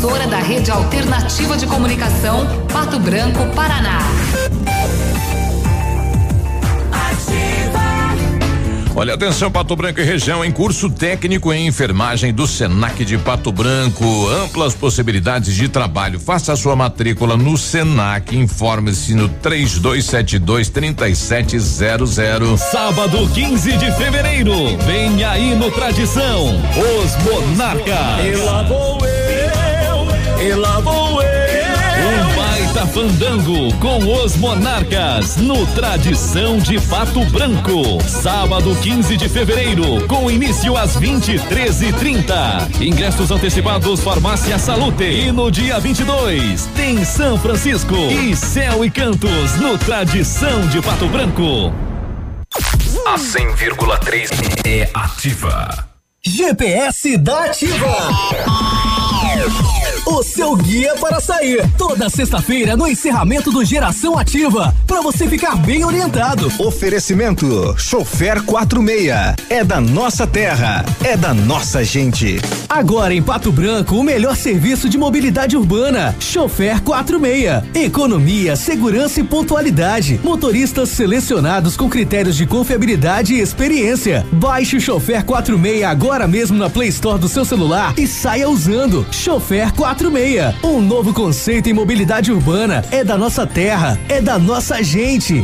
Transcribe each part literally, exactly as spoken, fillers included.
emissora da Rede Alternativa de Comunicação, Pato Branco, Paraná. Olha, atenção, Pato Branco e região, em curso técnico em enfermagem do Senac de Pato Branco, amplas possibilidades de trabalho. Faça a sua matrícula no Senac, informe-se no três dois sete dois, três sete zero zero. Sábado quinze de fevereiro, vem aí no Tradição, os Monarcas. E lá vou eu, e lá vou eu. Um baita fandango com os Monarcas no Tradição de Pato Branco. Sábado quinze de fevereiro, com início às vinte e três e trinta. Ingressos antecipados Farmácia Salute. E no dia vinte e dois tem São Francisco e Céu e Cantos no Tradição de Pato Branco. A cem vírgula três é ativa. G P S da Ativa. O seu guia para sair. Toda sexta-feira no encerramento do Geração Ativa. Para você ficar bem orientado. Oferecimento Chofer quarenta e seis. É da nossa terra. É da nossa gente. Agora em Pato Branco, o melhor serviço de mobilidade urbana. Chofer quarenta e seis. Economia, segurança e pontualidade. Motoristas selecionados com critérios de confiabilidade e experiência. Baixe o Chofer quarenta e seis agora mesmo na Play Store do seu celular e saia usando. Chofer quarenta e seis. Um novo conceito em mobilidade urbana. É da nossa terra. É da nossa gente.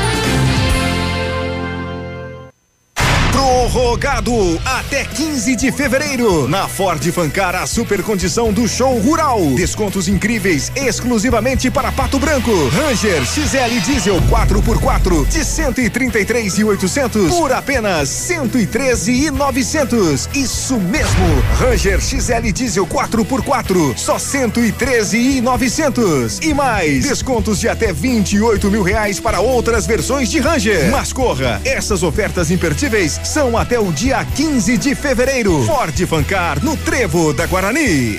Prorrogado até quinze de fevereiro. Na Ford Fancar, a super condição do show rural. Descontos incríveis exclusivamente para Pato Branco. Ranger X L Diesel quatro por quatro de cento e trinta e três mil e oitocentos por apenas cento e treze mil e novecentos. Isso mesmo. Ranger X L Diesel quatro por quatro, só cento e treze mil e novecentos. E mais descontos de até vinte e oito mil reais para outras versões de Ranger. Mas corra, essas ofertas imperdíveis são até o dia quinze de fevereiro. Ford Fancar no Trevo da Guarani.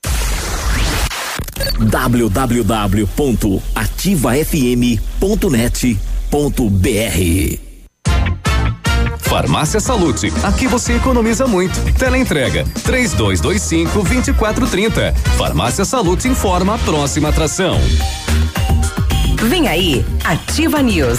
w w w ponto ativa f m ponto net ponto b r. Farmácia Salute, aqui você economiza muito. Teleentrega três dois dois cinco, dois quatro três zero. Farmácia Salute informa a próxima atração. Vem aí, Ativa News.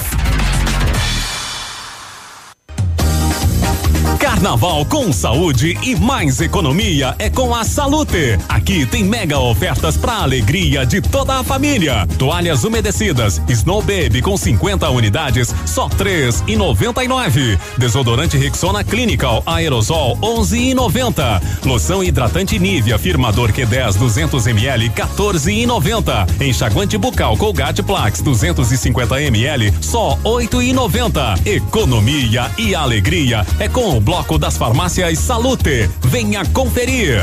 Carnaval com saúde e mais economia é com a Salute. Aqui tem mega ofertas para alegria de toda a família. Toalhas umedecidas Snow Baby com cinquenta unidades, só três e noventa e nove. Desodorante Rexona Clinical Aerosol onze e noventa. Loção hidratante Nivea Firmador Q dez duzentos mililitros, quatorze e noventa. Enxaguante bucal Colgate Plax duzentos e cinquenta mililitros, só oito e noventa. Economia e alegria é com o bloco das farmácias Salute. Venha conferir.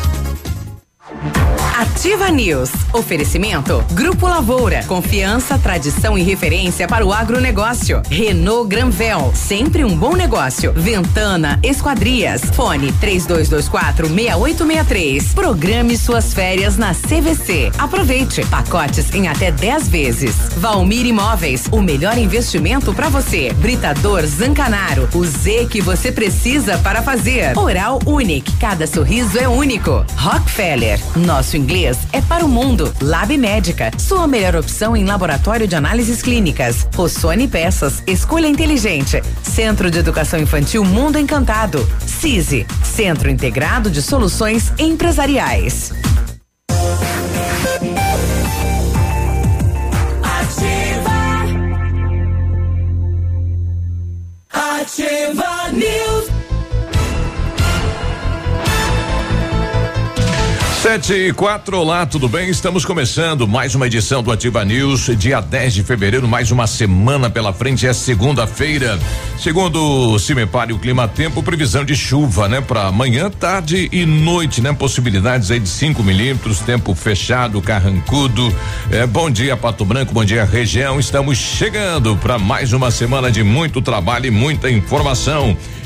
Ativa News. Oferecimento Grupo Lavoura. Confiança, tradição e referência para o agronegócio. Renault Granvel. Sempre um bom negócio. Ventana Esquadrias. Fone três dois dois quatro, seis oito seis três. Programe suas férias na C V C. Aproveite. Pacotes em até dez vezes. Valmir Imóveis. O melhor investimento para você. Britador Zancanaro. O Z que você precisa para fazer. Oral Unique. Cada sorriso é único. Rockefeller. Nosso inglês é para o mundo. Lab Médica, sua melhor opção em laboratório de análises clínicas. Rossoni Peças, escolha inteligente. Centro de Educação Infantil Mundo Encantado. CISI, Centro Integrado de Soluções Empresariais. Ativa. Ativa News. Sete e quatro, olá, tudo bem? Estamos começando mais uma edição do Ativa News, dia dez de fevereiro, mais uma semana pela frente, é segunda-feira. Segundo o Cimepar e o Clima Tempo, previsão de chuva, né? Para amanhã, tarde e noite, né? Possibilidades aí de cinco milímetros, tempo fechado, carrancudo. É, bom dia, Pato Branco, bom dia, região. Estamos chegando para mais uma semana de muito trabalho e muita informação.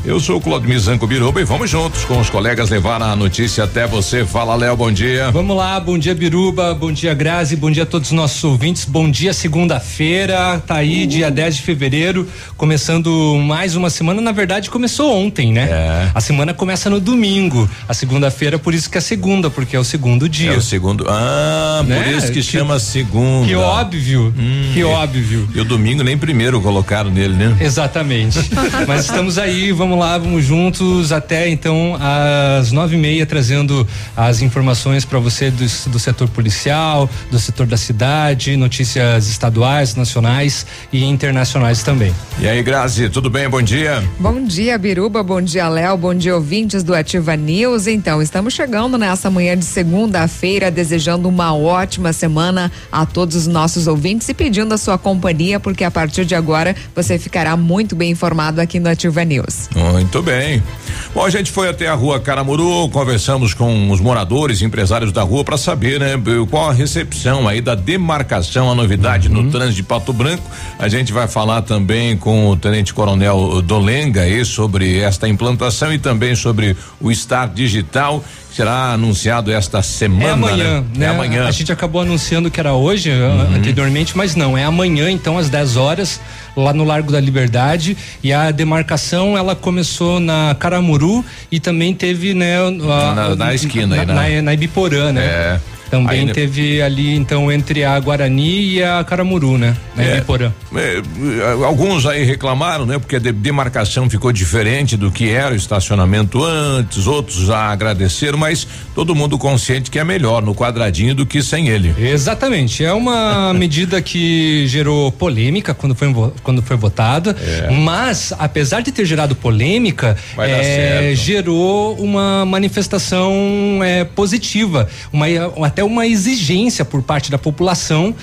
Eu sou o Claudemir Zanco Biruba e vamos juntos com os colegas levar a notícia até você. Fala, Léo, bom dia. Vamos lá, bom dia, Biruba, bom dia, Grazi, bom dia a todos os nossos ouvintes, bom dia, segunda-feira, tá aí, uh. dia dez de fevereiro, começando mais uma semana, na verdade começou ontem, né? É. A semana começa no domingo, a segunda-feira, por isso que é segunda, porque é o segundo dia. É o segundo, ah, né? por isso que, que chama segunda. Que óbvio, hum, que óbvio. E o domingo nem primeiro colocaram nele, né? Exatamente. Mas estamos aí, vamos lá, vamos juntos até então às nove e meia, trazendo as informações para você do, do setor policial, do setor da cidade, notícias estaduais, nacionais e internacionais também. E aí, Grazi, tudo bem? Bom dia. Bom dia, Biruba, bom dia, Léo, bom dia, ouvintes do Ativa News. Então, estamos chegando nessa manhã de segunda-feira, desejando uma ótima semana a todos os nossos ouvintes e pedindo a sua companhia, porque a partir de agora você ficará muito bem informado aqui no Ativa News. Muito bem. Bom, a gente foi até a rua Caramuru, conversamos com os moradores, empresários da rua para saber, né, qual a recepção aí da demarcação, a novidade uhum. no trânsito de Pato Branco. A gente vai falar também com o Tenente Coronel Dolenga aí sobre esta implantação e também sobre o Star Digital. Será anunciado esta semana. É amanhã, né? né? É amanhã. A gente acabou anunciando que era hoje, uhum. anteriormente, mas não, é amanhã, então, às dez horas, lá no Largo da Liberdade. E a demarcação, ela começou na Caramuru e também teve, né? A, na, na esquina na, aí, né? Na, na Ibiporã, né? É. Também Ainda... teve ali, então, entre a Guarani e a Caramuru, né? Na é, Ibiporã. É, alguns aí reclamaram, né? Porque a demarcação ficou diferente do que era o estacionamento antes, outros já agradeceram, mas todo mundo consciente que é melhor no quadradinho do que sem ele. Exatamente, é uma medida que gerou polêmica quando foi, quando foi votada, é. mas apesar de ter gerado polêmica, Vai dar é, certo. gerou uma manifestação é, positiva, uma, até uma exigência por parte da população,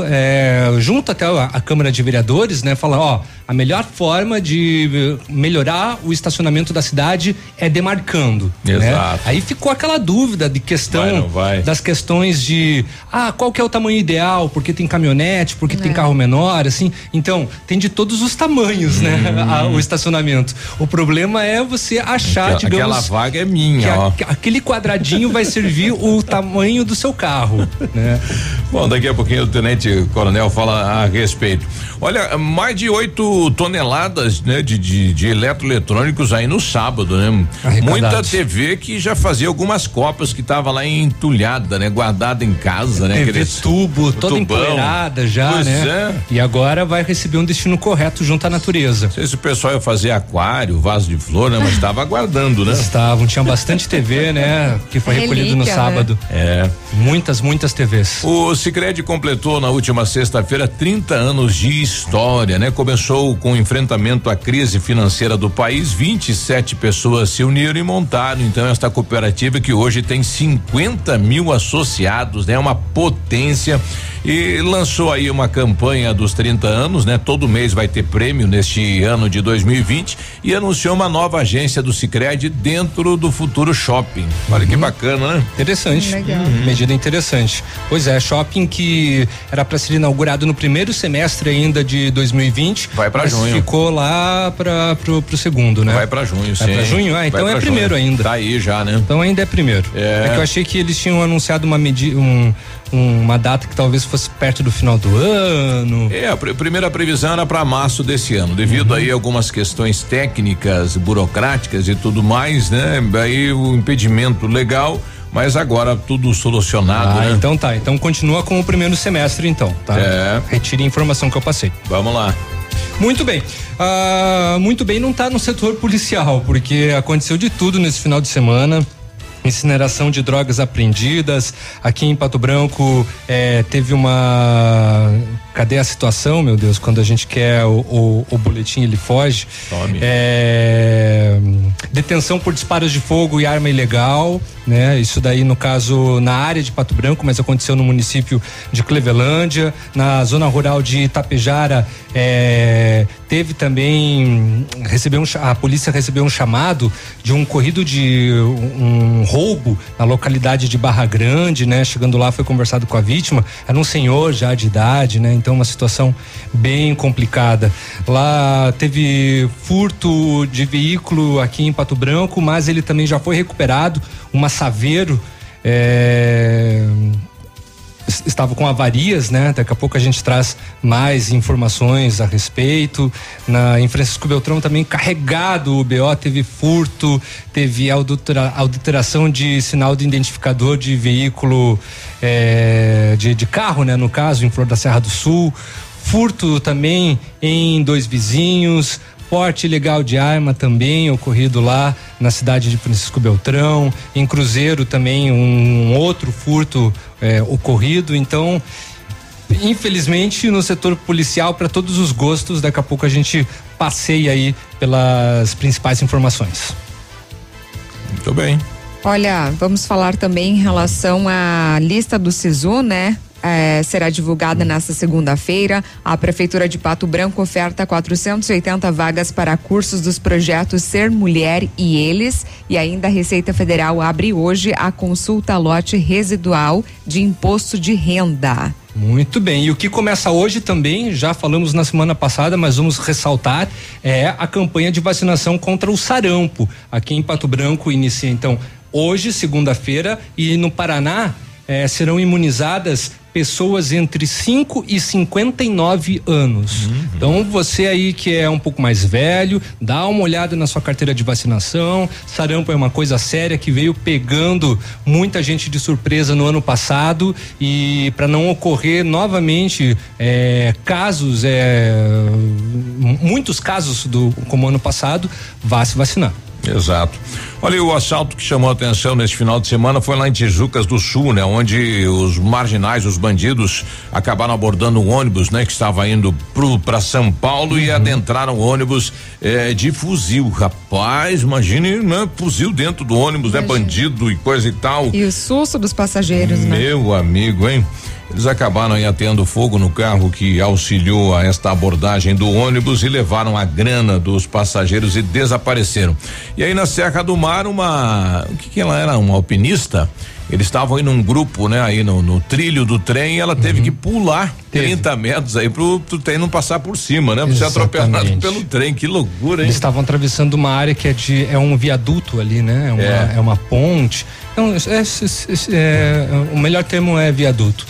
é, junto até a, a Câmara de Vereadores, né, falar, ó, a melhor forma de melhorar o estacionamento da cidade é demarcando. Exato. Né? Aí ficou aquela dúvida de questão vai, não vai. das questões de ah, qual que é o tamanho ideal, porque tem caminhonete, porque é. tem carro menor, assim. Então, tem de todos os tamanhos, hum. né? A, o estacionamento. O problema é você achar, aquela, digamos. Aquela vaga é minha, que ó. A, aquele quadradinho vai servir o tamanho do seu carro, né? Bom, daqui a pouquinho o Tenente Coronel fala a respeito. Olha, mais de oito toneladas, né, de, de, de eletroeletrônicos aí no sábado, né? Muita T V que já fazia algumas copas que estava lá entulhada, né? Guardada em casa, né? T V Aqueles, tubo, toda empoeirada já, pois né? É. E agora vai receber um destino correto junto à natureza. Não sei se o pessoal ia fazer aquário, vaso de flor, né? Mas estava aguardando, né? Estavam, tinha bastante T V, né? Que foi Relíquia, recolhido no sábado. Né? É. Muitas, muitas T Vs. O Sicredi completou na última sexta-feira trinta anos de história, né? Começou com o enfrentamento à crise financeira do país, vinte e sete pessoas se uniram e montaram então esta cooperativa que hoje tem cinquenta mil associados, né? Uma potência, e lançou aí uma campanha dos trinta anos, né? Todo mês vai ter prêmio neste ano de dois mil e vinte e anunciou uma nova agência do Sicredi dentro do Futuro Shopping. Olha uhum. que bacana, né? Interessante. Legal. Uhum. Medida interessante. Pois é, shopping que era para ser inaugurado no primeiro semestre ainda de dois mil e vinte. Vai para junho. Ficou lá para pro, pro segundo, né? Vai para junho, Vai sim. Vai para junho? Ah, então é primeiro junho. ainda. Tá aí já, né? Então ainda é primeiro. É, é que eu achei que eles tinham anunciado uma medida, um, uma data que talvez fosse perto do final do ano. É, a pr- primeira previsão era para março desse ano, devido uhum. aí a algumas questões técnicas, burocráticas e tudo mais, né? Aí o impedimento legal, mas agora tudo solucionado, ah, né? Então tá, então continua com o primeiro semestre então, tá? É. Retire a informação que eu passei. Vamos lá. Muito bem, ah, muito bem, não tá no setor policial, porque aconteceu de tudo nesse final de semana. Incineração de drogas apreendidas aqui em Pato Branco, eh, teve uma, cadê a situação, meu Deus, quando a gente quer o, o, o boletim ele foge, Tome. Eh, detenção por disparos de fogo e arma ilegal, né? Isso daí no caso na área de Pato Branco, mas aconteceu no município de Clevelândia, na zona rural de Itapejara, é, teve também recebeu um, a polícia recebeu um chamado de um ocorrido de um roubo na localidade de Barra Grande, né? Chegando lá foi conversado com a vítima, era um senhor já de idade, né? Então uma situação bem complicada. Lá teve furto de veículo aqui em Pato Branco, mas ele também já foi recuperado, uma Saveiro, é, estava com avarias, né? Daqui a pouco a gente traz mais informações a respeito. Na, em Francisco Beltrão também carregado o B O, teve furto, teve adultera, adulteração de sinal de identificador de veículo, é, de, de carro, né? No caso, em Flor da Serra do Sul. Furto também em Dois Vizinhos. Porte ilegal de arma também ocorrido lá na cidade de Francisco Beltrão. Em Cruzeiro também um outro furto é, ocorrido. Então, infelizmente, no setor policial, para todos os gostos, daqui a pouco a gente passeia aí pelas principais informações. Muito bem. Olha, vamos falar também em relação à lista do SISU, né? É, será divulgada nesta segunda-feira. A Prefeitura de Pato Branco oferta quatrocentas e oitenta vagas para cursos dos projetos Ser Mulher e Eles, e ainda a Receita Federal abre hoje a consulta lote residual de imposto de renda. Muito bem, e o que começa hoje também, já falamos na semana passada, mas vamos ressaltar, é a campanha de vacinação contra o sarampo. Aqui em Pato Branco inicia então hoje, segunda-feira, e no Paraná eh, serão imunizadas pessoas entre cinco e cinquenta e nove anos. Uhum. Então você aí que é um pouco mais velho, dá uma olhada na sua carteira de vacinação. Sarampo é uma coisa séria que veio pegando muita gente de surpresa no ano passado, e para não ocorrer novamente é, casos, é, muitos casos do como ano passado, vá se vacinar. Exato. Olha, o assalto que chamou a atenção nesse final de semana foi lá em Tijucas do Sul, né? Onde os marginais, os bandidos, acabaram abordando um ônibus, né? Que estava indo pro, pra São Paulo, uhum. E adentraram o ônibus eh, de fuzil. Rapaz, imagine, né? Fuzil dentro do ônibus, imagine. Né? Bandido e coisa e tal. E o susto dos passageiros, Meu né? Meu amigo, hein? Eles acabaram aí atendo fogo no carro que auxiliou a esta abordagem do ônibus e levaram a grana dos passageiros e desapareceram. E aí na Serra do Mar, uma, o que que ela era? Uma alpinista? Eles estavam aí num grupo, né? Aí no, no trilho do trem, ela teve uhum. que pular teve. trinta metros aí pro, pro trem não passar por cima, né? Pra ser atropelado pelo trem, que loucura, hein? Eles estavam atravessando uma área que é de, é um viaduto ali, né? É uma, é. É uma ponte. Então, é, é, é, o melhor termo é viaduto.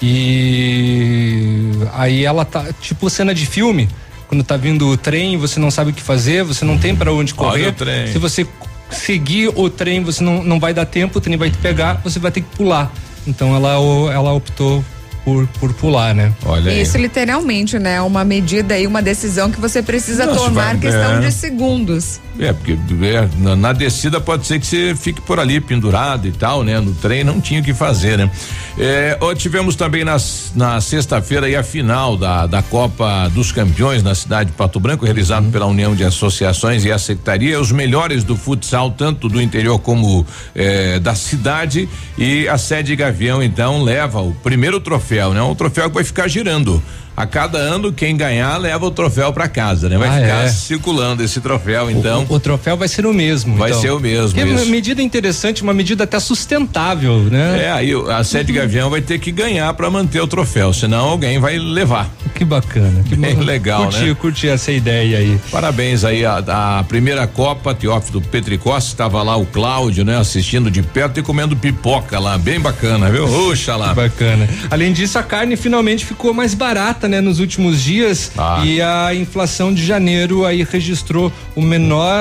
E aí ela tá, tipo cena de filme, quando tá vindo o trem, você não sabe o que fazer, você não tem para onde correr. Olha o trem. Se você seguir o trem, você não, não vai dar tempo, o trem vai te pegar, você vai ter que pular. Então ela, ela optou por, por pular, né? Olha aí. Isso literalmente, né? Uma medida aí, uma decisão que você precisa Nossa, tomar vai, questão é. de segundos. É, porque é, na, na descida pode ser que você fique por ali pendurado e tal, né? No trem não tinha o que fazer, né? É, ó, tivemos também nas, na sexta-feira aí a final da, da Copa dos Campeões na cidade de Pato Branco, realizado uhum. pela União de Associações e a Secretaria, os melhores do futsal, tanto do interior como é, da cidade, e a sede Gavião então leva o primeiro troféu, né? Um troféu que vai ficar girando. A cada ano, quem ganhar leva o troféu para casa, né? Vai ah, ficar é. circulando esse troféu, então. O, o troféu vai ser o mesmo. Vai então. ser o mesmo. Que é uma medida interessante, uma medida até sustentável, né? É, aí a sede uhum. Gavião vai ter que ganhar para manter o troféu, senão alguém vai levar. Que bacana. Que Bem legal, curti, né? Curti essa ideia aí. Parabéns aí a, a primeira Copa, Teófilo Petricosta, estava lá o Cláudio, né? Assistindo de perto e comendo pipoca lá, bem bacana, viu? Oxa lá. Que bacana. Além disso, a carne finalmente ficou mais barata, né? Nos últimos dias, ah. e a inflação de janeiro aí registrou o menor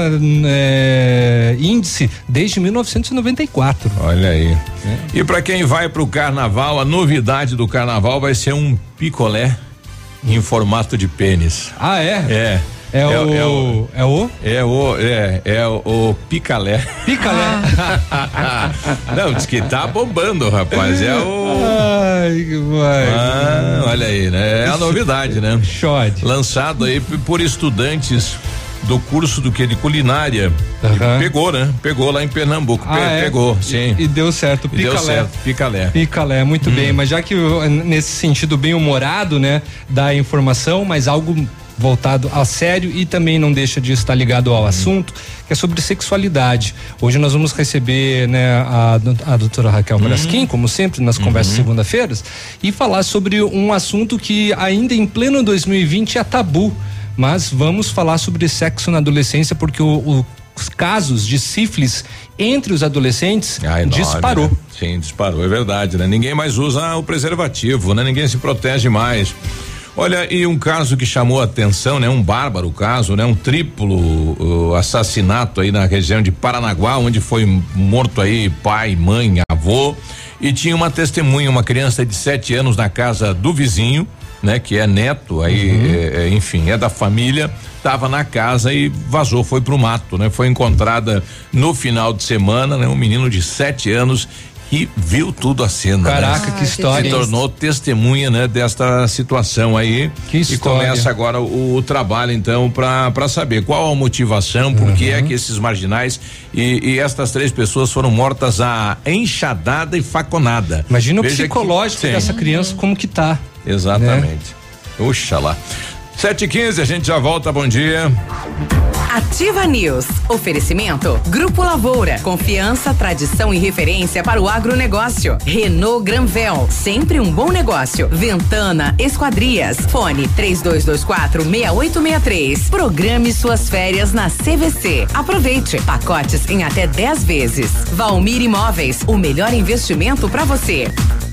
é, índice desde mil novecentos e noventa e quatro. Olha aí. É. E para quem vai pro carnaval, a novidade do carnaval vai ser um picolé em formato de pênis. Ah, é? É. É, é, o, é o. É o? É o. É, é o, o picalé. Picalé. Ah. Não, diz que tá bombando, rapaz. É o. Ai, que vai. Ah, olha aí, né? É a novidade, né? Shot. Lançado aí por estudantes do curso do que de culinária. Uhum. Pegou, né? Pegou lá em Pernambuco. Ah, Pe- é? Pegou, sim. E, e deu certo. E deu certo. Picalé. Picalé, muito Hum. bem. Mas já que nesse sentido bem humorado, né, da informação, mas algo voltado a sério e também não deixa de estar ligado ao assunto, que é sobre sexualidade. Hoje nós vamos receber, né, a, a doutora Raquel Braskin, uhum. como sempre, nas conversas uhum. segunda-feiras, e falar sobre um assunto que ainda em pleno dois mil e vinte é tabu, mas vamos falar sobre sexo na adolescência, porque o, o os casos de sífilis entre os adolescentes ah, enorme, disparou. Né? Sim, disparou, é verdade, né? Ninguém mais usa o preservativo, né? Ninguém se protege mais. Olha, e um caso que chamou a atenção, né? Um bárbaro caso, né? Um triplo uh, assassinato aí na região de Paranaguá, onde foi morto aí pai, mãe, avô, e tinha uma testemunha, uma criança de sete anos na casa do vizinho, né? Que é neto aí, uhum. é, enfim, é da família, estava na casa e vazou, foi pro mato, né? Foi encontrada no final de semana, né? Um menino de sete anos que viu tudo a cena. Caraca, né? Que história. Se tornou testemunha, né? Desta situação aí. Que história. E começa agora o, o trabalho, então, para para saber qual a motivação, por que uhum. é que esses marginais e, e estas três pessoas foram mortas a enxadada e faconada. Imagina Veja o psicológico que, dessa criança, como que tá. Exatamente. Né? Oxalá. sete e quinze, a gente já volta, bom dia. Ativa News. Oferecimento Grupo Lavoura. Confiança, tradição e referência para o agronegócio. Renault Granvel. Sempre um bom negócio. Ventana Esquadrias. Fone três dois dois quatro, seis oito seis três. Programe suas férias na C V C. Aproveite. Pacotes em até dez vezes. Valmir Imóveis. O melhor investimento para você.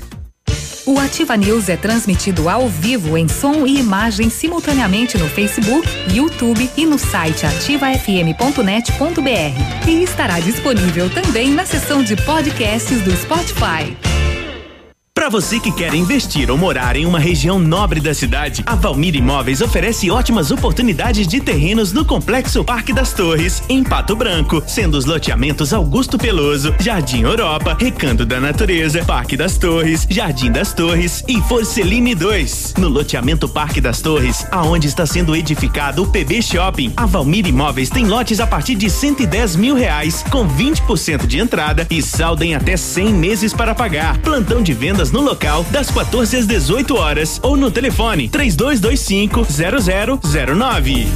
O Ativa News é transmitido ao vivo em som e imagem simultaneamente no Facebook, YouTube e no site ativa f m ponto net ponto b r. E estará disponível também na seção de podcasts do Spotify. Para você que quer investir ou morar em uma região nobre da cidade, a Valmir Imóveis oferece ótimas oportunidades de terrenos no Complexo Parque das Torres, em Pato Branco, sendo os loteamentos Augusto Peloso, Jardim Europa, Recanto da Natureza, Parque das Torres, Jardim das Torres e Forceline dois. No loteamento Parque das Torres, aonde está sendo edificado o P B Shopping, a Valmir Imóveis tem lotes a partir de cento e dez mil reais, com vinte por cento de entrada e saldo em até cem meses para pagar. Plantão de vendas no local das quatorze às dezoito horas ou no telefone três dois dois cinco, zero zero zero nove.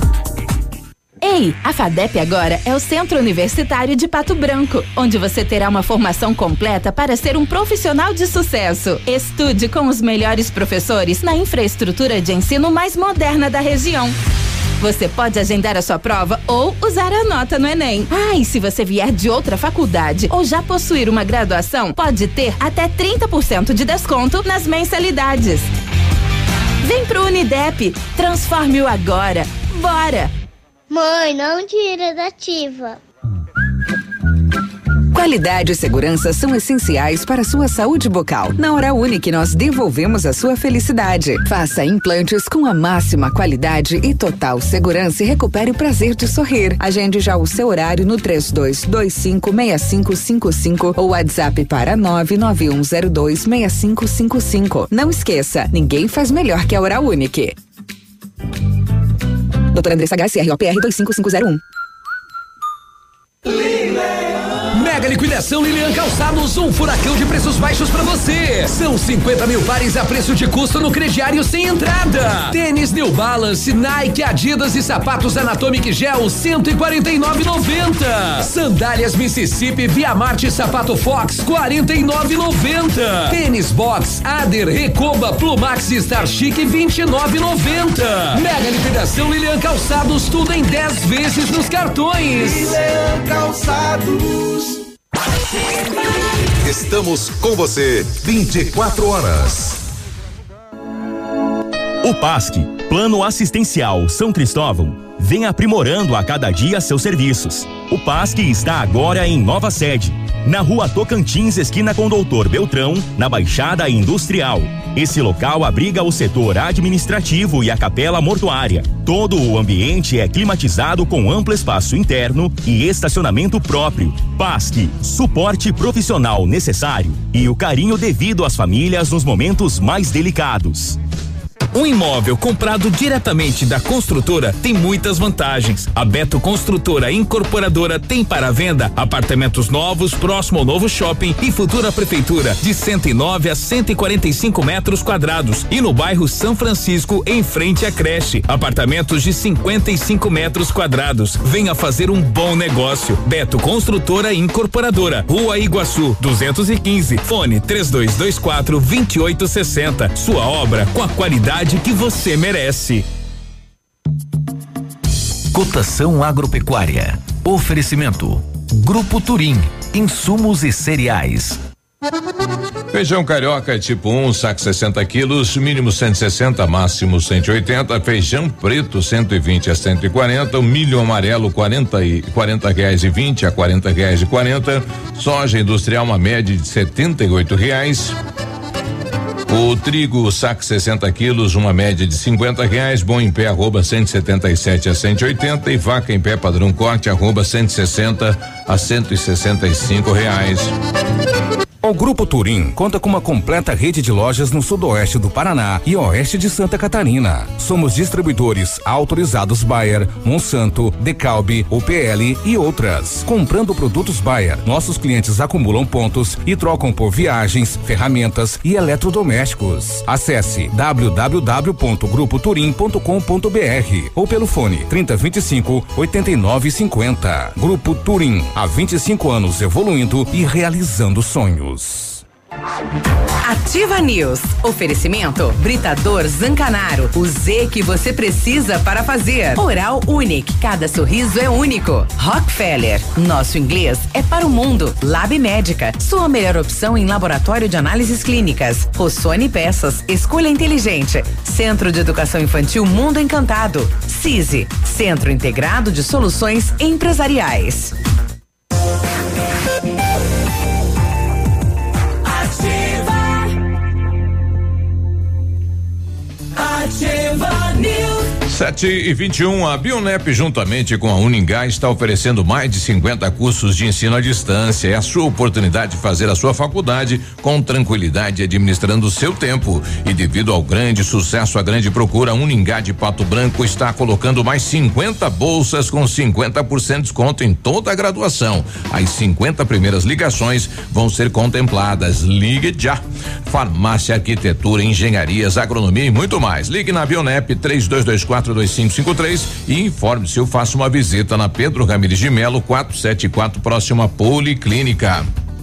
Ei, a FADEP agora é o Centro Universitário de Pato Branco, onde você terá uma formação completa para ser um profissional de sucesso. Estude com os melhores professores na infraestrutura de ensino mais moderna da região. Você pode agendar a sua prova ou usar a nota no Enem. Ah, e se você vier de outra faculdade ou já possuir uma graduação, pode ter até trinta por cento de desconto nas mensalidades. Vem pro Unidep, transforme-o agora. Bora! Mãe, não tira da Ativa. Qualidade e segurança são essenciais para a sua saúde bucal. Na Oral Unique, nós devolvemos a sua felicidade. Faça implantes com a máxima qualidade e total segurança e recupere o prazer de sorrir. Agende já o seu horário no três dois dois cinco, seis cinco cinco cinco ou WhatsApp para nove nove um zero dois seis cinco cinco cinco. Não esqueça, ninguém faz melhor que a Oral Unique. Doutora Andressa H C R O P R dois cinco cinco zero um. Mega liquidação Lilian Calçados, um furacão de preços baixos pra você. São cinquenta mil pares a preço de custo no crediário sem entrada. Tênis New Balance, Nike, Adidas e sapatos Anatomic Gel, cento e quarenta e nove reais e noventa centavos. Sandálias Mississippi, Via Marte, Sapato Fox, quarenta e nove reais e noventa centavos. Tênis Box, Ader, Recoba, Plumax e Star Chic, vinte e nove reais e noventa centavos. Mega liquidação Lilian Calçados, tudo em dez vezes nos cartões. Lilian Calçados. Estamos com você vinte e quatro horas. O PASC, Plano Assistencial São Cristóvão, vem aprimorando a cada dia seus serviços. O PASC está agora em nova sede, na Rua Tocantins, esquina com Doutor Beltrão, na Baixada Industrial. Esse local abriga o setor administrativo e a capela mortuária. Todo o ambiente é climatizado com amplo espaço interno e estacionamento próprio. PASC, suporte profissional necessário e o carinho devido às famílias nos momentos mais delicados. Um imóvel comprado diretamente da construtora tem muitas vantagens. A Beto Construtora Incorporadora tem para venda apartamentos novos próximo ao novo shopping e futura prefeitura de cento e nove a cento e quarenta e cinco metros quadrados e no bairro São Francisco em frente à creche, apartamentos de cinquenta e cinco metros quadrados. Venha fazer um bom negócio. Beto Construtora Incorporadora, Rua Iguaçu, duzentos e quinze, fone três dois dois quatro, dois oito seis zero. Sua obra com a qualidade que você merece. Cotação agropecuária. Oferecimento. Grupo Turim. Insumos e cereais. Feijão carioca tipo um, saco sessenta quilos, mínimo cento e sessenta, máximo cento e oitenta. Feijão preto cento e vinte a cento e quarenta. O milho amarelo quarenta e quarenta reais e vinte a quarenta reais e quarenta. Soja industrial uma média de setenta e oito reais. O trigo, saco sessenta quilos, uma média de cinquenta reais. Bom em pé, arroba cento e setenta e sete a cento e oitenta. E vaca em pé padrão corte, arroba cento e sessenta a cento e sessenta e cinco reais. O Grupo Turim conta com uma completa rede de lojas no sudoeste do Paraná e oeste de Santa Catarina. Somos distribuidores autorizados Bayer, Monsanto, Decalbe, O P L e outras. Comprando produtos Bayer, nossos clientes acumulam pontos e trocam por viagens, ferramentas e eletrodomésticos. Acesse w w w ponto grupo turim ponto com ponto b r ou pelo fone trinta, vinte e cinco, oitenta e nove, cinquenta. Grupo Turim, há vinte e cinco anos evoluindo e realizando sonhos. Ativa News. Oferecimento Britador Zancanaro. O Z que você precisa para fazer. Oral Unique. Cada sorriso é único. Rockefeller. Nosso inglês é para o mundo. Lab Médica. Sua melhor opção em laboratório de análises clínicas. Rossoni Peças. Escolha inteligente. Centro de Educação Infantil Mundo Encantado. CISI. Centro Integrado de Soluções Empresariais. Ativa News. sete e vinte e um, a Bionep, juntamente com a Uningá, está oferecendo mais de cinquenta cursos de ensino à distância. É a sua oportunidade de fazer a sua faculdade com tranquilidade, administrando o seu tempo. E devido ao grande sucesso, a grande procura, a Uningá de Pato Branco está colocando mais cinquenta bolsas com cinquenta por cento de desconto em toda a graduação. As cinquenta primeiras ligações vão ser contempladas. Ligue já. Farmácia, arquitetura, engenharias, agronomia e muito mais. Ligue na Bionep três dois dois quatro, dois cinco cinco três e informe-se ou faça uma visita na Pedro Ramires de Melo quatrocentos e setenta e quatro, próxima à Policlínica.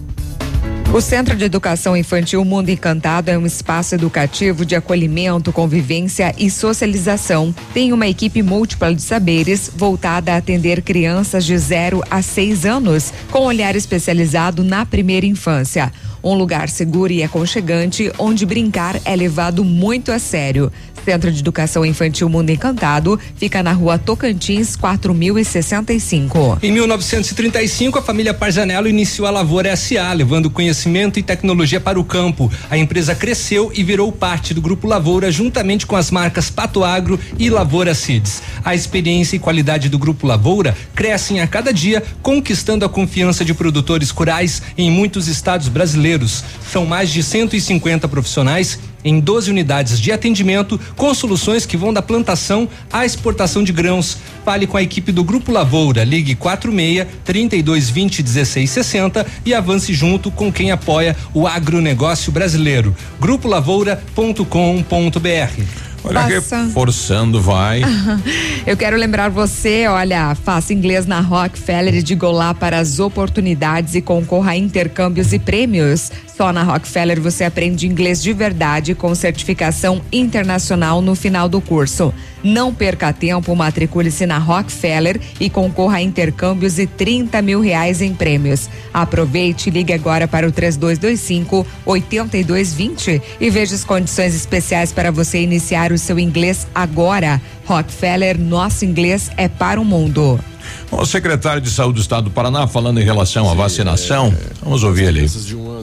O Centro de Educação Infantil Mundo Encantado é um espaço educativo de acolhimento, convivência e socialização. Tem uma equipe múltipla de saberes voltada a atender crianças de zero a seis anos, com olhar especializado na primeira infância. Um lugar seguro e aconchegante onde brincar é levado muito a sério. Centro de Educação Infantil Mundo Encantado fica na Rua Tocantins, quatro mil e sessenta e cinco. Em mil novecentos e trinta e cinco, a família Parzanello iniciou a Lavoura S A, levando conhecimento e tecnologia para o campo. A empresa cresceu e virou parte do Grupo Lavoura, juntamente com as marcas Pato Agro e Lavoura Seeds. A experiência e qualidade do Grupo Lavoura crescem a cada dia, conquistando a confiança de produtores rurais em muitos estados brasileiros. São mais de cento e cinquenta profissionais em doze unidades de atendimento, com soluções que vão da plantação à exportação de grãos. Fale com a equipe do Grupo Lavoura, ligue quatro seis, trinta e dois, vinte, dezesseis, sessenta e avance junto com quem apoia o agronegócio brasileiro. grupo lavoura ponto com ponto b r. Olha, reforçando, vai. Eu quero lembrar você, olha, faça inglês na Rockefeller e diga olá para as oportunidades e concorra a intercâmbios e prêmios. Só na Rockefeller você aprende inglês de verdade com certificação internacional no final do curso. Não perca tempo, matricule-se na Rockefeller e concorra a intercâmbios e trinta mil reais em prêmios. Aproveite e ligue agora para o três dois dois cinco, oito dois dois zero e veja as condições especiais para você iniciar o seu inglês agora. Rockefeller, nosso inglês é para o mundo. O secretário de Saúde do Estado do Paraná falando em relação à vacinação, vamos ouvir ali. De um ano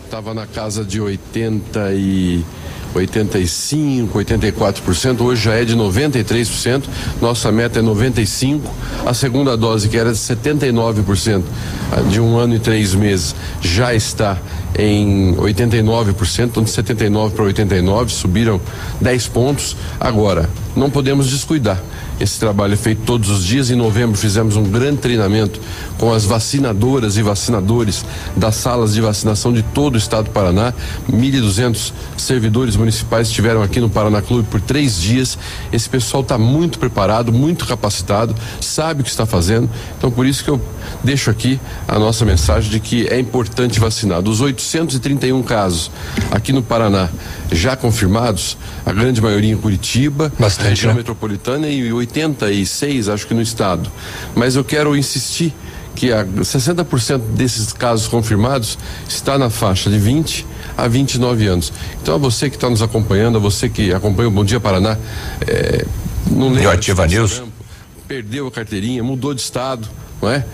estava na casa de oitenta e oitenta e cinco, oitenta e quatro por cento, hoje já é de noventa e três por cento, nossa meta é noventa e cinco por cento, a segunda dose, que era de setenta e nove por cento de um ano e três meses, já está em oitenta e nove por cento, então de setenta e nove para oitenta e nove, subiram dez pontos. Agora, não podemos descuidar. Esse trabalho é feito todos os dias. Em novembro fizemos um grande treinamento com as vacinadoras e vacinadores das salas de vacinação de todo o estado do Paraná. mil e duzentos servidores municipais estiveram aqui no Paraná Clube por três dias. Esse pessoal está muito preparado, muito capacitado, sabe o que está fazendo. Então, por isso que eu deixo aqui a nossa mensagem de que é importante vacinar. Dos oitocentos e trinta e um casos aqui no Paraná já confirmados, a grande maioria em Curitiba, Bastante, região né? metropolitana, e oitenta e seis, acho que no estado. Mas eu quero insistir que a sessenta por cento desses casos confirmados está na faixa de vinte a vinte e nove anos. Então, a você que está nos acompanhando, a você que acompanha o Bom Dia Paraná, é, não lembra, Ativa News, perdeu a carteirinha, mudou de estado, não é?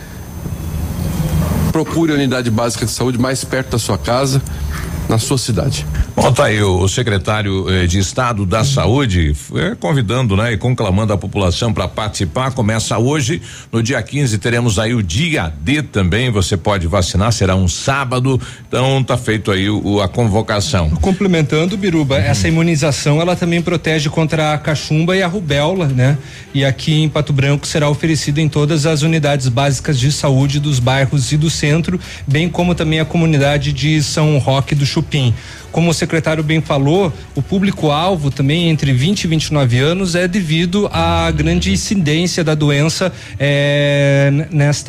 Procure a unidade básica de saúde mais perto da sua casa, na sua cidade. Bom, tá aí o, o secretário eh, de Estado da Saúde eh, convidando, né, e conclamando a população para participar. Começa hoje, no dia quinze teremos aí o dia D também, você pode vacinar, será um sábado, então tá feito aí o, a convocação. Complementando, Biruba, uhum. essa imunização ela também protege contra a cachumba e a rubéola, né? E aqui em Pato Branco será oferecida em todas as unidades básicas de saúde dos bairros e do centro, bem como também a comunidade de São Roque do Chupim. Como o secretário bem falou, o público-alvo também entre vinte e vinte e nove anos é devido à grande incidência da doença é, nesta,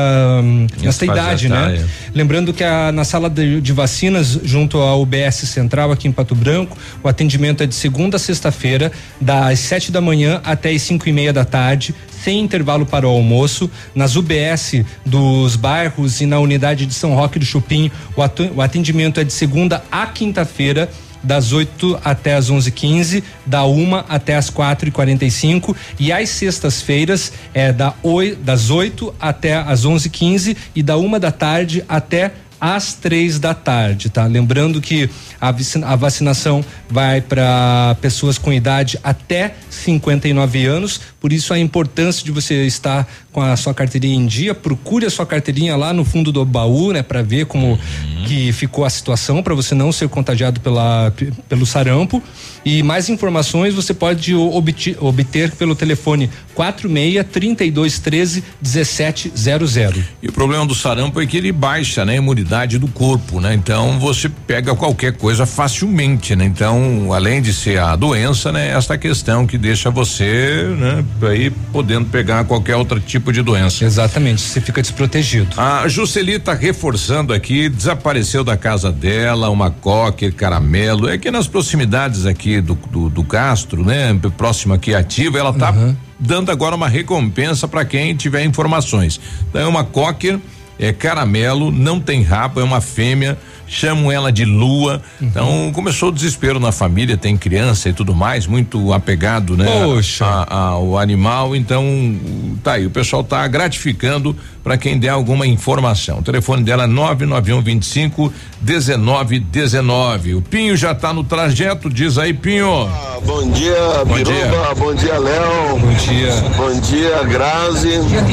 nesta idade, né? É. Lembrando que a, na sala de, de vacinas, junto ao U B S Central aqui em Pato Branco, o atendimento é de segunda a sexta-feira, das sete da manhã até as cinco e meia da tarde, sem intervalo para o almoço. Nas U B S dos bairros e na unidade de São Roque do Chupim, o atendimento é de segunda a quinta-feira, das oito até as onze e quinze, da uma até as quatro e quarenta e cinco, e às sextas-feiras é da oi, das oito até as onze e quinze e da uma da tarde até às três da tarde, tá? Lembrando que a, vicina, a vacinação vai para pessoas com idade até cinquenta e nove anos, por isso a importância de você estar com a sua carteirinha em dia. Procure a sua carteirinha lá no fundo do baú, né, para ver como uhum. que ficou a situação, para você não ser contagiado pela pelo sarampo. E mais informações você pode obter, obter pelo telefone quatro seis, trinta e dois, treze, dezessete zero zero. E o problema do sarampo é que ele baixa, né, a imunidade do corpo, né? Então você pega qualquer coisa facilmente, né? Então, além de ser a doença, né, esta questão que deixa você, né, aí podendo pegar qualquer outro tipo de doença. Exatamente, você fica desprotegido. A Jusceli tá reforçando aqui, desapareceu da casa dela uma coque, caramelo, é que nas proximidades aqui do do, do Castro, né, próximo aqui Ativa, ela tá uhum. dando agora uma recompensa para quem tiver informações. Então é uma cocker, é caramelo, não tem rabo, é uma fêmea, chamam ela de Lua. Uhum. Então começou o desespero na família, tem criança e tudo mais, muito apegado, né? Poxa. A, a, ao animal, então tá aí, o pessoal tá gratificando para quem der alguma informação. O telefone dela é nove nove um vinte e cinco dezenove dezenove. O Pinho já tá no trajeto, diz aí, Pinho. Ah, bom dia, bom Biruba, dia. Bom dia, Léo. Bom dia. Bom dia, Grazi.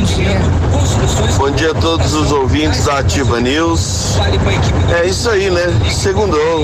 Bom dia a todos os ouvintes da Ativa News. É isso aí, né? Segundou.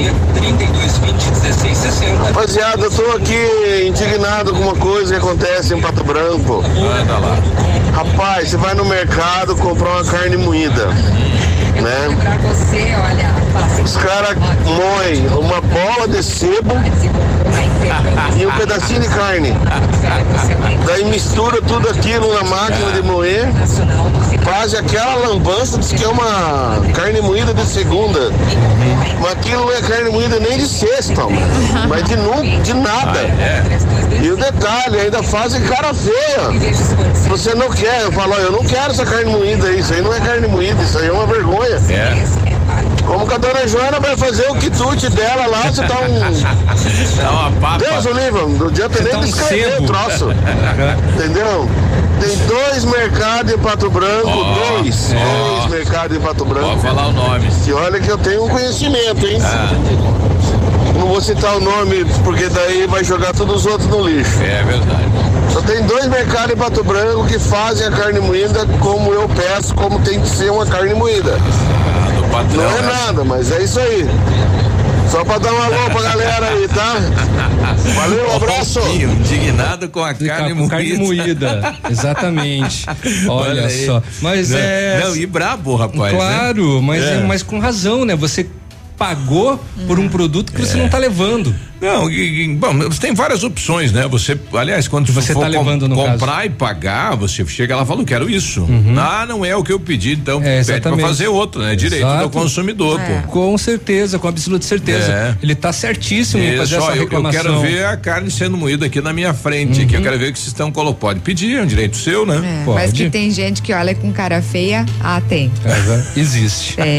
Rapaziada, eu tô aqui indignado com uma coisa que acontece em Pato Branco. Anda lá. Rapaz, você vai no mercado comprar uma carne moída, né? Os caras moem uma bola de sebo e um pedacinho de carne. Daí mistura tudo aquilo na máquina de moer, faz aquela lambança, diz que é uma carne moída de segunda. Mas aquilo não é carne moída nem de sexta, mas de, nu, de nada. E o detalhe, ainda fazem cara feia. Se você não quer, eu falo, ó, eu não quero essa carne moída aí, isso aí não é carne moída, isso aí é uma vergonha. É. Como que a dona Joana vai fazer o quitute dela lá, você tá um... Tá uma papa. Deus o livre, não adianta nem tá um descrever sebo. o troço. Entendeu? Tem dois mercados em Pato Branco, Oh, dois, oh. dois mercados em Pato Branco. Pode falar o nome. E olha que eu tenho um conhecimento, hein? Ah. Não vou citar o nome, porque daí vai jogar todos os outros no lixo. É verdade. Só tem dois mercados em Pato Branco que fazem a carne moída como eu peço, como tem que ser uma carne moída. Ah, do patrão, Não é né? nada, mas é isso aí. Só pra dar um alô pra galera aí, tá? Valeu, um abraço. Pouquinho, indignado com a carne Com moída. carne moída, exatamente. Olha, Olha aí. só. Mas não, é. Não, e brabo, rapaz. Claro, né? mas, é. é, mas com razão, né? Você pagou por um produto que você não tá levando. Não, e, e, bom, você tem várias opções, né? Você, aliás, quando você for tá levando com, no comprar caso. e pagar, você chega lá e fala, eu quero isso. Uhum. Ah, não é o que eu pedi, então É, pede pra fazer outro, né? Direito Exato. do consumidor, É. pô. Com certeza, com absoluta certeza. É. Ele tá certíssimo em Isso, fazer ó, essa eu, eu reclamação. quero ver a carne sendo moída aqui na minha frente, Uhum. que eu quero ver o que vocês estão colocando. Pode pedir, é um direito seu, né? É, mas que tem gente que olha com cara feia. Ah, tem. É, existe. Tem.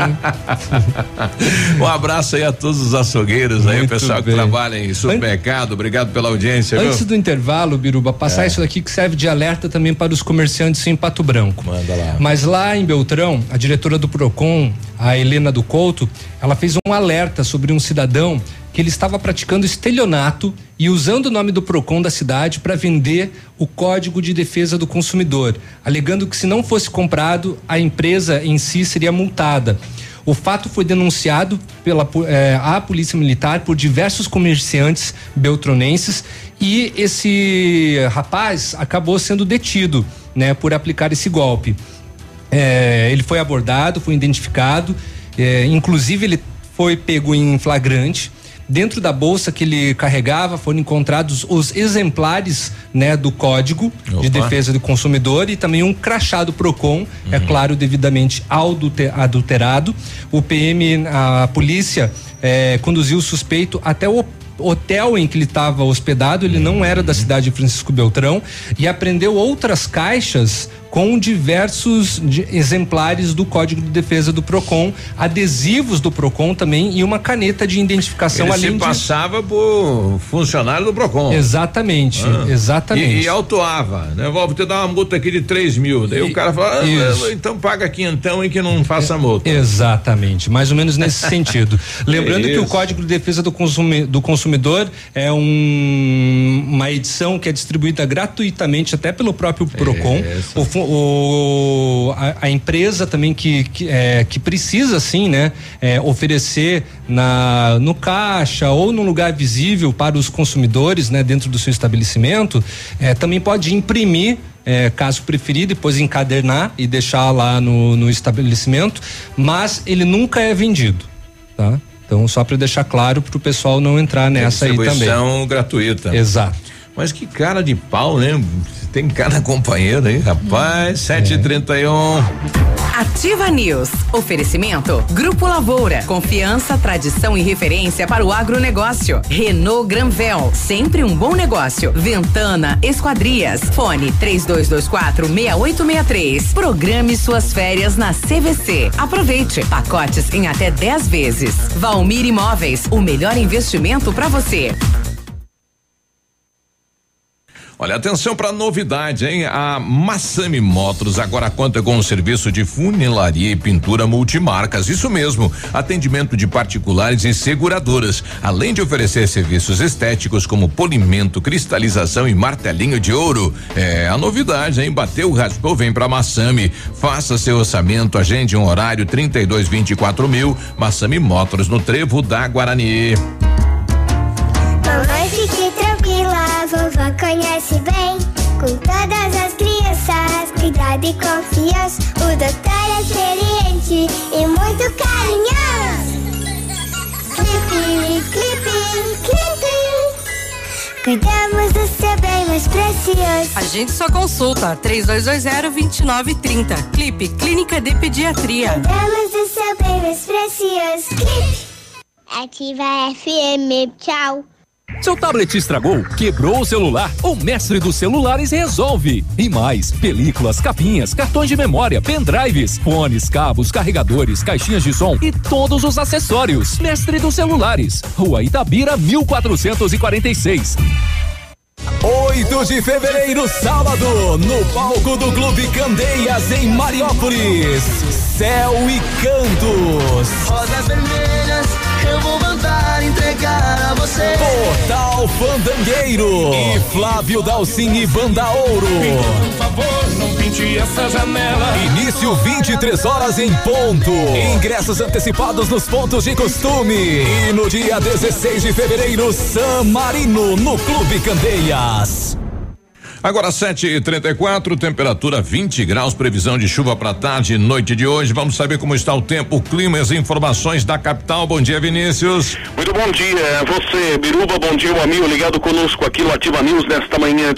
Um abraço aí a todos os açougueiros aí, o Muito pessoal bem. que trabalha em supermercado, obrigado pela audiência. Antes viu? do intervalo, Biruba, passar É. isso daqui que serve de alerta também para os comerciantes em Pato Branco. Manda lá. Mas lá em Beltrão, a diretora do Procon, a Helena do Couto, ela fez um alerta sobre um cidadão que ele estava praticando estelionato e usando o nome do Procon da cidade para vender o Código de Defesa do Consumidor, alegando que se não fosse comprado, a empresa em si seria multada. O fato foi denunciado pela eh, à Polícia Militar por diversos comerciantes beltronenses e esse rapaz acabou sendo detido, né, por aplicar esse golpe. Eh, ele foi abordado, foi identificado, eh, inclusive ele foi pego em flagrante. Dentro da bolsa que ele carregava foram encontrados os exemplares, né, do Código Opa. de Defesa do Consumidor e também um crachá do Procon, uhum. é claro, devidamente adulterado. O P M, a polícia, eh, conduziu o suspeito até o hotel em que ele estava hospedado. Ele não era da cidade de Francisco Beltrão e apreendeu outras caixas com diversos de, exemplares do Código de Defesa do Procon, adesivos do Procon também e uma caneta de identificação. Ele além se de... passava por funcionário do Procon. Exatamente, Ah. exatamente. E, e autuava, né? Vou te dar uma multa aqui de três mil. Daí E- o cara fala, ah, isso. então paga quinhentão e que não faça multa. Exatamente, mais ou menos nesse sentido. Lembrando É que o isso. Código de Defesa do, consumi do Consumidor é um, uma edição que é distribuída gratuitamente até pelo próprio Procon. O, fu- o- a, a empresa também que que, é, que precisa sim, né, é, oferecer na no caixa ou num lugar visível para os consumidores, né, dentro do seu estabelecimento, é, também pode imprimir. É, caso preferir, depois encadernar e deixar lá no, no estabelecimento, mas ele nunca é vendido, tá? Então, só para deixar claro para o pessoal não entrar nessa aí também. Distribuição gratuita. Exato. Mas que cara de pau, né? Tem cada companheiro aí, rapaz. sete e trinta e um. Ativa News. Oferecimento Grupo Lavoura. Confiança, tradição e referência para o agronegócio. Renault Granvel. Sempre um bom negócio. Ventana Esquadrias. Fone três dois dois quatro, seis oito seis três. Programe suas férias na C V C. Aproveite. Pacotes em até dez vezes. Valmir Imóveis. O melhor investimento para você. Olha, atenção para novidade, hein? A Massami Motors agora conta com um serviço de funilaria e pintura multimarcas. Isso mesmo, atendimento de particulares e seguradoras, além de oferecer serviços estéticos como polimento, cristalização e martelinho de ouro. É a novidade, hein? Bateu, raspou, vem pra Massami. Faça seu orçamento, agende um horário trinta e dois, vinte e quatro mil. Massami Motors no Trevo da Guarani. Mamãe, fique tranquila, a vovó conhece bem. Com todas as crianças, cuidado e confiança. O doutor é experiente e muito carinhoso. Clipe, clipe, clipe. Cuidamos do seu bem mais precioso. A gente só consulta três dois dois zero, dois nove três zero. Clipe Clínica de Pediatria. Cuidamos do seu bem mais precioso. Clipe. Ativa F M, tchau. Seu tablet estragou, quebrou o celular, o Mestre dos Celulares resolve. E mais, películas, capinhas, cartões de memória, pendrives, fones, cabos, carregadores, caixinhas de som e todos os acessórios. Mestre dos Celulares, Rua Itabira, mil quatrocentos e quarenta e seis. oito de fevereiro, sábado, no palco do Clube Candeias, em Mariópolis. Céu e Cantos. Rosas vermelhas, eu vou mandar entregar a você. Portal Fandangueiro. E Flávio Dalcin e Banda Ouro. Por favor, não pinte essa janela. Início vinte e três horas em ponto. Ingressos antecipados nos pontos de costume. E no dia dezesseis de fevereiro, San Marino, no Clube Candeias. Agora sete e trinta e quatro, temperatura vinte graus, previsão de chuva para tarde e noite de hoje. Vamos saber como está o tempo, o clima e as informações da capital. Bom dia, Vinícius. Muito bom dia, você, Biruba, bom dia, o amigo ligado conosco aqui no Ativa News nesta manhã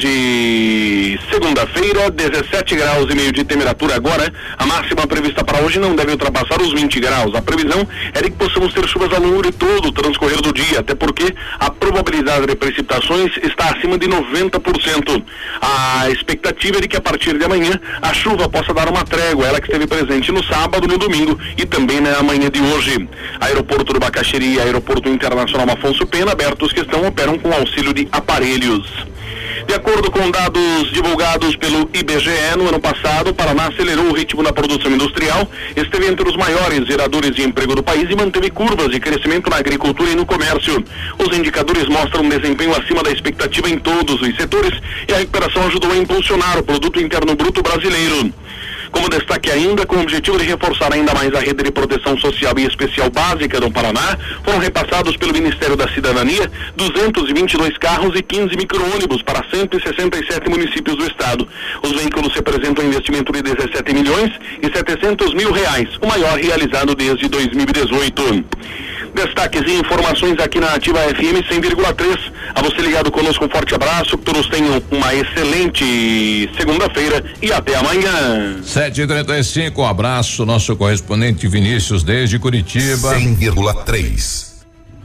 de segunda-feira, dezessete graus e meio de temperatura agora. A máxima prevista para hoje não deve ultrapassar os vinte graus. A previsão é de que possamos ter chuvas ao longo de todo o transcorrer do dia, até porque a probabilidade de precipitações está acima de noventa por cento. A expectativa é de que a partir de amanhã a chuva possa dar uma trégua, ela que esteve presente no sábado, no domingo e também na manhã de hoje. Aeroporto do Bacaxiri e Aeroporto Internacional Afonso Pena, abertos que estão, operam com auxílio de aparelhos. De acordo com dados divulgados pelo I B G E, no ano passado, o Paraná acelerou o ritmo na produção industrial, esteve entre os maiores geradores de emprego do país e manteve curvas de crescimento na agricultura e no comércio. Os indicadores mostram um desempenho acima da expectativa em todos os setores e a recuperação ajudou a impulsionar o produto interno bruto brasileiro. Como destaque ainda, com o objetivo de reforçar ainda mais a rede de proteção social e especial básica do Paraná, foram repassados pelo Ministério da Cidadania duzentos e vinte e dois carros e quinze micro-ônibus para cento e sessenta e sete municípios do estado. Os veículos representam um investimento de dezessete milhões e setecentos mil reais, o maior realizado desde dois mil e dezoito. Destaques e informações aqui na Ativa F M cem vírgula três. A você ligado conosco, um forte abraço, que todos tenham uma excelente segunda-feira e até amanhã. sete e trinta e cinco, um abraço, nosso correspondente Vinícius desde Curitiba. cem vírgula três.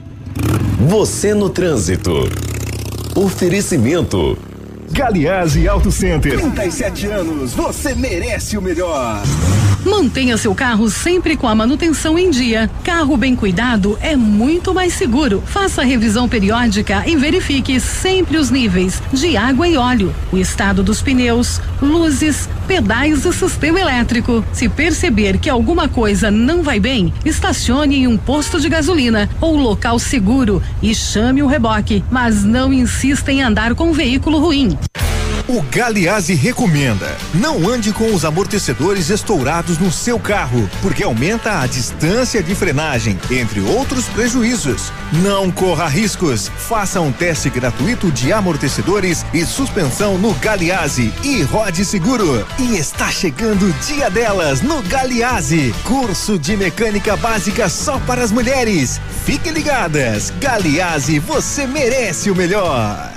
Você no trânsito. Oferecimento. Galiase Auto Center. trinta e sete anos, você merece o melhor. Mantenha seu carro sempre com a manutenção em dia. Carro bem cuidado é muito mais seguro. Faça a revisão periódica e verifique sempre os níveis de água e óleo, o estado dos pneus, luzes, pedais e sistema elétrico. Se perceber que alguma coisa não vai bem, estacione em um posto de gasolina ou local seguro e chame o reboque, mas não insista em andar com um veículo ruim. O Galiase recomenda: não ande com os amortecedores estourados no seu carro, porque aumenta a distância de frenagem, entre outros prejuízos. Não corra riscos. Faça um teste gratuito de amortecedores e suspensão no Galiase e rode seguro. E está chegando o dia delas no Galiase. Curso de mecânica básica só para as mulheres. Fiquem ligadas. Galiase, você merece o melhor.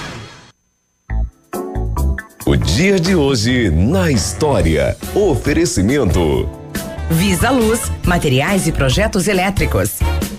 O dia de hoje na história. Oferecimento. Visa Luz, materiais e projetos elétricos.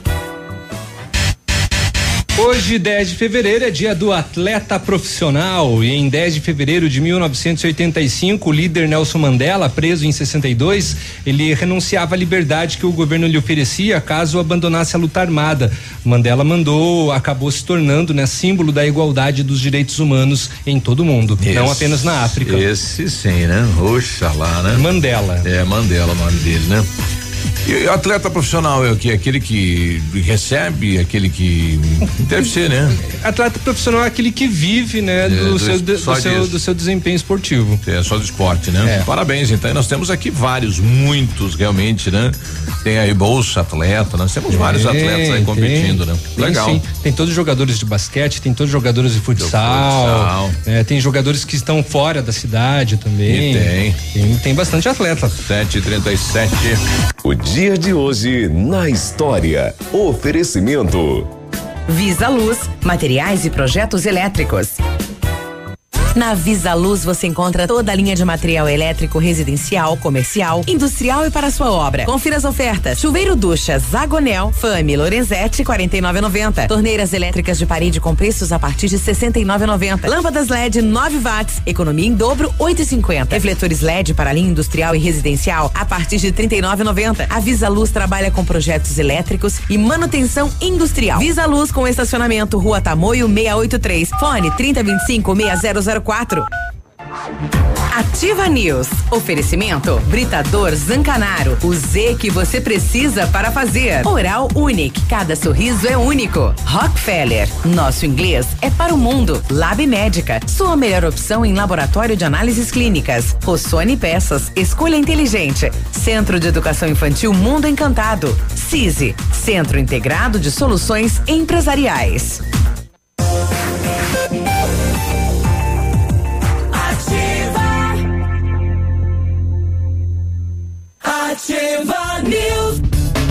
Hoje, dez de fevereiro, é dia do atleta profissional e em dez de fevereiro de mil novecentos e oitenta e cinco, o líder Nelson Mandela, preso em sessenta e dois, ele renunciava à liberdade que o governo lhe oferecia caso abandonasse a luta armada. Mandela mandou, acabou se tornando, né, símbolo da igualdade dos direitos humanos em todo o mundo, esse, não apenas na África. Esse sim, né? Oxalá, né? Mandela. É, Mandela o nome dele, né? E o atleta profissional é o que? Aquele que recebe, aquele que deve ser, né? Atleta profissional é aquele que vive, né, é, do, do, seu, do, seu, do seu desempenho esportivo. É, só do esporte, né? É. Parabéns, então. E nós temos aqui vários, muitos realmente, né? Tem aí Bolsa Atleta, nós temos é, vários atletas aí competindo, tem, né? Tem, legal. Sim. Tem todos os jogadores de basquete, tem todos os jogadores de futsal, futsal. É, tem jogadores que estão fora da cidade também. E tem. Tem, tem bastante atleta. sete e trinta e sete. O dia de hoje na história. Oferecimento. Visa Luz, materiais e projetos elétricos. Na Visa Luz você encontra toda a linha de material elétrico residencial, comercial, industrial e para sua obra. Confira as ofertas. Chuveiro ducha Zagonel, Fame, Lorenzetti, quarenta e nove e noventa. Torneiras elétricas de parede com preços a partir de sessenta e nove e noventa. Lâmpadas L E D nove watts, economia em dobro oito e cinquenta. Refletores L E D para linha industrial e residencial a partir de trinta e nove e noventa. A Visa Luz trabalha com projetos elétricos e manutenção industrial. Visa Luz com estacionamento Rua Tamoio seiscentos e oitenta e três. Fone trinta e vinte e cinco, seis zero zero quatro. Ativa News. Oferecimento Britador Zancanaro. O Z que você precisa para fazer. Oral Unique. Cada sorriso é único. Rockefeller. Nosso inglês é para o mundo. Lab Médica. Sua melhor opção em laboratório de análises clínicas. Rossoni Peças. Escolha inteligente. Centro de Educação Infantil Mundo Encantado. C I S I. Centro Integrado de Soluções Empresariais. Ativa News.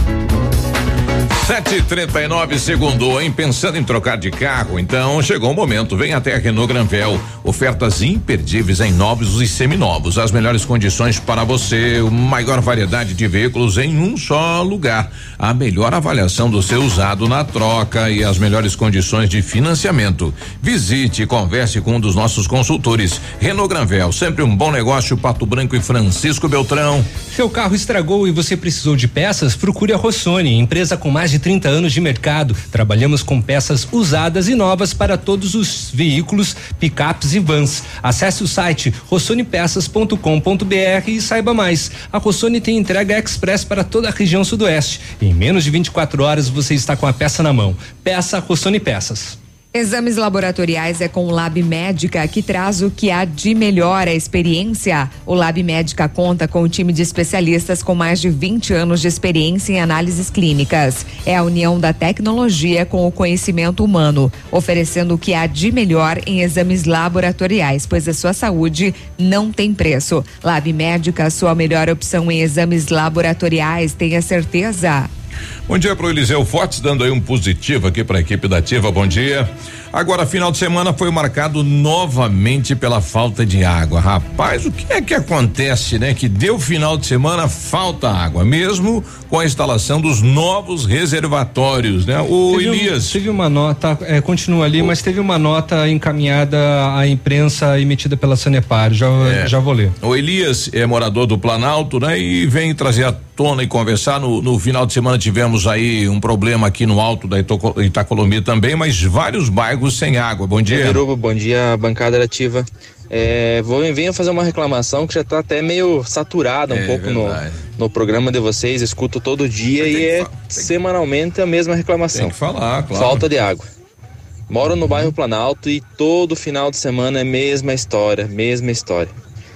sete e trinta e nove, segundo, hein? Pensando em trocar de carro? Então chegou o momento. Vem até a Renault Granvel. Ofertas imperdíveis em novos e seminovos. As melhores condições para você. Maior variedade de veículos em um só lugar. A melhor avaliação do seu usado na troca e as melhores condições de financiamento. Visite e converse com um dos nossos consultores. Renault Granvel, sempre um bom negócio. Pato Branco e Francisco Beltrão. Seu carro estragou e você precisou de peças? Procure a Rossoni, empresa com mais de trinta anos de mercado. Trabalhamos com peças usadas e novas para todos os veículos, picapes e vans. Acesse o site rossoni peças ponto com ponto br e saiba mais. A Rossoni tem entrega express para toda a região sudoeste. Em menos de vinte e quatro horas você está com a peça na mão. Peça Rossoni Peças. Exames laboratoriais é com o Lab Médica, que traz o que há de melhor, a experiência. O Lab Médica conta com um time de especialistas com mais de vinte anos de experiência em análises clínicas. É a união da tecnologia com o conhecimento humano, oferecendo o que há de melhor em exames laboratoriais, pois a sua saúde não tem preço. Lab Médica, sua melhor opção em exames laboratoriais, tenha certeza. Bom dia pro Eliseu Fortes, dando aí um positivo aqui para a equipe da Ativa. Bom dia. Agora, final de semana foi marcado novamente pela falta de água. Rapaz, o que é que acontece, né? Que deu final de semana, falta água, mesmo com a instalação dos novos reservatórios, né? O teve Elias. Um, teve uma nota, é, continua ali, o, mas teve uma nota encaminhada à imprensa emitida pela Sanepar. Já, é, já vou ler. O Elias é morador do Planalto, né? E vem trazer à tona e conversar. No, no final de semana tivemos aí um problema aqui no alto da Itacolomi também, mas vários bairros sem água. Bom dia. Biruba, bom dia, bancada Ativa. É, vou venho fazer uma reclamação que já está até meio saturada um é, pouco no, no programa de vocês, escuto todo dia e é semanalmente a mesma reclamação. Tem que falar, claro. Falta de água. Moro no bairro Planalto e todo final de semana é mesma história, mesma história.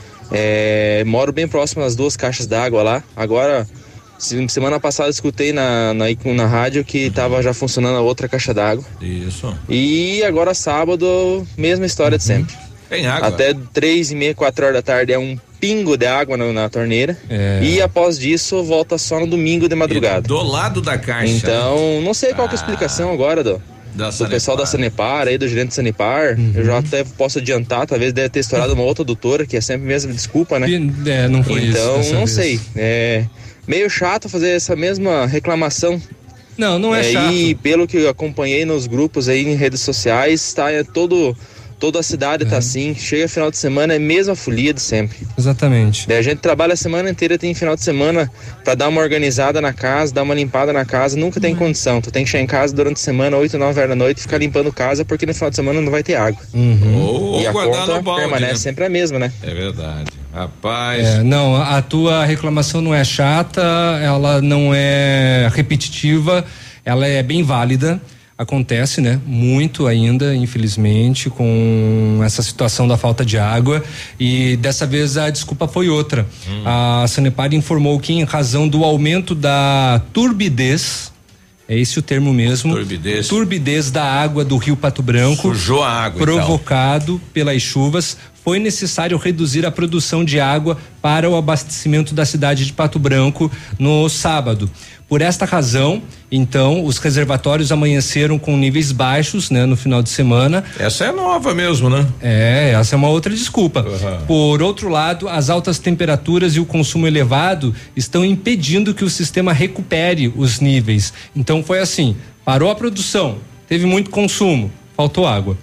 É, moro bem próximo das duas caixas d'água lá. Agora, semana passada escutei na, na, na rádio que estava já funcionando a outra caixa d'água. Isso. E agora sábado, mesma história uhum. de sempre. Tem água. Até três e meia, quatro horas da tarde é um pingo de água na, na torneira. É. E após disso volta só no domingo de madrugada. E do lado da caixa. Então, não sei qual ah. que é a explicação agora, do, da do pessoal da Sanepar, aí do gerente da Sanepar. Uhum. Eu já até posso adiantar, talvez deve ter estourado uma outra doutora, que é sempre a mesma desculpa, né? É, não foi então, isso. Então, não vez. sei. É meio chato fazer essa mesma reclamação. Não, não é, é chato. E pelo que eu acompanhei nos grupos aí em redes sociais, tá é todo toda a cidade é. tá assim, chega final de semana é a mesma folia de sempre. Exatamente. Daí a gente trabalha a semana inteira, tem final de semana para dar uma organizada na casa, dar uma limpada na casa, nunca tem uhum. condição. Tu tem que chegar em casa durante a semana, oito, nove horas da noite, ficar limpando casa, porque no final de semana não vai ter água. Uhum. Ou, e ou a conta balde, permanece né? sempre a mesma, né? É verdade. Rapaz. É, não, a tua reclamação não é chata, ela não é repetitiva, ela é bem válida. Acontece, né? Muito ainda, infelizmente, com essa situação da falta de água, e dessa vez a desculpa foi outra. Hum. A Sanepar informou que em razão do aumento da turbidez, é esse o termo mesmo, turbidez, turbidez da água do Rio Pato Branco, sujou a água, provocado então. pelas chuvas, foi necessário reduzir a produção de água para o abastecimento da cidade de Pato Branco no sábado. Por esta razão, então, os reservatórios amanheceram com níveis baixos, né, no final de semana. Essa é nova mesmo, né? É, essa é uma outra desculpa. Uhum. Por outro lado, as altas temperaturas e o consumo elevado estão impedindo que o sistema recupere os níveis. Então foi assim, parou a produção, teve muito consumo, faltou água.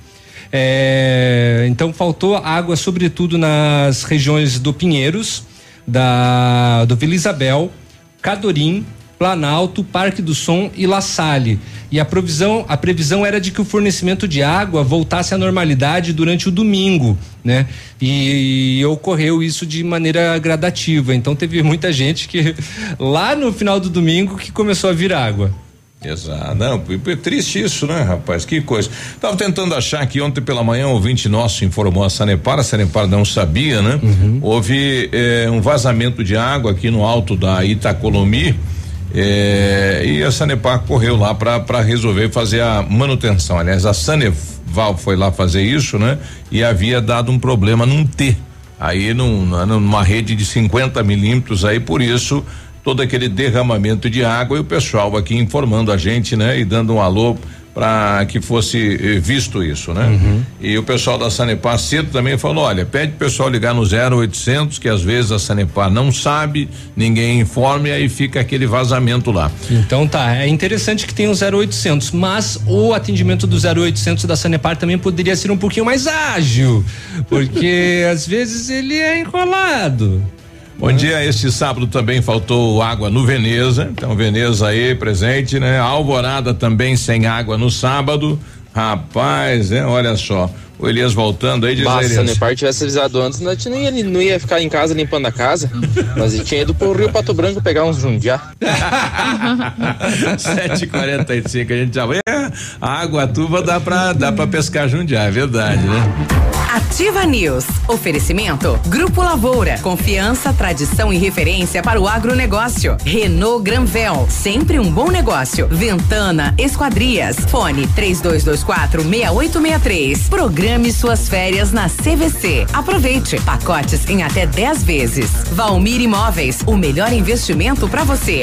É, então faltou água sobretudo nas regiões do Pinheiros, da do Vila Isabel, Cadorim, Planalto, Parque do Som e La Salle. E a provisão, a previsão era de que o fornecimento de água voltasse à normalidade durante o domingo, né? E, e ocorreu isso de maneira gradativa. Então teve muita gente que lá no final do domingo que começou a vir água. Exato, não, é triste isso, né, rapaz, que coisa. Tava tentando achar que ontem pela manhã um ouvinte nosso informou a Sanepar, a Sanepar não sabia, né? Uhum. Houve eh, um vazamento de água aqui no alto da Itacolomi. É, e a Sanepar correu lá para resolver fazer a manutenção. Aliás, a Saneval foi lá fazer isso, né? E havia dado um problema num T, aí num, numa rede de cinquenta milímetros, aí por isso todo aquele derramamento de água e o pessoal aqui informando a gente, né? E dando um alô para que fosse visto isso, né? Uhum. E o pessoal da Sanepar cedo também falou, olha, pede o pessoal ligar no zero oitocentos, que às vezes a Sanepar não sabe, ninguém informa e aí fica aquele vazamento lá. Então tá, é interessante que tem o zero oitocentos, mas o atendimento do zero oitocentos da Sanepar também poderia ser um pouquinho mais ágil, porque às vezes ele é enrolado. Bom dia, este sábado também faltou água no Veneza, então Veneza aí presente, né? Alvorada também sem água no sábado, rapaz, né? Olha só, o Elias voltando aí, diz Bah, Elias. se a Sanepar tivesse avisado antes, a gente não ia, não ia ficar em casa limpando a casa, mas ele tinha ido pro Rio Pato Branco pegar uns jundiá. sete e quarenta e cinco, a gente já vai, é, a água tuba dá pra, dá pra pescar jundiá, é verdade, né? Ativa News. Oferecimento Grupo Lavoura. Confiança, tradição e referência para o agronegócio. Renault Granvel. Sempre um bom negócio. Ventana Esquadrias. Fone três dois dois quatro, seis oito seis três. Programe suas férias na C V C. Aproveite. Pacotes em até dez vezes. Valmir Imóveis. O melhor investimento para você.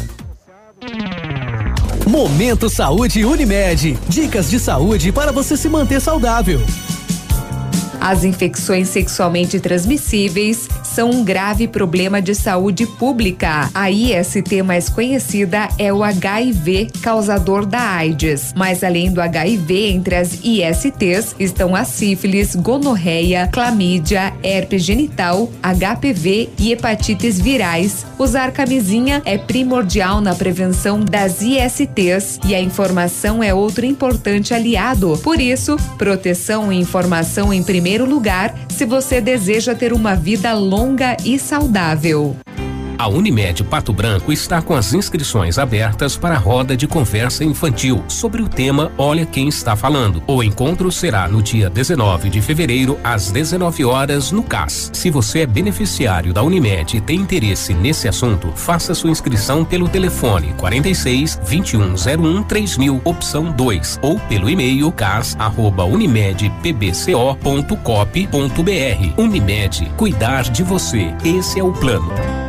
Momento Saúde Unimed. Dicas de saúde para você se manter saudável. As infecções sexualmente transmissíveis são um grave problema de saúde pública. A I S T mais conhecida é o H I V, causador da AIDS. Mas além do H I V, entre as I S Ts estão a sífilis, gonorreia, clamídia, herpes genital, H P V e hepatites virais. Usar camisinha é primordial na prevenção das I S Ts e a informação é outro importante aliado. Por isso, proteção e informação em primeiro lugar se você deseja ter uma vida longa e saudável. A Unimed Pato Branco está com as inscrições abertas para a roda de conversa infantil sobre o tema Olha Quem Está Falando. O encontro será no dia dezenove de fevereiro, às dezenove horas, no C A S. Se você é beneficiário da Unimed e tem interesse nesse assunto, faça sua inscrição pelo telefone quarenta e seis, vinte e um zero um, três mil, opção dois, ou pelo e-mail cas arroba unimed p b c o ponto cop ponto b r. Unimed, cuidar de você. Esse é o plano.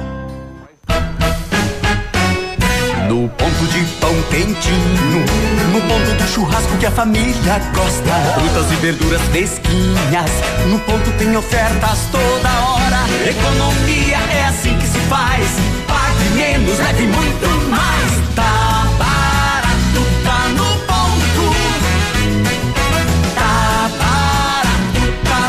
No ponto de pão quentinho, no ponto do churrasco que a família gosta, frutas e verduras fresquinhas, no ponto tem ofertas toda hora. Economia é assim que se faz, pague menos, leve muito mais. Tá barato, tá no ponto. Tá barato, tá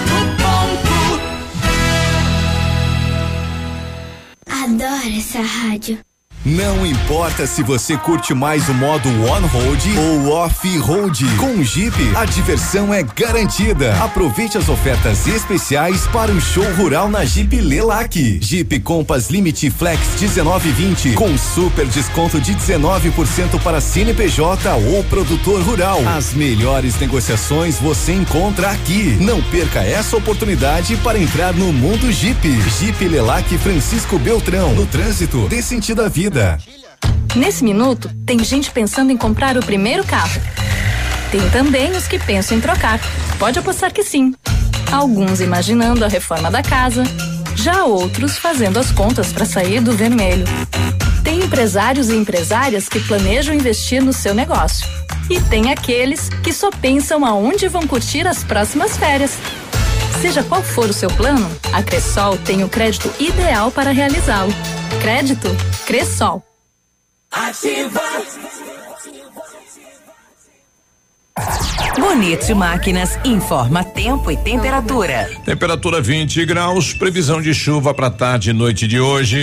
no ponto. Adoro essa rádio. Não importa se você curte mais o modo on-road ou off-road, com o Jeep a diversão é garantida. Aproveite as ofertas especiais para o show rural na Jeep Lelac. Jeep Compass Limite Flex dezenove vinte com super desconto de dezenove por cento para C N P J ou produtor rural. As melhores negociações você encontra aqui. Não perca essa oportunidade para entrar no mundo Jeep. Jeep Lelac Francisco Beltrão. No trânsito, dê sentido à vida. Nesse minuto, tem gente pensando em comprar o primeiro carro. Tem também os que pensam em trocar. Pode apostar que sim. Alguns imaginando a reforma da casa, já outros fazendo as contas para sair do vermelho. Tem empresários e empresárias que planejam investir no seu negócio. E tem aqueles que só pensam aonde vão curtir as próximas férias. Seja qual for o seu plano, a Cressol tem o crédito ideal para realizá-lo. Crédito Cressol. Ativa. Bonito Máquinas informa tempo e temperatura. Temperatura vinte graus, previsão de chuva para tarde e noite de hoje.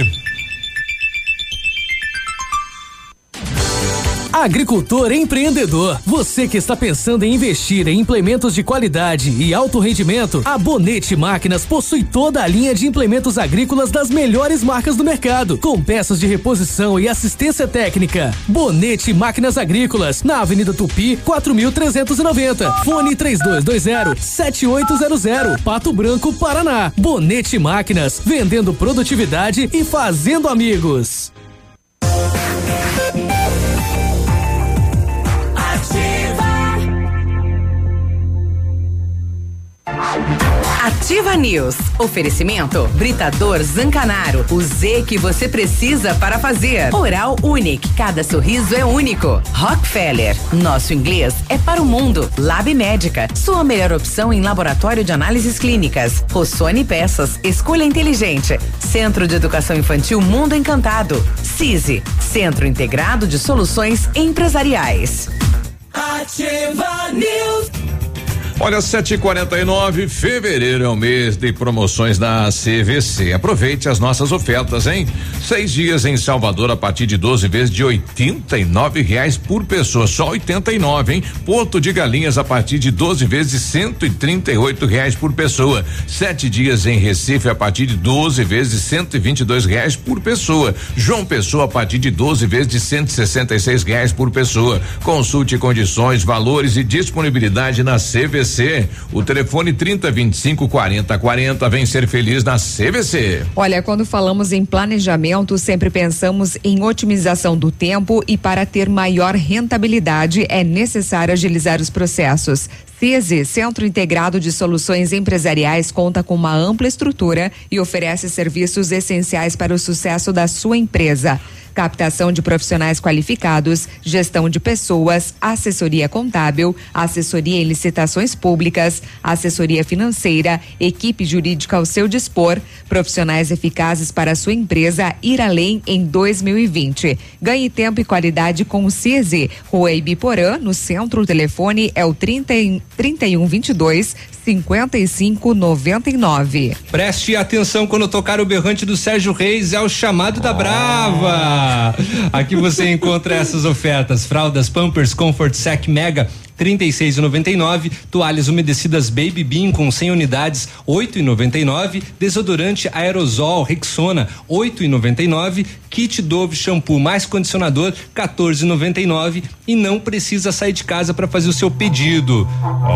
Agricultor empreendedor, você que está pensando em investir em implementos de qualidade e alto rendimento, a Bonete Máquinas possui toda a linha de implementos agrícolas das melhores marcas do mercado, com peças de reposição e assistência técnica. Bonete Máquinas Agrícolas, na Avenida Tupi, quatro mil trezentos e noventa. Fone três dois dois zero, sete oito zero zero, Pato Branco, Paraná. Bonete Máquinas, vendendo produtividade e fazendo amigos. Ativa News. Oferecimento Britador Zancanaro. O Z que você precisa para fazer. Oral Unique. Cada sorriso é único. Rockefeller. Nosso inglês é para o mundo. Lab Médica. Sua melhor opção em laboratório de análises clínicas. Rossoni Peças. Escolha inteligente. Centro de Educação Infantil Mundo Encantado. CISI. Centro Integrado de Soluções Empresariais. Ativa News. Olha, sete e quarenta e nove, fevereiro é o mês de promoções da C V C. Aproveite as nossas ofertas, hein? Seis dias em Salvador a partir de doze vezes de oitenta e nove reais por pessoa, só oitenta e nove, hein? Porto de Galinhas a partir de doze vezes de cento e trinta e oito reais por pessoa. Sete dias em Recife a partir de doze vezes de cento e vinte e dois reais por pessoa. João Pessoa a partir de doze vezes de cento e sessenta e seis reais por pessoa. Consulte condições, valores e disponibilidade na C V C. O telefone trinta, vinte e cinco, quarenta, quarenta. Vem ser feliz na C V C. Olha, quando falamos em planejamento, sempre pensamos em otimização do tempo e para ter maior rentabilidade é necessário agilizar os processos. CISI, Centro Integrado de Soluções Empresariais, conta com uma ampla estrutura e oferece serviços essenciais para o sucesso da sua empresa. Captação de profissionais qualificados, gestão de pessoas, assessoria contábil, assessoria em licitações públicas, assessoria financeira, equipe jurídica ao seu dispor, profissionais eficazes para a sua empresa ir além em dois mil e vinte. Ganhe tempo e qualidade com o CISI. Rua Ibiporã, no centro, o telefone é o trinta, trinta e um, vinte e dois, cinquenta e cinco, noventa e nove. Preste atenção quando tocar o berrante do Sérgio Reis, é o chamado da Brava. Aqui você encontra essas ofertas: fraldas Pampers Comfort Sec Mega trinta e seis e noventa e nove, toalhas umedecidas Baby Bean com cem unidades oito e noventa e nove, desodorante aerosol Rexona oito e noventa e nove, kit Dove shampoo mais condicionador quatorze e noventa e nove e não precisa sair de casa para fazer o seu pedido.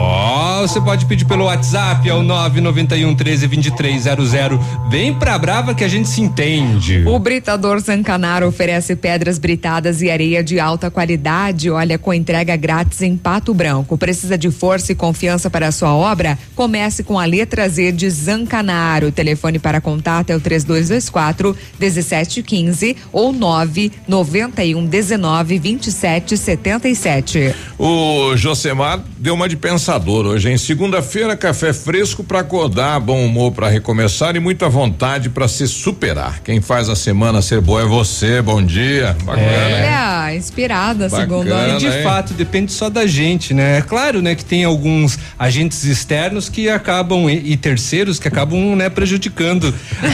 Ó, oh, você pode pedir pelo WhatsApp ao nove nove um, treze, vinte e três zero zero. Vem pra Brava que a gente se entende. O Britador Zancanaro oferece pedras britadas e areia de alta qualidade, olha, com entrega grátis em Pato Branco. Precisa de força e confiança para a sua obra? Comece com a letra Z de Zancanaro. O telefone para contato é o três dois dois quatro, um sete um cinco ou nove nove um, dezenove, vinte e sete, setenta e sete. O Josemar deu uma de pensador hoje, em segunda-feira, café fresco para acordar, bom humor para recomeçar e muita vontade para se superar. Quem faz a semana ser boa é você. Bom dia. Bacana. É, inspirada, segundo a. E de hein? fato depende só da gente, né? É claro, né, que tem alguns agentes externos que acabam e, e terceiros que acabam, né, prejudicando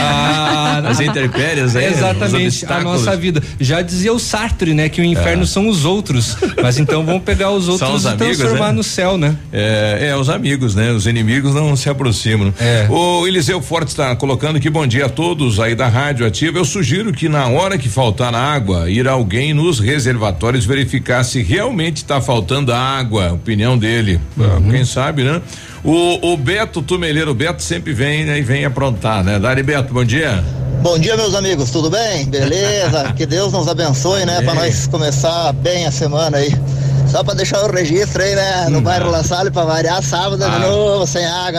a, as intempéries, aí, exatamente, a nossa vida. Já dizia o Sartre, né, que o inferno é. são os outros, mas então vamos pegar os outros os e amigos, transformar né? no céu, né? É, é, os amigos, né? Os inimigos não se aproximam. É. O Eliseu Forte está colocando aqui, bom dia a todos aí da Rádio Ativa. Eu sugiro que na hora que faltar água, ir alguém nos reservatórios verificar se realmente está faltando água. Opinião dele. Uhum. Quem sabe, né? O, o Beto Tumeleiro, o Beto sempre vem, né? E vem aprontar, né? Dari Beto, bom dia. Bom dia, meus amigos, tudo bem? Beleza? Que Deus nos abençoe, né? Pra nós começar bem a semana aí. Só pra deixar o registro aí, né? No hum. bairro La Salle, pra variar, sábado ah. de novo, sem água, né?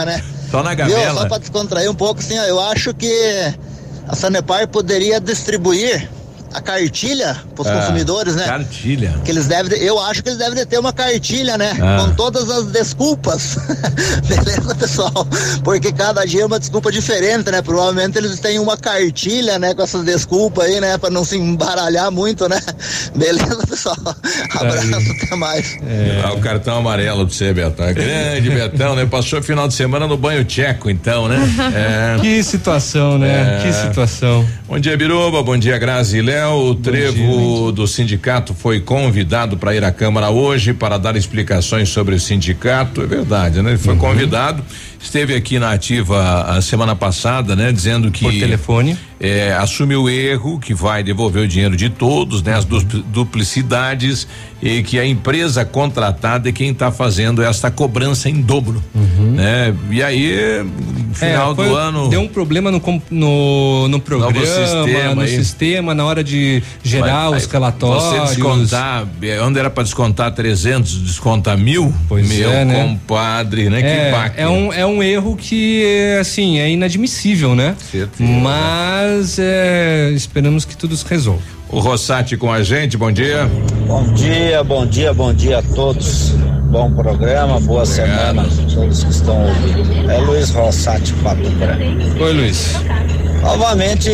Só na Viu? gamela. Só pra descontrair um pouco, assim, ó, eu acho que a Sanepar poderia distribuir a cartilha para os ah, consumidores, né? Cartilha. Que eles devem, eu acho que eles devem ter uma cartilha, né? Ah. Com todas as desculpas. Beleza, pessoal? Porque cada dia é uma desculpa diferente, né? Provavelmente eles têm uma cartilha, né? Com essas desculpas aí, né? Para não se embaralhar muito, né? Beleza, pessoal? Abraço, aí. Até mais. É. Ah, o cartão amarelo pra você, Betão. Grande Betão, né? Passou o final de semana no banho tcheco, então, né? É. Que situação, né? É. Que situação. Bom dia, Biruba. Bom dia, Grazi e Léo. O Trevo dia, do sindicato foi convidado para ir à Câmara hoje para dar explicações sobre o sindicato. É verdade, né? Ele foi uhum. convidado. Esteve aqui na Ativa a semana passada, né? Dizendo que. Por telefone. É, assumiu o erro, que vai devolver o dinheiro de todos, né? As duplicidades, e que a empresa contratada é quem está fazendo essa cobrança em dobro, uhum. né? E aí, no final é, foi, do ano. Deu um problema no, no, no programa, sistema, no aí. sistema, na hora de gerar Mas, os relatórios. Você descontar, onde era para descontar trezentos, desconta mil? Pois meu é, né? compadre, né? É, que baque. É um, é um erro que, assim, é inadmissível, né? Certeza. Mas é, esperamos que tudo se resolva. O Rossati com a gente, bom dia. Bom dia, bom dia, bom dia a todos. Bom programa, boa Obrigado. semana a todos que estão ouvindo. É Luiz Rossati, Pato Branco. Oi, Luiz. Novamente,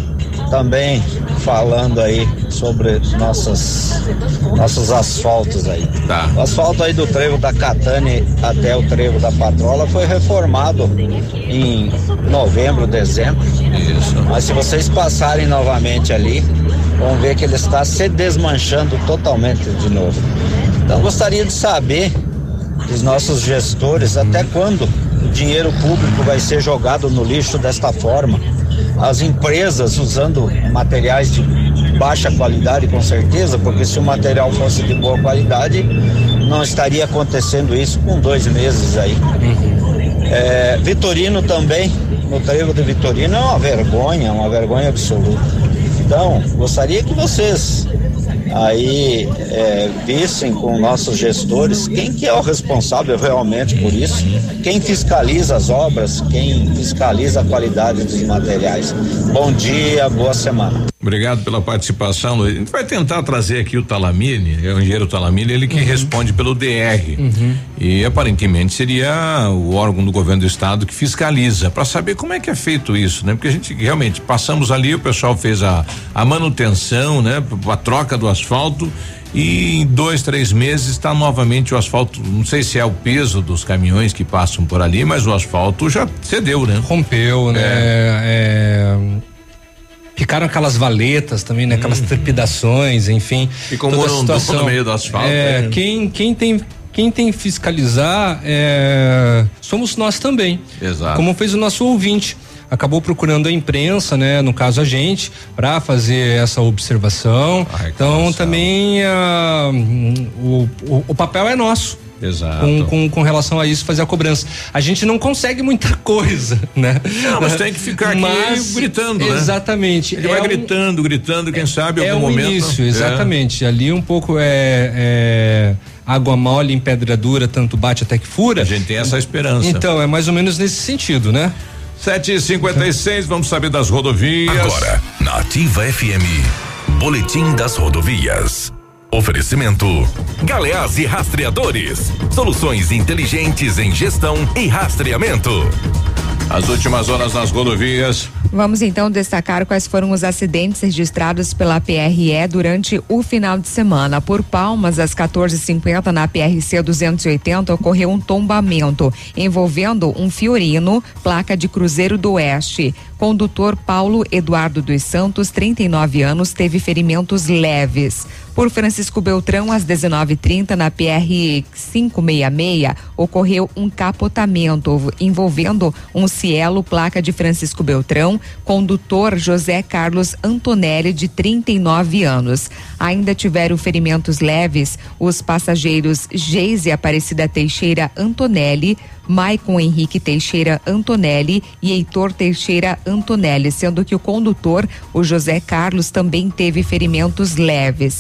também falando aí sobre nossas, nossos asfaltos aí. Tá. O asfalto aí do trevo da Catane até o trevo da Patrola foi reformado em novembro, dezembro. Isso. Mas se vocês passarem novamente ali, vão ver que ele está se desmanchando totalmente de novo. Então gostaria de saber dos nossos gestores até quando o dinheiro público vai ser jogado no lixo desta forma. As empresas usando materiais de baixa qualidade, com certeza, porque se o material fosse de boa qualidade, não estaria acontecendo isso com dois meses aí. É, Vitorino também, no trevo de Vitorino é uma vergonha, uma vergonha absoluta. Então, gostaria que vocês aí é, vissem com nossos gestores quem que é o responsável realmente por isso, quem fiscaliza as obras, quem fiscaliza a qualidade dos materiais. Bom dia, boa semana. Obrigado pela participação. A gente vai tentar trazer aqui o Talamini, é o engenheiro Talamini, ele que uhum. responde pelo D R. Uhum. E aparentemente seria o órgão do governo do estado que fiscaliza, para saber como é que é feito isso, né? Porque a gente realmente passamos ali, o pessoal fez a, a manutenção, né? A troca do asfalto. E em dois, três meses está novamente o asfalto. Não sei se é o peso dos caminhões que passam por ali, mas o asfalto já cedeu, né? Rompeu, né? É. é... Ficaram aquelas valetas também, né? Aquelas hum. trepidações, enfim. Ficou morondão no meio do asfalto. É, é. Quem, quem tem quem tem que fiscalizar é, somos nós também. Exato. Como fez o nosso ouvinte. Acabou procurando a imprensa, né? No caso a gente, para fazer essa observação. Ai, então também ah, o, o, o papel é nosso. Exato. Com, com, com relação a isso, fazer a cobrança. A gente não consegue muita coisa, né? Não, mas tem que ficar aqui mas, gritando, né? Exatamente. Ele é vai um, gritando, gritando, quem sabe em é algum um momento. Início, exatamente. É. Ali um pouco é, é água mole em pedra dura, tanto bate até que fura. A gente tem essa esperança. Então, é mais ou menos nesse sentido, né? sete e cinquenta e seis, vamos saber das rodovias. Agora, na Ativa F M, Boletim das Rodovias. Oferecimento Galeás e Rastreadores, soluções inteligentes em gestão e rastreamento. As últimas horas nas rodovias. Vamos então destacar quais foram os acidentes registrados pela P R E durante o final de semana. Por Palmas, às quatorze e cinquenta, na P R C duzentos e oitenta, ocorreu um tombamento envolvendo um Fiorino, placa de Cruzeiro do Oeste. Condutor Paulo Eduardo dos Santos, trinta e nove anos, teve ferimentos leves. Por Francisco Beltrão, às dezenove e trinta, na P R quinhentos e sessenta e seis, ocorreu um capotamento envolvendo um Cielo, placa de Francisco Beltrão, condutor José Carlos Antonelli, de trinta e nove anos. Ainda tiveram ferimentos leves os passageiros Geise Aparecida Teixeira Antonelli, Maicon Henrique Teixeira Antonelli e Heitor Teixeira Antonelli, sendo que o condutor, o José Carlos, também teve ferimentos leves.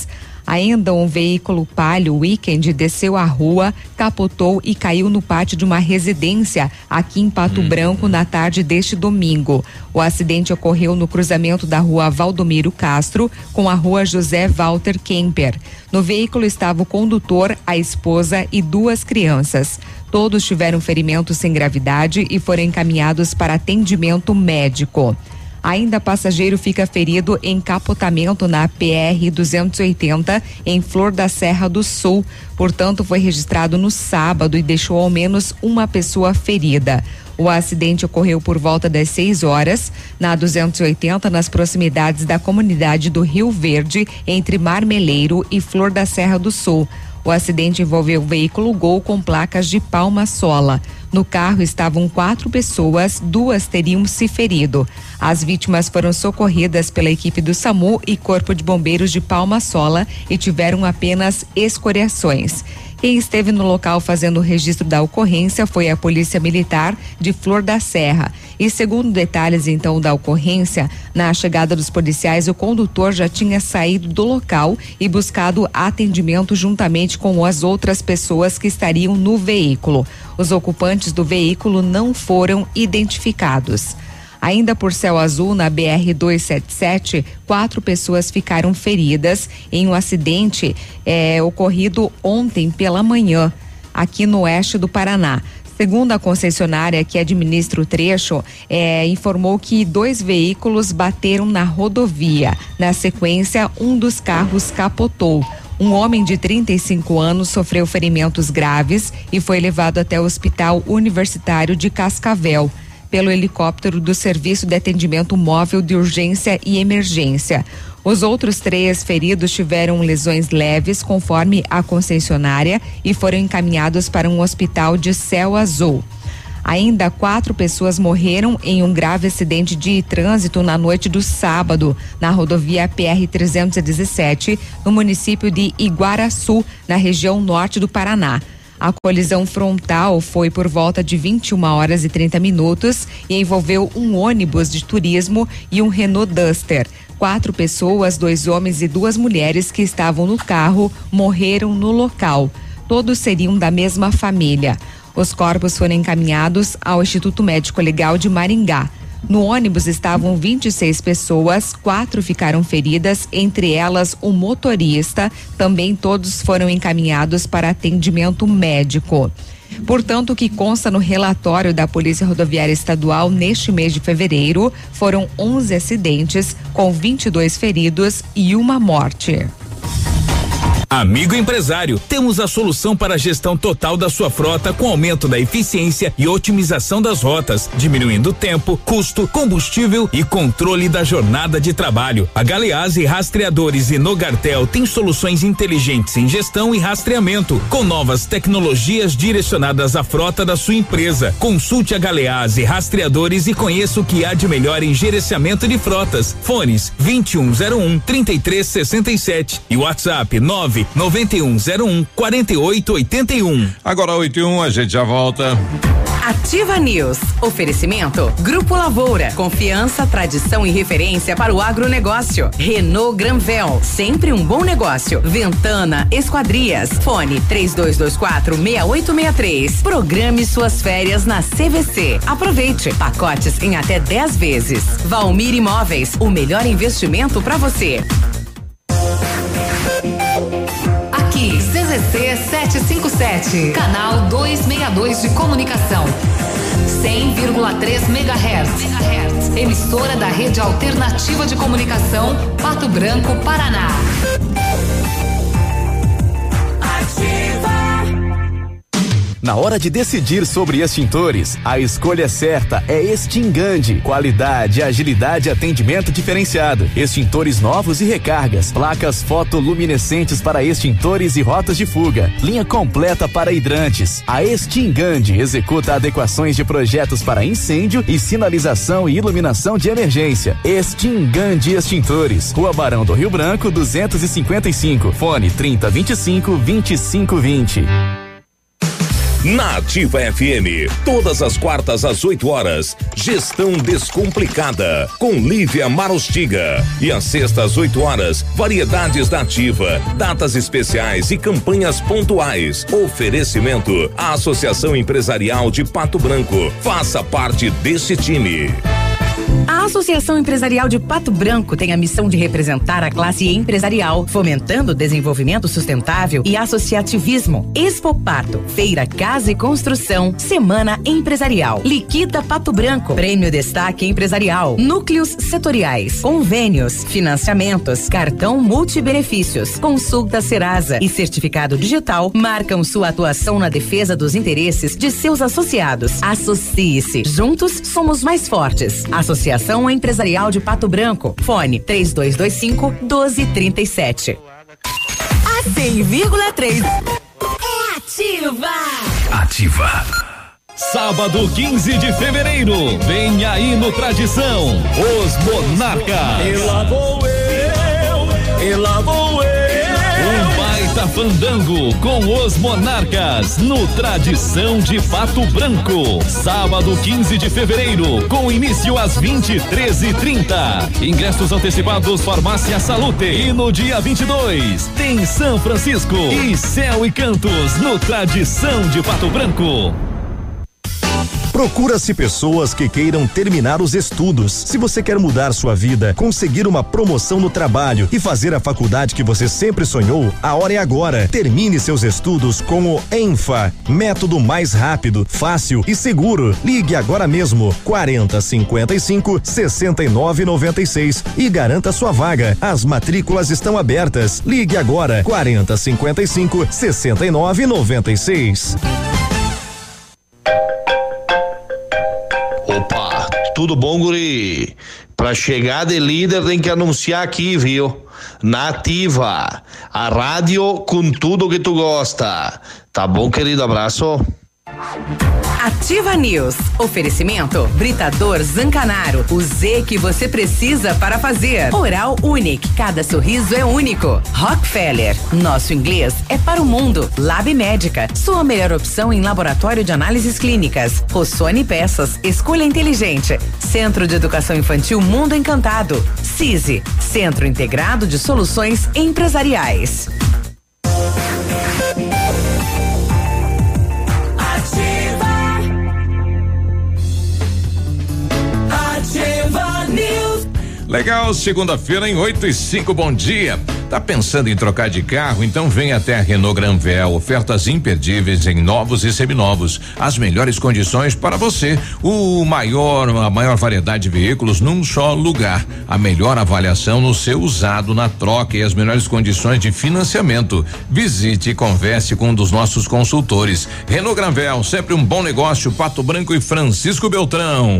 Ainda um veículo Palio Weekend desceu a rua, capotou e caiu no pátio de uma residência aqui em Pato hum. Branco na tarde deste domingo. O acidente ocorreu no cruzamento da rua Valdomiro Castro com a rua José Walter Kemper. No veículo estava o condutor, a esposa e duas crianças. Todos tiveram ferimentos sem gravidade e foram encaminhados para atendimento médico. Ainda passageiro fica ferido em capotamento na P R duzentos e oitenta em Flor da Serra do Sul. Portanto, foi registrado no sábado e deixou ao menos uma pessoa ferida. O acidente ocorreu por volta das seis horas na duzentos e oitenta, nas proximidades da comunidade do Rio Verde, entre Marmeleiro e Flor da Serra do Sul. O acidente envolveu o veículo Gol com placas de Palma Sola. No carro estavam quatro pessoas, duas teriam se ferido. As vítimas foram socorridas pela equipe do SAMU e Corpo de Bombeiros de Palma Sola e tiveram apenas escoriações. Quem esteve no local fazendo o registro da ocorrência foi a Polícia Militar de Flor da Serra. E segundo detalhes então da ocorrência, na chegada dos policiais, o condutor já tinha saído do local e buscado atendimento juntamente com as outras pessoas que estariam no veículo. Os ocupantes do veículo não foram identificados. Ainda por Céu Azul, na B R duzentos e setenta e sete, quatro pessoas ficaram feridas em um acidente eh, ocorrido ontem pela manhã, aqui no oeste do Paraná. Segundo a concessionária que administra o trecho, eh, informou que dois veículos bateram na rodovia. Na sequência, um dos carros capotou. Um homem de trinta e cinco anos sofreu ferimentos graves e foi levado até o Hospital Universitário de Cascavel pelo helicóptero do Serviço de Atendimento Móvel de Urgência e Emergência. Os outros três feridos tiveram lesões leves, conforme a concessionária, e foram encaminhados para um hospital de Céu Azul. Ainda quatro pessoas morreram em um grave acidente de trânsito na noite do sábado, na rodovia P R trezentos e dezessete, no município de Iguaraçu, na região norte do Paraná. A colisão frontal foi por volta de vinte e uma horas e trinta minutos e envolveu um ônibus de turismo e um Renault Duster. Quatro pessoas, dois homens e duas mulheres que estavam no carro, morreram no local. Todos seriam da mesma família. Os corpos foram encaminhados ao Instituto Médico Legal de Maringá. No ônibus estavam vinte e seis pessoas, quatro ficaram feridas, entre elas o motorista. Também todos foram encaminhados para atendimento médico. Portanto, o que consta no relatório da Polícia Rodoviária Estadual neste mês de fevereiro foram onze acidentes, com vinte e dois feridos e uma morte. Amigo empresário, temos a solução para a gestão total da sua frota com aumento da eficiência e otimização das rotas, diminuindo tempo, custo, combustível e controle da jornada de trabalho. A Galeazzi Rastreadores e Nogartel tem soluções inteligentes em gestão e rastreamento, com novas tecnologias direcionadas à frota da sua empresa. Consulte a Galeazzi Rastreadores e conheça o que há de melhor em gerenciamento de frotas. Fones vinte e um zero um, trinta e três sessenta e sete e WhatsApp nove noventa e um zero um, quarenta e oito oitenta e um. Agora oito e um, a gente já volta. Ativa News. Oferecimento Grupo Lavoura. Confiança, tradição e referência para o agronegócio. Renault Granvel. Sempre um bom negócio. Ventana Esquadrias. Fone três dois dois quatro, seis oito seis três. Programe suas férias na C V C. Aproveite. Pacotes em até dez vezes. Valmir Imóveis. O melhor investimento para você. Aqui, C Z C setecentos e cinquenta e sete, canal duzentos e sessenta e dois de comunicação. cem vírgula três megahertz. Emissora da Rede Alternativa de Comunicação, Pato Branco, Paraná. Ativa. Na hora de decidir sobre extintores, a escolha certa é Extingande. Qualidade, agilidade e atendimento diferenciado. Extintores novos e recargas. Placas fotoluminescentes para extintores e rotas de fuga. Linha completa para hidrantes. A Extingande executa adequações de projetos para incêndio e sinalização e iluminação de emergência. Extingande Extintores. Rua Barão do Rio Branco, duzentos e cinquenta e cinco. Fone trinta, vinte e cinco, vinte e cinco, vinte. Na Ativa F M, todas as quartas às oito horas, Gestão Descomplicada, com Lívia Marostiga. E às sextas às oito horas, variedades da Ativa, datas especiais e campanhas pontuais. Oferecimento à Associação Empresarial de Pato Branco. Faça parte desse time. A Associação Empresarial de Pato Branco tem a missão de representar a classe empresarial, fomentando o desenvolvimento sustentável e associativismo. Expo Pato, Feira Casa e Construção, Semana Empresarial. Liquida Pato Branco, Prêmio Destaque Empresarial, Núcleos Setoriais, Convênios, Financiamentos, Cartão Multibenefícios, Consulta Serasa e Certificado Digital marcam sua atuação na defesa dos interesses de seus associados. Associe-se. Juntos somos mais fortes. Associação Empresarial de Pato Branco. Fone três dois dois cinco, um dois três sete. A cem vírgula três é ativa. Ativa. Sábado quinze de fevereiro, vem aí no Tradição, os Monarcas. E lá vou eu, e lá vou eu. Um baita fandango com os Monarcas no Tradição de Pato Branco. Sábado quinze de fevereiro, com início às vinte e três e trinta. Ingressos antecipados Farmácia Salute. E no dia vinte e dois tem São Francisco e Céu e Cantos no Tradição de Pato Branco. Procura-se pessoas que queiram terminar os estudos. Se você quer mudar sua vida, conseguir uma promoção no trabalho e fazer a faculdade que você sempre sonhou, a hora é agora. Termine seus estudos com o ENFA, método mais rápido, fácil e seguro. Ligue agora mesmo quarenta, cinquenta e cinco, sessenta e nove, noventa e seis e garanta sua vaga. As matrículas estão abertas. Ligue agora quarenta, cinquenta e cinco, sessenta e nove, noventa e seis. Opa, tudo bom, guri? Pra chegar de líder tem que anunciar aqui, viu? Na Ativa, a rádio com tudo que tu gosta. Tá bom, querido? Abraço. Ativa News. Oferecimento Britador Zancanaro. O Z que você precisa para fazer. Oral Unique. Cada sorriso é único. Rockefeller. Nosso inglês é para o mundo. Lab Médica. Sua melhor opção em laboratório de análises clínicas. Rossoni Peças. Escolha inteligente. Centro de Educação Infantil Mundo Encantado. C I S I. Centro Integrado de Soluções Empresariais. Legal, segunda-feira em oito e cinco, bom dia. Tá pensando em trocar de carro? Então vem até a Renault Granvel, ofertas imperdíveis em novos e seminovos, as melhores condições para você, o maior, a maior variedade de veículos num só lugar, a melhor avaliação no seu usado na troca e as melhores condições de financiamento. Visite e converse com um dos nossos consultores. Renault Granvel, sempre um bom negócio, Pato Branco e Francisco Beltrão.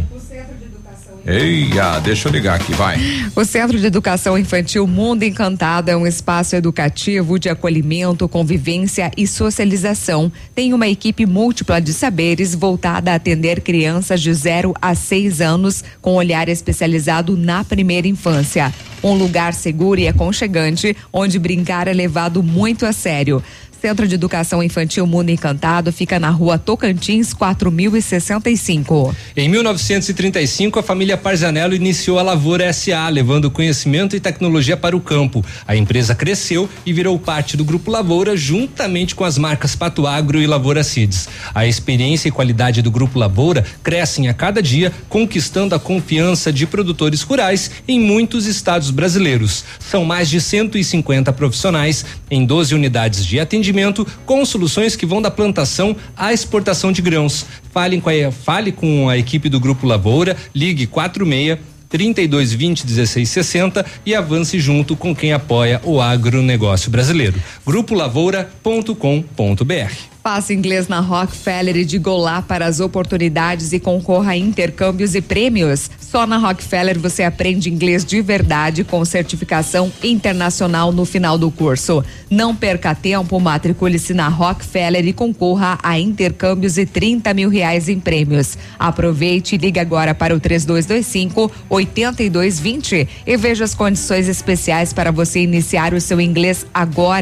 Eia, deixa eu ligar aqui, vai. O Centro de Educação Infantil Mundo Encantado é um espaço educativo de acolhimento, convivência e socialização. Tem uma equipe múltipla de saberes voltada a atender crianças de zero a seis anos com olhar especializado na primeira infância. Um lugar seguro e aconchegante onde brincar é levado muito a sério. Centro de Educação Infantil Mundo Encantado fica na rua Tocantins, quatro mil e sessenta e cinco. Em mil novecentos e trinta e cinco, a família Parzanello iniciou a Lavoura S A, levando conhecimento e tecnologia para o campo. A empresa cresceu e virou parte do Grupo Lavoura, juntamente com as marcas Pato Agro e Lavoura Seeds. A experiência e qualidade do Grupo Lavoura crescem a cada dia, conquistando a confiança de produtores rurais em muitos estados brasileiros. São mais de cento e cinquenta profissionais em doze unidades de atendimento, com soluções que vão da plantação à exportação de grãos. Fale com a, fale com a equipe do Grupo Lavoura, ligue quatro seis, trinta e dois, vinte, dezesseis, sessenta e avance junto com quem apoia o agronegócio brasileiro. grupo lavoura ponto com ponto br. Faça inglês na Rockefeller e diga olá para as oportunidades e concorra a intercâmbios e prêmios. Só na Rockefeller você aprende inglês de verdade com certificação internacional no final do curso. Não perca tempo, matricule-se na Rockefeller e concorra a intercâmbios e trinta mil reais em prêmios. Aproveite e ligue agora para o três dois dois cinco, oito dois dois zero e veja as condições especiais para você iniciar o seu inglês agora.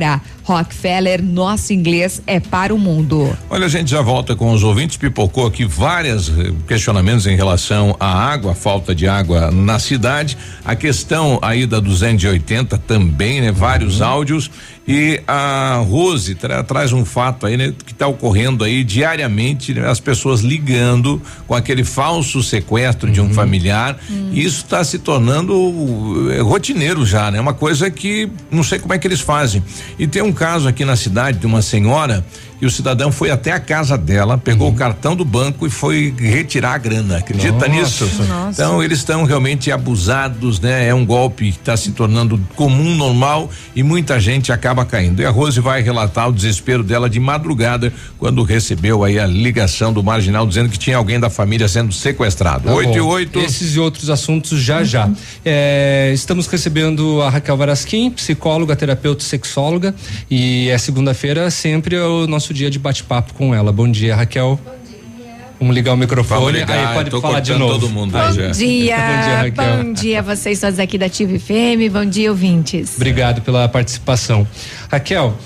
Rockefeller, nosso inglês é para o mundo. Olha, a gente já volta com os ouvintes, pipocou aqui vários questionamentos em relação à água, a falta de água na cidade, a questão aí da duzentos e oitenta também, né? Vários uhum. áudios. E a Rose tra traz um fato aí, né, que está ocorrendo aí diariamente, né, as pessoas ligando com aquele falso sequestro uhum. de um familiar. Uhum. E isso está se tornando é, rotineiro já, né? Uma coisa que não sei como é que eles fazem. E tem um caso aqui na cidade de uma senhora que o cidadão foi até a casa dela, pegou uhum. o cartão do banco e foi retirar a grana. Acredita Nossa. nisso? Nossa. Então eles estão realmente abusados, né? É um golpe que está se tornando comum, normal e muita gente acaba caindo. E a Rose vai relatar o desespero dela de madrugada quando recebeu aí a ligação do marginal dizendo que tinha alguém da família sendo sequestrado. Oito tá e oito. Esses e outros assuntos já já. É, estamos recebendo a Raquel Varasquim, psicóloga, terapeuta, sexóloga, e é segunda-feira sempre o nosso dia de bate-papo com ela. Bom dia, Raquel. Bom dia. Vamos ligar o microfone. Ligar, aí pode falar de novo. Todo mundo bom, aí dia. Já. Bom dia, Raquel. Bom dia a vocês todos aqui da Ativa F M. Bom dia, ouvintes. Obrigado pela participação. Raquel,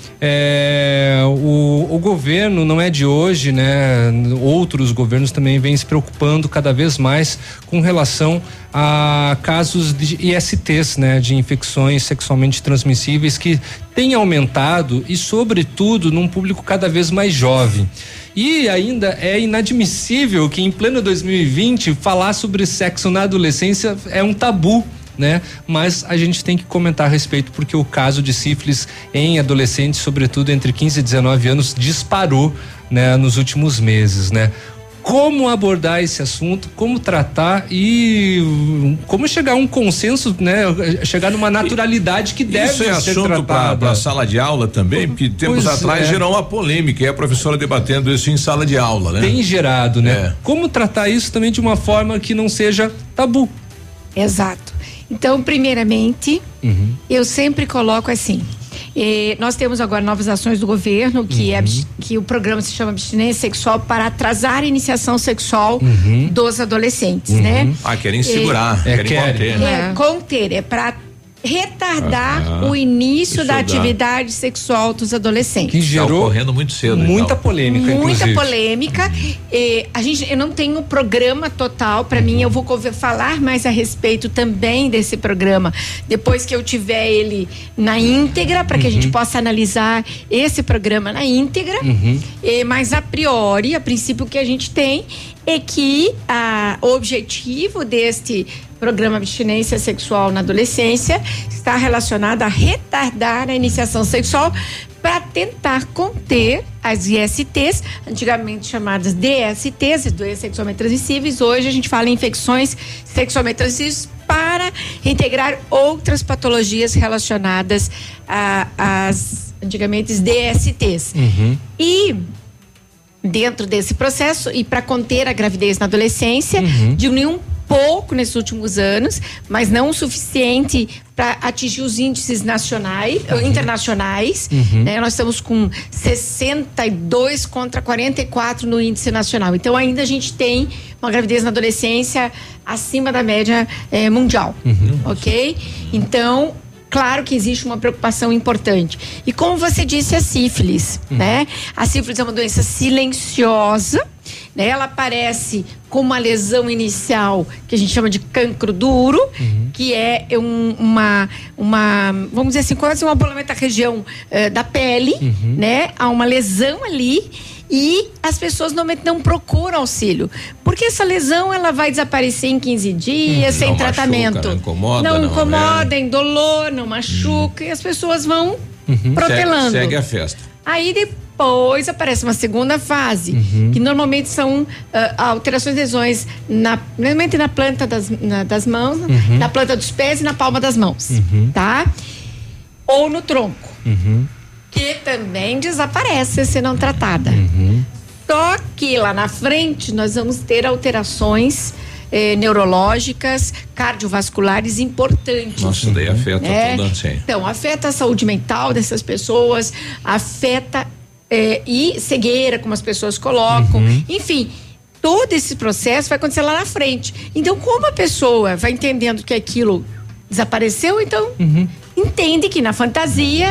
é, o, o governo não é de hoje, né? Outros governos também vêm se preocupando cada vez mais com relação a casos de I S Ts, né? De infecções sexualmente transmissíveis que têm aumentado e, sobretudo, num público cada vez mais jovem. E ainda é inadmissível que em pleno dois mil e vinte falar sobre sexo na adolescência é um tabu, né? Mas a gente tem que comentar a respeito porque o caso de sífilis em adolescentes, sobretudo entre quinze e dezenove anos, disparou, né? Nos últimos meses, né? Como abordar esse assunto, como tratar e como chegar a um consenso, né? Chegar numa naturalidade que deve ser tratada. Isso é assunto para a sala de aula também, porque tempos pois atrás é. gerou uma polêmica e a professora debatendo isso em sala de aula, né? Tem gerado, né? É. Como tratar isso também de uma forma que não seja tabu? Exato. Então, primeiramente, uhum. eu sempre coloco assim. E nós temos agora novas ações do governo, que, uhum. é, que o programa se chama Abstinência Sexual para atrasar a iniciação sexual uhum. dos adolescentes, uhum. né? Ah, querem segurar, é, querem é, conter. É, conter, é para retardar ah, o início da atividade sexual dos adolescentes. Que gerou tá ocorrendo muito cedo, muita então. polêmica, muita inclusive. polêmica. E a gente, eu não tenho programa total para uhum. mim. Eu vou falar mais a respeito também desse programa depois que eu tiver ele na íntegra, para que uhum. a gente possa analisar esse programa na íntegra. Uhum. E, mas a priori, a princípio, o que a gente tem é que a, o objetivo deste programa Abstinência Sexual na Adolescência está relacionado a retardar a iniciação sexual para tentar conter as I S Ts, antigamente chamadas D S Ts, doenças sexualmente transmissíveis. Hoje a gente fala em infecções sexualmente transmissíveis para integrar outras patologias relacionadas às antigamente D S Ts. Uhum. E dentro desse processo, e para conter a gravidez na adolescência, uhum. diminuir um pouco nesses últimos anos, mas não o suficiente para atingir os índices nacionais, uhum. internacionais. Uhum. Né? Nós estamos com sessenta e dois contra quarenta e quatro no índice nacional. Então ainda a gente tem uma gravidez na adolescência acima da média eh, mundial, uhum. ok? Então, claro que existe uma preocupação importante. E como você disse, a sífilis, uhum. né? A sífilis é uma doença silenciosa, né? Ela aparece com uma lesão inicial que a gente chama de cancro duro, uhum. que é um, uma, uma, vamos dizer assim, quase um abolamento da região uh, da pele, uhum. né? Há uma lesão ali e as pessoas normalmente não procuram auxílio, porque essa lesão ela vai desaparecer em quinze dias, hum, sem não tratamento. Machuca, não incomoda, não, não incomoda, é. indolor, não machuca, hum. e as pessoas vão uhum. protelando. Segue, segue a festa. Aí depois aparece uma segunda fase, uhum. que normalmente são uh, alterações de lesões, na, normalmente na planta das, na, das mãos, uhum. na planta dos pés e na palma das mãos, uhum. tá? Ou no tronco. Uhum. Que também desaparece se não tratada. Uhum. Só que lá na frente nós vamos ter alterações eh, neurológicas, cardiovasculares importantes. Nossa, isso daí afeta né? tudo, assim. Então, afeta a saúde mental dessas pessoas, afeta eh, e cegueira, como as pessoas colocam, uhum. enfim. Todo esse processo vai acontecer lá na frente. Então, como a pessoa vai entendendo que aquilo desapareceu, então uhum. entende que na fantasia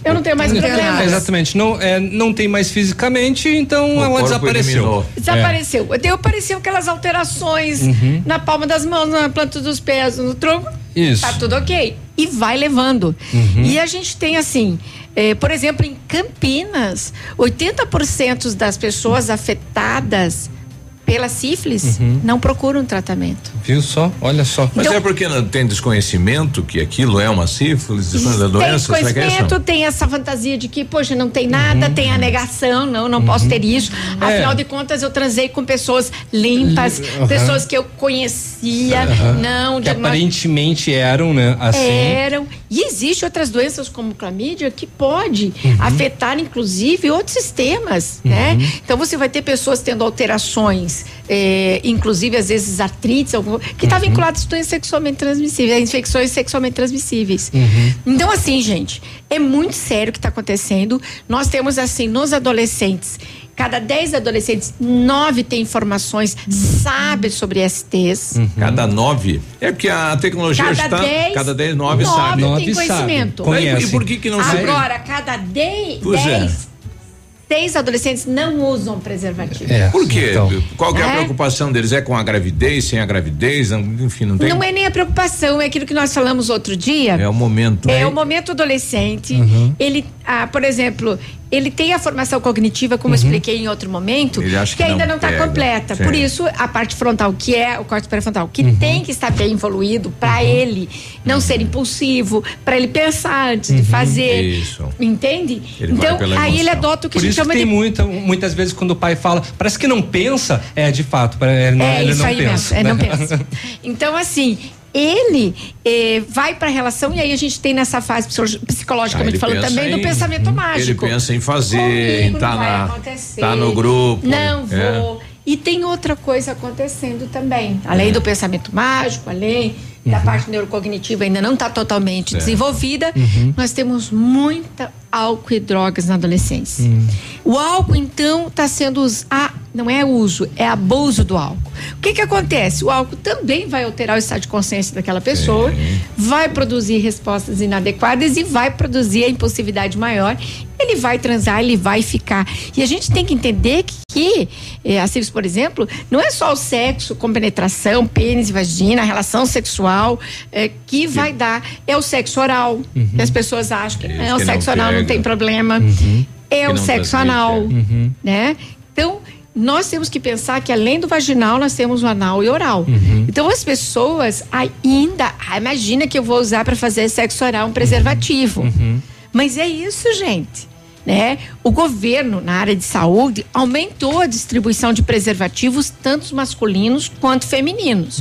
eu não tenho mais problemas. Exatamente, não, é, não tem mais fisicamente, então O ela corpo desapareceu. eliminou. Desapareceu. Então apareceu aquelas alterações Uhum. na palma das mãos, na planta dos pés, no tronco. Isso. Tá tudo ok. E vai levando. Uhum. E a gente tem assim, eh, por exemplo, em Campinas, oitenta por cento das pessoas afetadas pela sífilis Uhum. não procuram tratamento. Viu só? Olha só. Mas Então- é porque não tem desconhecimento que aquilo é uma sífilis, da doença? Tem Será que é isso? conhecimento, tem essa fantasia de que, poxa, não tem nada, Uhum. tem a negação, não, não posso ter isso. Afinal É. de contas, eu transei com pessoas limpas, Uhum. pessoas que eu conhecia, Aham. não, Que diagnóstico- aparentemente eram, né? Assim. eram. E existem outras doenças como clamídia que pode Uhum. afetar, inclusive, outros sistemas, né? Então você vai ter pessoas tendo alterações, eh, inclusive às vezes artrites, algum, que está Uhum. vinculado a doenças sexualmente transmissíveis, a infecções sexualmente transmissíveis. Uhum. Então, assim, gente, é muito sério o que está acontecendo. Nós temos, assim, nos adolescentes, cada dez adolescentes, nove tem informações, sabe sobre S Ts. Cada nove? É porque a tecnologia Cada está. dez, cada dez, nove, nove sabe. tem conhecimento. E, e por que que não sabe? Agora, cada dez, Pois é. dez, seis adolescentes não usam preservativo. Por quê? Qual que é a É. preocupação deles? É com a gravidez, sem a gravidez? Enfim, não tem. Não é nem a preocupação, é aquilo que nós falamos outro dia. É o momento. É o momento adolescente. Uhum. Ele, ah, por exemplo, ele tem a formação cognitiva, como eu expliquei em outro momento, Ele acha que, que ainda não não está pega. completa. Sim. Por isso, a parte frontal, que é o córtex pré-frontal, que tem que estar bem evoluído para ele não ser impulsivo, para ele pensar antes de fazer. Isso. Entende? Ele vai Então, pela aí emoção. ele adota o que Por a gente isso que chama tem de muita, muitas vezes quando o pai fala, parece que não pensa, é de fato, é, não, É ele isso não aí pensa. mesmo, é, né? não pensa. Então, assim, ele eh, vai para a relação e aí a gente tem nessa fase psicolo- Ah, psicologicamente ele falando pensa também do em- pensamento mágico. Ele pensa em fazer, em Comigo tá não vai na, acontecer. tá no grupo. Não é. vou. E tem outra coisa acontecendo também. Além do pensamento mágico, além da parte neurocognitiva ainda não está totalmente Certo. desenvolvida, Uhum. nós temos muita álcool e drogas na adolescência. O álcool, então, está sendo us- ah, não é uso, é abuso do álcool. O que que acontece? O álcool também vai alterar o estado de consciência daquela pessoa, vai produzir respostas inadequadas e vai produzir a impulsividade maior. Ele vai transar, ele vai ficar. E a gente tem que entender que, que eh, a sífilis, por exemplo, não é só o sexo com penetração, pênis e vagina, a relação sexual eh, que vai dar. É o sexo oral. Que as pessoas acham que é o que não sexo oral, não pega. tem problema. É Que o não sexo transmite, anal, é. né? Então, nós temos que pensar que além do vaginal, nós temos o anal e oral. Então, as pessoas ainda, ah, imagina que eu vou usar para fazer sexo oral um preservativo. Mas é isso, gente. Né? O governo, na área de saúde, aumentou a distribuição de preservativos, tanto masculinos quanto femininos.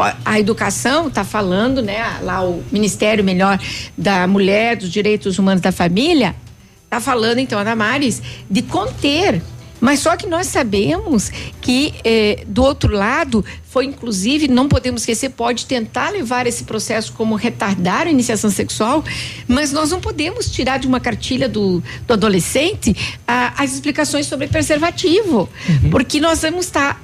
A educação está falando, né? Lá o Ministério Melhor da Mulher, dos Direitos Humanos da Família, está falando, então, a Damares, de conter. Mas só que nós sabemos que, eh, do outro lado, foi inclusive, não podemos esquecer, pode tentar levar esse processo como retardar a iniciação sexual, mas nós não podemos tirar de uma cartilha do, do adolescente ah, as explicações sobre preservativo, porque nós vamos estar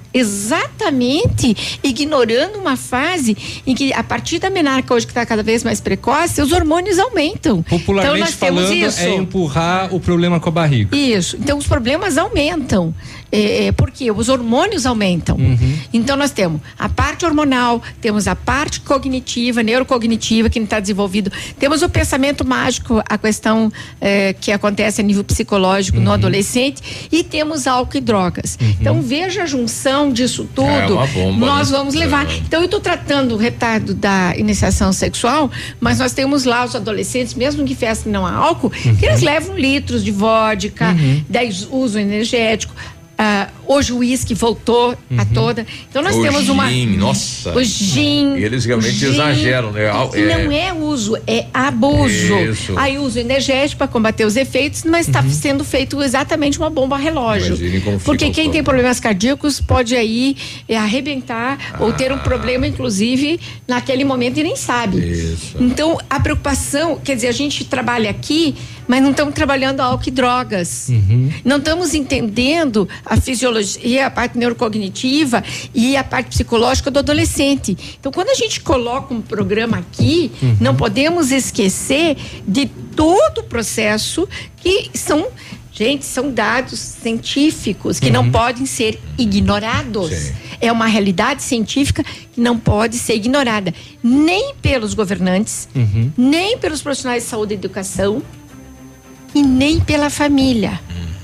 exatamente ignorando uma fase em que, a partir da menarca hoje que está cada vez mais precoce, os hormônios aumentam. Popularmente então, nós temos falando, isso. é empurrar o problema com a barriga. Isso. Então, os problemas aumentam. É, é, porque os hormônios aumentam. Então, nós temos a parte hormonal, temos a parte cognitiva, neurocognitiva, que não está desenvolvido. Temos o pensamento mágico, a questão é, que acontece a nível psicológico no adolescente, e temos álcool e drogas. Então, veja a junção disso tudo. É uma bomba, nós né? vamos levar. Então, eu estou tratando o retardo da iniciação sexual, mas nós temos lá os adolescentes, mesmo que festem não há álcool, que eles levam litros de vodka, dez uso energético. Ah, hoje o uísque voltou a toda. Então nós O temos uma. gin, nossa. O gin. E eles realmente o gin, exageram, né? E não é uso, é abuso. Isso. Aí uso energético para combater os efeitos, mas está sendo feito exatamente uma bomba relógio. Imagine como fica Porque o quem tem corpo. problemas cardíacos pode aí é, arrebentar ou ter um problema, inclusive, naquele momento e nem sabe. Isso. Então, a preocupação, quer dizer, a gente trabalha aqui, mas não estamos trabalhando álcool e drogas. Não estamos entendendo a fisiologia psicologia, a parte neurocognitiva e a parte psicológica do adolescente. Então, quando a gente coloca um programa aqui, uhum. não podemos esquecer de todo o processo que são, gente, são dados científicos que uhum. não podem ser ignorados. Sim. É uma realidade científica que não pode ser ignorada, nem pelos governantes, uhum. nem pelos profissionais de saúde e educação, e nem pela família.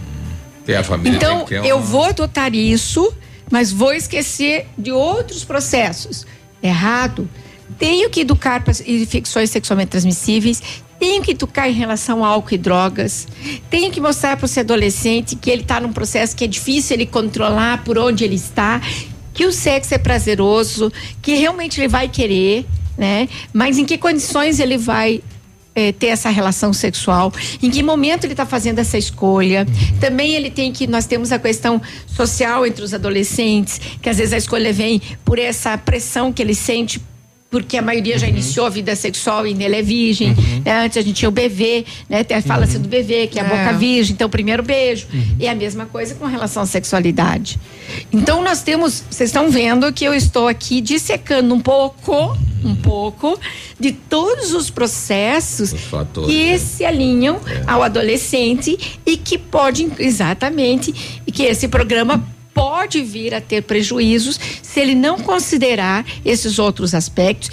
Tem a família. Então, tem que eu uma... vou adotar isso, mas vou esquecer de outros processos. Errado. Tenho que educar para infecções sexualmente transmissíveis, tenho que educar em relação a álcool e drogas, tenho que mostrar para esse adolescente que ele está num processo que é difícil ele controlar por onde ele está, que o sexo é prazeroso, que realmente ele vai querer, né? Mas em que condições ele vai É, ter essa relação sexual, em que momento ele está fazendo essa escolha. Uhum. Também ele tem que, nós temos a questão social entre os adolescentes, que às vezes a escolha vem por essa pressão que ele sente, porque a maioria já uhum. iniciou a vida sexual e ele é virgem, uhum. né? Antes a gente tinha o bebê, né? Fala-se uhum. do bebê, que é a é. boca virgem, então o primeiro beijo. Uhum. E a mesma coisa com relação à sexualidade. Então nós temos, vocês estão vendo que eu estou aqui dissecando um pouco, um pouco, de todos os processos os fatores, que né? se alinham é. ao adolescente e que podem, exatamente, e que esse programa pode vir a ter prejuízos se ele não considerar esses outros aspectos,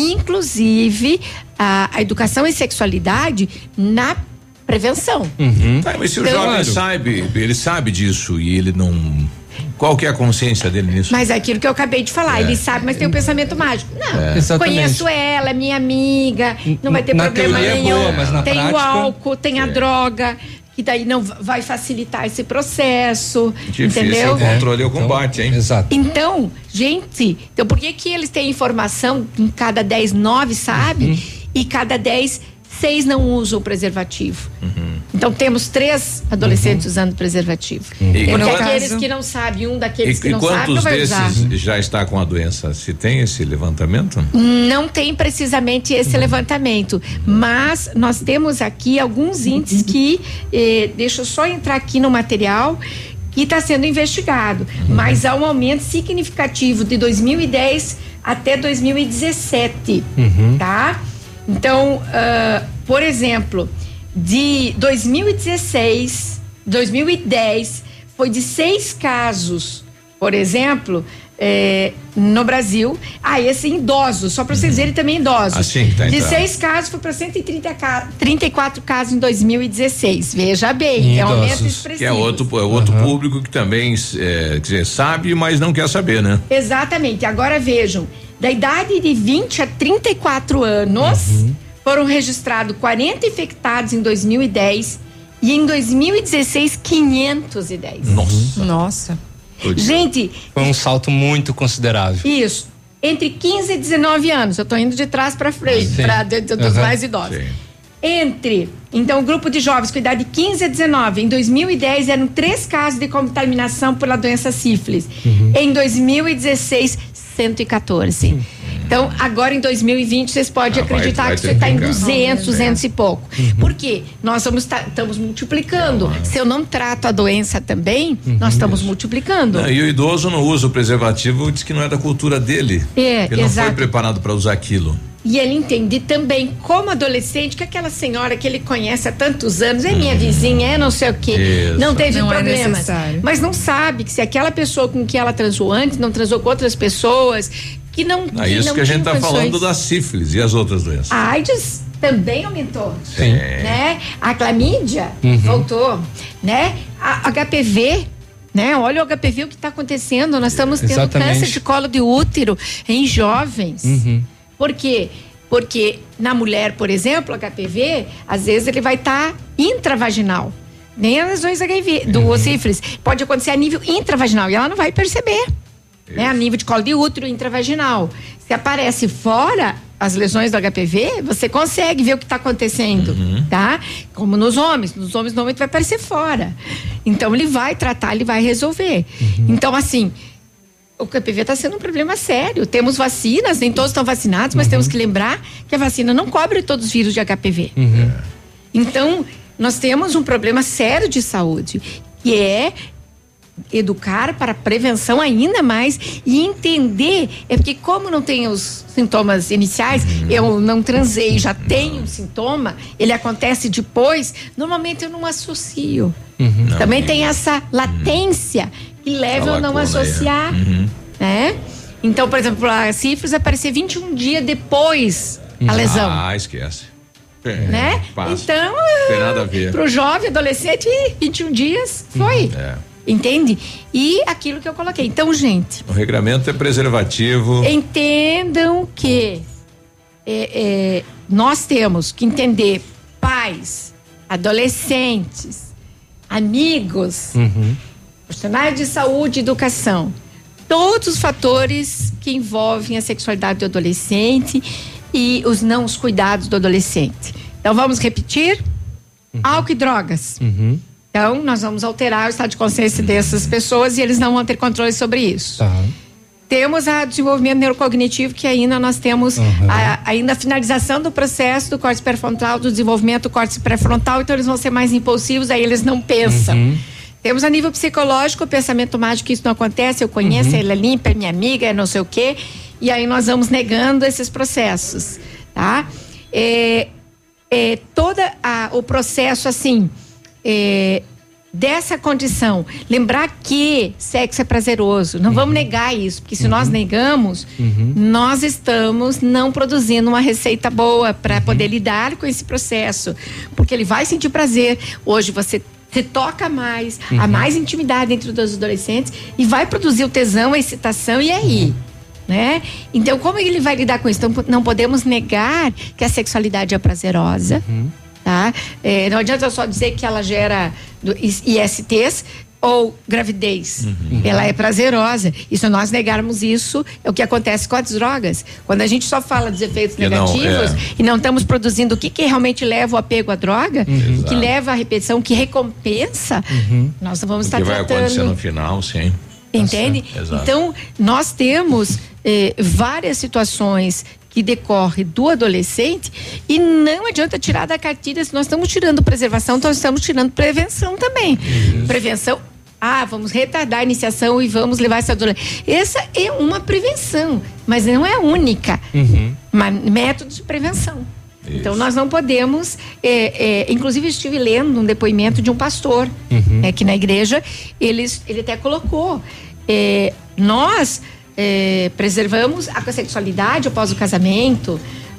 inclusive a, a educação em sexualidade na prevenção. Uhum. Tá, mas se o então, jovem claro. sabe, ele sabe disso e ele não... Qual que é a consciência dele nisso? Mas é aquilo que eu acabei de falar, é. ele sabe, mas tem o pensamento mágico. Não, é. conheço ela, minha amiga, não vai ter na problema nenhum. É boa, mas na tem prática, o álcool, tem a é. droga, que daí não vai facilitar esse processo. Difícil, entendeu? O controle e o combate, hein? Exato. Então, gente, então por que que eles têm informação em cada dez, nove sabe? Uhum. E cada dez, seis não usam o preservativo. Uhum. Então temos três adolescentes uhum. usando preservativo. Uhum. Porque quantos, aqueles que não sabem, um daqueles e, que não sabe, não vai usar. Quantos desses já está com a doença? Se tem esse levantamento? Não tem precisamente esse uhum. levantamento, mas nós temos aqui alguns índices que, eh, deixa eu só entrar aqui no material, que está sendo investigado, uhum. mas há um aumento significativo de dois mil e dez até dois mil e dezessete, uhum. tá? Então, uh, por exemplo, de dois mil e dezesseis, dois mil e dez, foi de seis casos, por exemplo, é, no Brasil. Ah, esse em idosos, só para vocês verem também idosos. Assim que tá de entrando. seis casos foi para cento e trinta e quatro casos em dois mil e dezesseis. Veja bem, é um aumento expressivo. Que é outro, é outro uhum. público que também é, quer dizer, sabe, mas não quer saber, né? Exatamente. Agora vejam, da idade de vinte a trinta e quatro anos, uhum. foram registrados quarenta infectados em dois mil e dez e em dois mil e dezesseis quinhentos e dez. Nossa. Nossa. Gente, foi um salto muito considerável. Isso. Entre quinze e dezenove anos, eu tô indo de trás para frente, para dos uhum. mais idosos. Sim. Entre, então, o grupo de jovens com idade de quinze a dezenove, em dois mil e dez eram três casos de contaminação pela doença sífilis. Uhum. Em dois mil e dezesseis, cento e quatorze. Uhum. Então, agora em dois mil e vinte, vocês podem ah, acreditar vai, vai que você está em duzentos, duzentos e pouco. Uhum. Por quê? Nós estamos tá, multiplicando. É Se eu não trato a doença também, uhum. nós estamos multiplicando. Não, e o idoso não usa o preservativo, diz que não é da cultura dele. É, ele exato. não foi preparado para usar aquilo. E ele entende também, como adolescente, que aquela senhora que ele conhece há tantos anos é minha hum. vizinha, é não sei o quê. Isso. Não teve não problemas. É mas não sabe que se aquela pessoa com que ela transou antes, não transou com outras pessoas, que não. É isso não que a gente está falando da sífilis e as outras doenças. A AIDS também aumentou. Sim. Né? A clamídia uhum. voltou. Né? A H P V. Né? Olha o H P V, o que está acontecendo. Nós estamos tendo Exatamente. câncer de colo de útero em jovens. Uhum. Por quê? Porque na mulher, por exemplo, o H P V, às vezes ele vai estar tá intravaginal. Nem as lesões H I V, do uhum. sífilis. Pode acontecer a nível intravaginal e ela não vai perceber. Né? A nível de colo de útero intravaginal. Se aparece fora as lesões do H P V, você consegue ver o que está acontecendo, uhum. tá? Como nos homens. Nos homens, normalmente vai aparecer fora. Então, ele vai tratar, ele vai resolver. Uhum. Então, assim, o H P V está sendo um problema sério. Temos vacinas, nem todos estão vacinados, mas uhum. temos que lembrar que a vacina não cobre todos os vírus de H P V. Uhum. Então, nós temos um problema sério de saúde, que é educar para prevenção ainda mais e entender, é porque como não tem os sintomas iniciais, uhum. eu não transei, já tenho um sintoma, ele acontece depois, normalmente eu não associo. Uhum. Também não. tem essa latência que leva a eu não associar, uhum. né? Então, por exemplo, a sífilis vai aparecer vinte e um dias depois uhum. a lesão. Ah, esquece. É, né? Passa. Então, tem nada a ver. Pro jovem, adolescente, vinte e um dias foi. Uhum. É. Entende? E aquilo que eu coloquei. Então, gente. O regramento é preservativo. Entendam que é, é, nós temos que entender pais, adolescentes, amigos, uhum. profissionais de saúde e educação. Todos os fatores que envolvem a sexualidade do adolescente e os não os cuidados do adolescente. Então, vamos repetir? Uhum. Álcool e drogas. Uhum. Então, nós vamos alterar o estado de consciência dessas pessoas e eles não vão ter controle sobre isso. Tá. Temos o desenvolvimento neurocognitivo, que ainda nós temos uhum. a, ainda a finalização do processo do córtex pré-frontal, do desenvolvimento do córtex pré-frontal, então eles vão ser mais impulsivos, aí eles não pensam. Uhum. Temos a nível psicológico, o pensamento mágico, isso não acontece, eu conheço, uhum. ela é limpa, é minha amiga, é não sei o quê, e aí nós vamos negando esses processos, tá? É, é, toda a, o processo, assim... É, dessa condição, lembrar que sexo é prazeroso, não uhum. vamos negar isso, porque se uhum. nós negamos, uhum. nós estamos não produzindo uma receita boa para uhum. poder lidar com esse processo, porque ele vai sentir prazer. Hoje você se toca mais, uhum. há mais intimidade entre os adolescentes e vai produzir o tesão, a excitação, e aí? Uhum. Né? Então, como ele vai lidar com isso? Então, não podemos negar que a sexualidade é prazerosa. Uhum. Tá? É, não adianta eu só dizer que ela gera I S Ts ou gravidez. Uhum. Ela é prazerosa. E se nós negarmos isso, é o que acontece com as drogas. Quando a gente só fala dos efeitos e negativos não, é. e não estamos produzindo o que, que realmente leva o apego à droga, uhum. que leva à repetição, que recompensa, uhum. nós vamos estar tratando. O que vai acontecer no final, sim. Entende? Tá, então, nós temos eh, várias situações que decorre do adolescente e não adianta tirar da cartilha, se nós estamos tirando preservação, nós estamos tirando prevenção também. Isso. Prevenção, ah, vamos retardar a iniciação e vamos levar essa adolescente. Essa é uma prevenção, mas não é a única. Uhum. Mas método de prevenção. Isso. Então nós não podemos, é, é, inclusive estive lendo um depoimento de um pastor uhum. é, que na igreja ele, ele até colocou, é, nós É, preservamos a sexualidade após o casamento,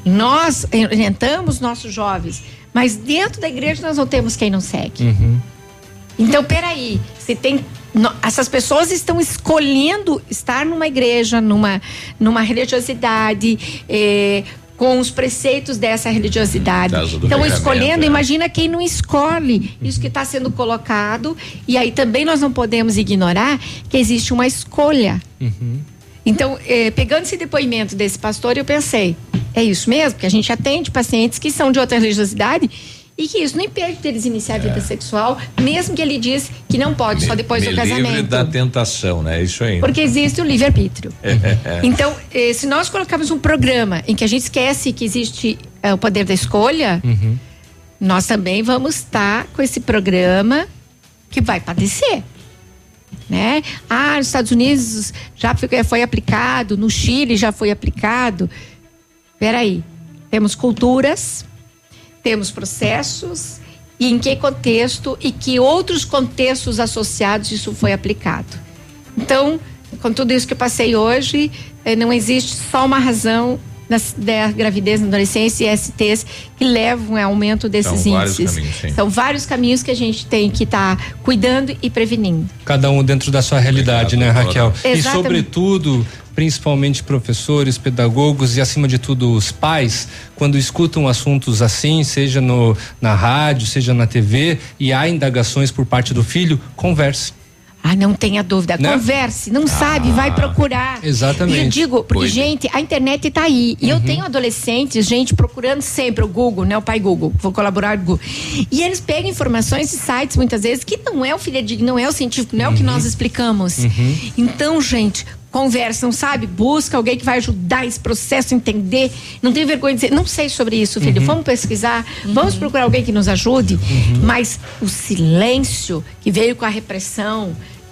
nós orientamos nossos jovens, mas dentro da igreja nós não temos quem não segue. Uhum. Então, peraí, se tem, no, essas pessoas estão escolhendo estar numa igreja, numa, numa religiosidade, é, com os preceitos dessa religiosidade. Então, escolhendo, é. imagina quem não escolhe isso que está sendo colocado, e aí também nós não podemos ignorar que existe uma escolha. Uhum. Então, eh, pegando esse depoimento desse pastor, eu pensei, é isso mesmo? Porque a gente atende pacientes que são de outra religiosidade e que isso não impede deles iniciar a vida é. sexual, mesmo que ele diz que não pode, me, só depois me do casamento. Livre da tentação, né? Isso aí. Porque existe o livre-arbítrio. É. Então, eh, se nós colocarmos um programa em que a gente esquece que existe eh, o poder da escolha, uhum. nós também vamos estar com esse programa que vai padecer. Né? Ah, nos Estados Unidos já foi, foi aplicado, no Chile já foi aplicado. Peraí, temos culturas, temos processos, e em que contexto e que outros contextos associados isso foi aplicado. Então, com tudo isso que eu passei hoje, não existe só uma razão da gravidez na adolescência e S Ts que levam ao aumento desses São índices. Vários caminhos, São vários caminhos que a gente tem que estar tá cuidando e prevenindo. Cada um dentro da sua realidade, Obrigado, né, Raquel? Exatamente. E sobretudo, principalmente professores, pedagogos e acima de tudo os pais, quando escutam assuntos assim, seja no, na rádio, seja na T V, e há indagações por parte do filho, converse. Ah, não tenha dúvida. Não? Converse, não ah, sabe, vai procurar. Exatamente. E eu digo, porque, Cuide. gente, a internet tá aí. E uhum. eu tenho adolescentes, gente, procurando sempre o Google, né? O pai Google, vou colaborar com o Google. E eles pegam informações de sites, muitas vezes, que não é o fidedigno, não é o científico, não é uhum. o que nós explicamos. Uhum. Então, gente, conversam, sabe? Busca alguém que vai ajudar esse processo a entender. Não tem vergonha de dizer, não sei sobre isso, filho. Uhum. Vamos pesquisar, uhum. vamos procurar alguém que nos ajude. Uhum. Mas o silêncio que veio com a repressão,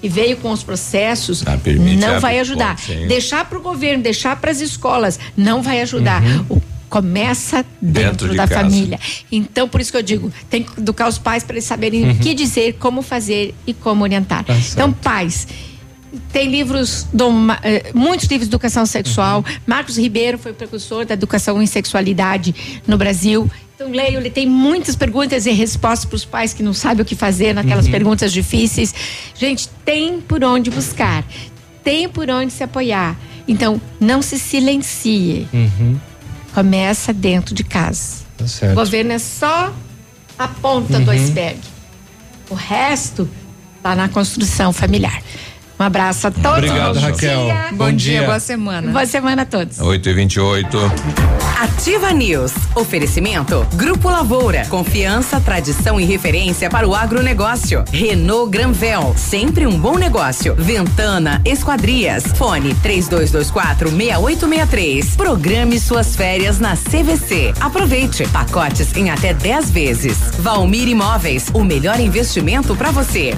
e veio com os processos, Ah, permite, não abre vai ajudar. porta, sim. Deixar para o governo, deixar para as escolas, não vai ajudar. O começa dentro, Dentro de da casa. família. Então, por isso que eu digo, tem que educar os pais para eles saberem Uhum. o que dizer, como fazer e como orientar. Tá certo. Então, pais, tem livros, do, eh, muitos livros de educação sexual. Uhum. Marcos Ribeiro foi o precursor da educação em sexualidade no Brasil. Então, leio, ele tem muitas perguntas e respostas para os pais que não sabem o que fazer naquelas Uhum. perguntas difíceis. Gente, tem por onde buscar, tem por onde se apoiar. Então, não se silencie. Uhum. Começa dentro de casa. Tá certo. O governo é só a ponta do Uhum. iceberg. O resto tá na construção familiar. Um abraço a todos. Obrigado, bom Raquel. Dia. Bom dia. Boa semana. Boa semana a todos. oito e vinte e oito. Ativa News. Oferecimento. Grupo Lavoura. Confiança, tradição e referência para o agronegócio. Renault Granvel. Sempre um bom negócio. Ventana Esquadrias. Fone três dois dois quatro, seis oito seis três. Programe suas férias na C V C. Aproveite. Pacotes em até dez vezes. Valmir Imóveis. O melhor investimento para você.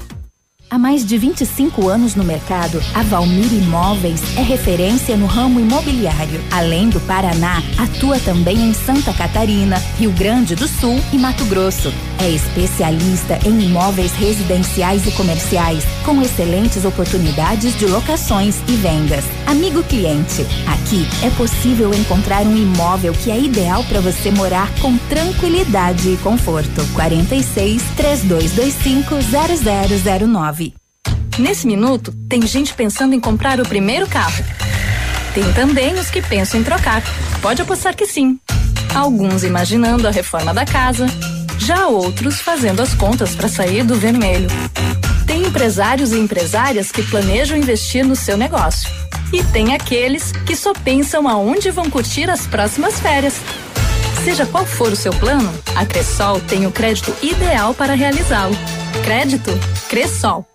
Há mais de vinte e cinco anos no mercado, a Valmir Imóveis é referência no ramo imobiliário. Além do Paraná, atua também em Santa Catarina, Rio Grande do Sul e Mato Grosso. É especialista em imóveis residenciais e comerciais, com excelentes oportunidades de locações e vendas. Amigo cliente, aqui é possível encontrar um imóvel que é ideal para você morar com tranquilidade e conforto. quarenta e seis, três dois dois cinco, zero zero zero nove. Nesse minuto, tem gente pensando em comprar o primeiro carro. Tem também os que pensam em trocar. Pode apostar que sim. Alguns imaginando a reforma da casa, já outros fazendo as contas para sair do vermelho. Tem empresários e empresárias que planejam investir no seu negócio. E tem aqueles que só pensam aonde vão curtir as próximas férias. Seja qual for o seu plano, a Cressol tem o crédito ideal para realizá-lo. Crédito Cressol.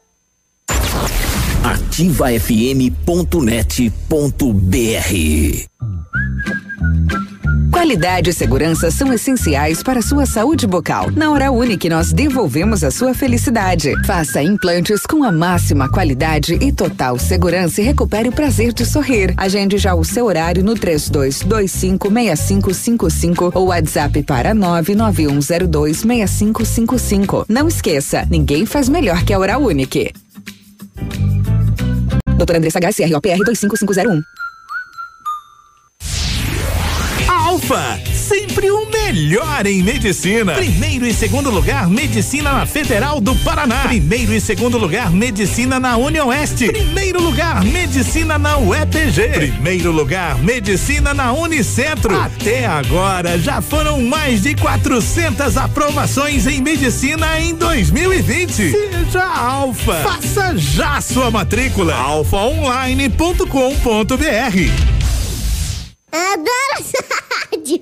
ativa f m ponto net ponto b r. Qualidade e segurança são essenciais para a sua saúde bucal. Na Oral Unique, nós devolvemos a sua felicidade. Faça implantes com a máxima qualidade e total segurança e recupere o prazer de sorrir. Agende já o seu horário no três dois dois cinco, seis cinco cinco cinco ou WhatsApp para nove nove um zero dois, seis cinco cinco cinco. Não esqueça, ninguém faz melhor que a Oral Unique. Doutora Andressa H C R O P R dois cinco cinco zero um. Alfa, sempre o melhor em medicina. Primeiro e segundo lugar, medicina na Federal do Paraná. Primeiro e segundo lugar, medicina na Unioeste. Primeiro lugar, medicina na U E P G. Primeiro lugar, medicina na Unicentro. Até agora, já foram mais de quatrocentas aprovações em medicina em dois mil e vinte. Seja Alfa. Faça já sua matrícula. alfa online ponto com ponto b r. Adoro essa rádio.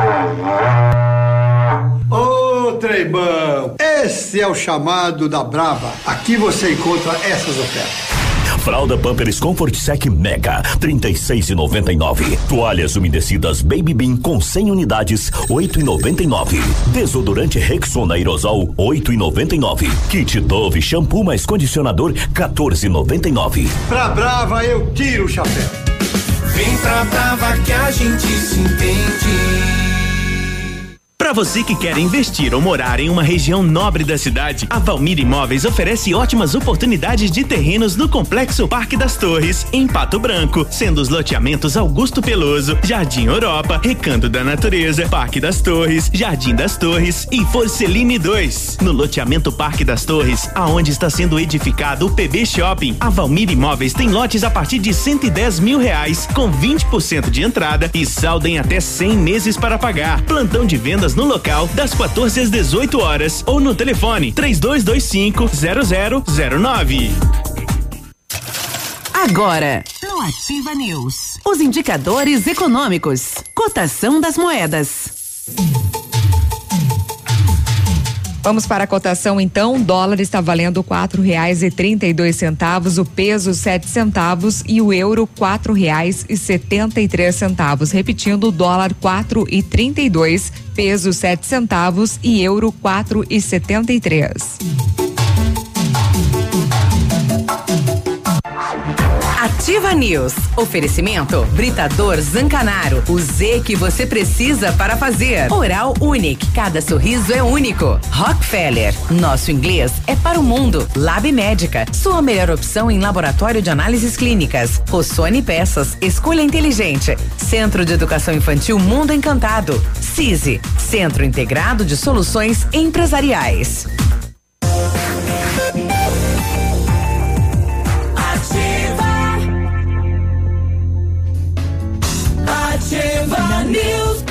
Ô, Treibão, esse é o chamado da Brava. Aqui você encontra essas ofertas. Fralda Pampers Comfort Sec Mega, trinta e seis e noventa e nove. Toalhas umedecidas Baby Bean com cem unidades, oito e noventa e nove. Desodorante Rexona Aerosol, oito e noventa e nove. Kit Dove shampoo mais condicionador, quatorze e noventa e nove. Pra Brava eu tiro o chapéu. Vem pra Brava que a gente se entende. Para você que quer investir ou morar em uma região nobre da cidade, a Valmir Imóveis oferece ótimas oportunidades de terrenos no Complexo Parque das Torres, em Pato Branco, sendo os loteamentos Augusto Peloso, Jardim Europa, Recanto da Natureza, Parque das Torres, Jardim das Torres e Forceline dois. No loteamento Parque das Torres, aonde está sendo edificado o P B Shopping, a Valmir Imóveis tem lotes a partir de cento e dez mil reais, com vinte por cento de entrada e saldo em até cem meses para pagar. Plantão de vendas no local das quatorze às dezoito horas ou no telefone três dois dois cinco, zero zero zero nove. Agora, no Ativa News, os indicadores econômicos, cotação das moedas. Vamos para a cotação então. O dólar está valendo quatro reais e trinta e dois centavos, o peso sete centavos e o euro quatro reais e setenta e três centavos. Repetindo, o dólar quatro e trinta e dois, peso sete centavos e euro quatro e setenta e três. Ativa News. Oferecimento Britador Zancanaro. O Z que você precisa para fazer. Oral Unique. Cada sorriso é único. Rockefeller. Nosso inglês é para o mundo. Lab Médica. Sua melhor opção em laboratório de análises clínicas. Rossoni Peças. Escolha inteligente. Centro de Educação Infantil Mundo Encantado. C I S I. Centro Integrado de Soluções Empresariais. Ativa News.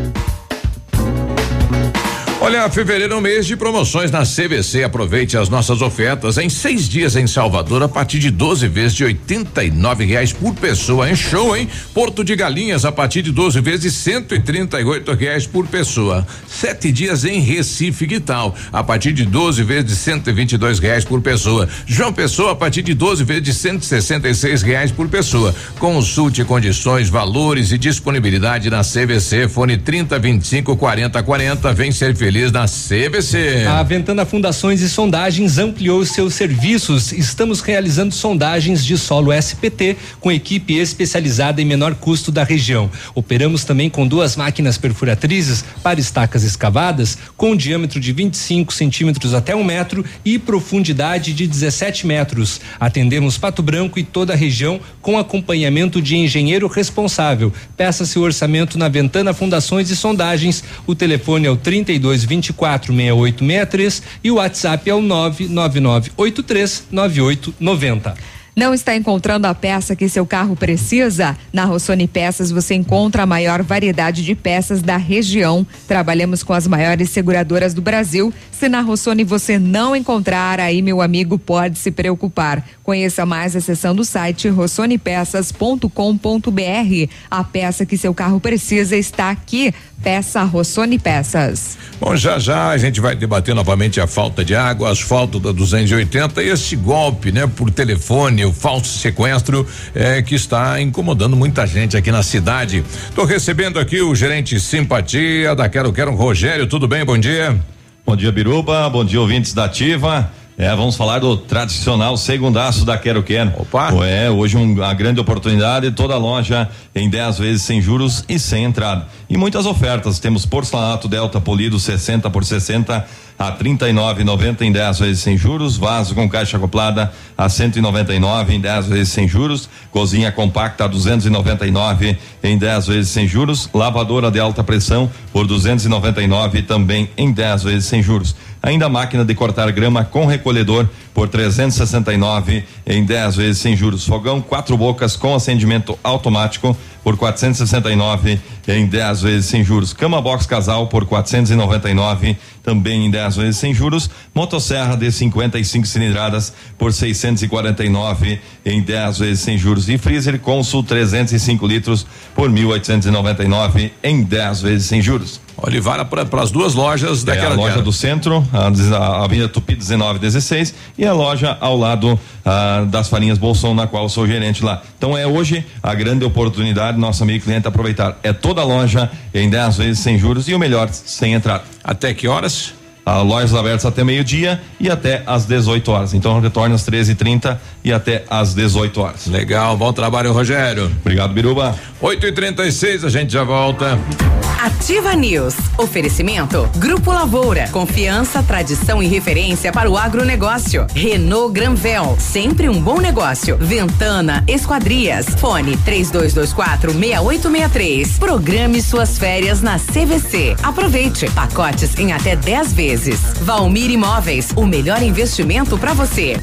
Olha, fevereiro é um mês de promoções na C V C. Aproveite as nossas ofertas em seis dias em Salvador a partir de doze vezes de oitenta e nove reais por pessoa. Em show, hein? Porto de Galinhas a partir de doze vezes de cento e trinta e oito reais por pessoa. Sete dias em Recife, que tal? A partir de doze vezes de cento e vinte e dois reais por pessoa. João Pessoa a partir de doze vezes de cento e sessenta e seis reais por pessoa. Consulte condições, valores e disponibilidade na C V C. Fone trinta, vinte e cinco, quarenta, quarenta. Vem ser feliz na C V C. A Ventana Fundações e Sondagens ampliou seus serviços. Estamos realizando sondagens de solo S P T com equipe especializada em menor custo da região. Operamos também com duas máquinas perfuratrizes para estacas escavadas com diâmetro de vinte e cinco centímetros até um metro e profundidade de dezessete metros. Atendemos Pato Branco e toda a região com acompanhamento de engenheiro responsável. Peça seu orçamento na Ventana Fundações e Sondagens. O telefone é o trinta e dois, vinte e quatro, sessenta e oito sessenta e três e o WhatsApp é o nove nove nove oito três nove oito nove zero. Não está encontrando a peça que seu carro precisa? Na Rossoni Peças você encontra a maior variedade de peças da região. Trabalhamos com as maiores seguradoras do Brasil. Se na Rossoni você não encontrar, aí meu amigo pode se preocupar. Conheça mais acessando o site rossoni peças ponto com ponto br. A peça que seu carro precisa está aqui. Peça Rossoni Peças. Bom, já já a gente vai debater novamente a falta de água, asfalto da duzentos e oitenta e esse golpe, né, por telefone, o falso sequestro, é, que está incomodando muita gente aqui na cidade. Tô recebendo aqui o gerente Simpatia da Quero Quero, Rogério. Tudo bem? Bom dia. Bom dia, Biruba. Bom dia, ouvintes da Ativa. É, vamos falar do tradicional segundaço da Quero Quero. Opa! É, hoje um, uma grande oportunidade, toda a loja em dez vezes sem juros e sem entrada. E muitas ofertas, temos porcelanato Delta polido sessenta por sessenta a trinta e nove e noventa em dez vezes sem juros, vaso com caixa acoplada a cento e noventa e nove em dez vezes sem juros, cozinha compacta a duzentos e noventa e nove em dez vezes sem juros, lavadora de alta pressão por duzentos e noventa e nove também em dez vezes sem juros. Ainda a máquina de cortar grama com recolhedor por trezentos e sessenta e nove em dez vezes sem juros. Fogão quatro bocas com acendimento automático por quatrocentos e sessenta e nove em dez vezes sem juros. Cama box casal por quatrocentos e noventa e nove também em dez vezes sem juros. Motosserra de cinquenta e cinco cilindradas por seiscentos e quarenta e nove em dez vezes sem juros. E freezer Consul trezentos e cinco litros por mil oitocentos e noventa e nove em dez vezes sem juros. Olivara para as duas lojas é daquela a loja do centro, a, a Avenida Tupi dezenove dezesseis e a loja ao lado ah, das farinhas Bolson, na qual eu sou gerente lá. Então é hoje a grande oportunidade nosso amigo cliente aproveitar. É toda a loja em dez vezes sem juros e o melhor sem entrada. Até que horas? A lojas abertas até meio-dia e até às dezoito horas. Então retorna às treze e trinta e até às dezoito horas. Legal, bom trabalho, Rogério. Obrigado, Biruba. oito e trinta e seis, a gente já volta. Ativa News. Oferecimento Grupo Lavoura. Confiança, tradição e referência para o agronegócio. Renault Granvel. Sempre um bom negócio. Ventana Esquadrias. Fone três dois dois quatro, seis oito seis três. Programe suas férias na C V C. Aproveite. Pacotes em até dez vezes. Valmir Imóveis. O melhor investimento para você.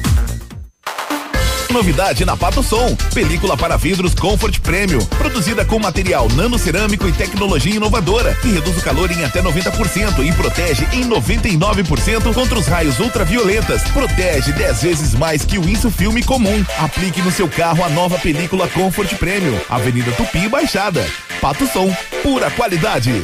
Novidade na Pato Som, película para vidros Comfort Premium, produzida com material nanocerâmico e tecnologia inovadora, que reduz o calor em até noventa por cento e protege em noventa e nove por cento contra os raios ultravioletas. Protege dez vezes mais que o Insufilme comum. Aplique no seu carro a nova película Comfort Premium, Avenida Tupi Baixada. Pato Som, pura qualidade.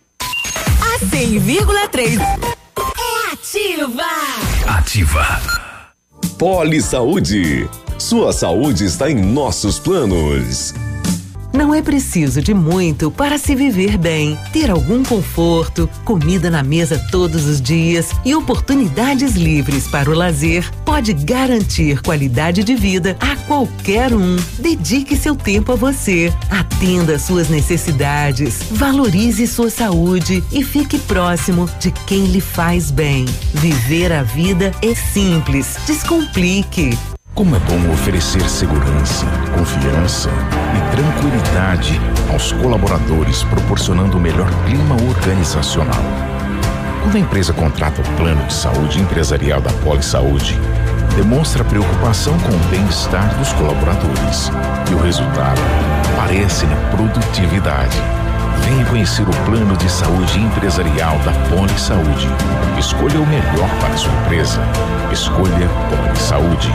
A cem vírgula três é ativa. Ativa. Poli Saúde. Sua saúde está em nossos planos. Não é preciso de muito para se viver bem. Ter algum conforto, comida na mesa todos os dias e oportunidades livres para o lazer pode garantir qualidade de vida a qualquer um. Dedique seu tempo a você. Atenda às suas necessidades. Valorize sua saúde e fique próximo de quem lhe faz bem. Viver a vida é simples. Descomplique. Como é bom oferecer segurança, confiança e tranquilidade aos colaboradores, proporcionando o melhor clima organizacional. Quando a empresa contrata o plano de saúde empresarial da Polisaúde, demonstra preocupação com o bem-estar dos colaboradores e o resultado aparece na produtividade. Venha conhecer o plano de saúde empresarial da Polisaúde. Escolha o melhor para a sua empresa. Escolha Polisaúde.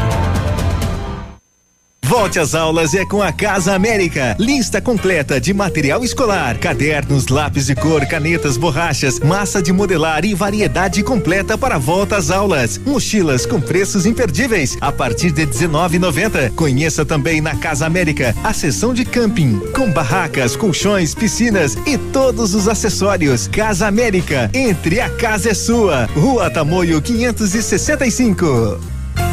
Volte às aulas é com a Casa América. Lista completa de material escolar, cadernos, lápis de cor, canetas, borrachas, massa de modelar e variedade completa para a volta às aulas. Mochilas com preços imperdíveis a partir de dezenove reais e noventa centavos. Conheça também na Casa América a seção de camping com barracas, colchões, piscinas e todos os acessórios. Casa América, entre a casa é sua. Rua Tamoio quinhentos e sessenta e cinco.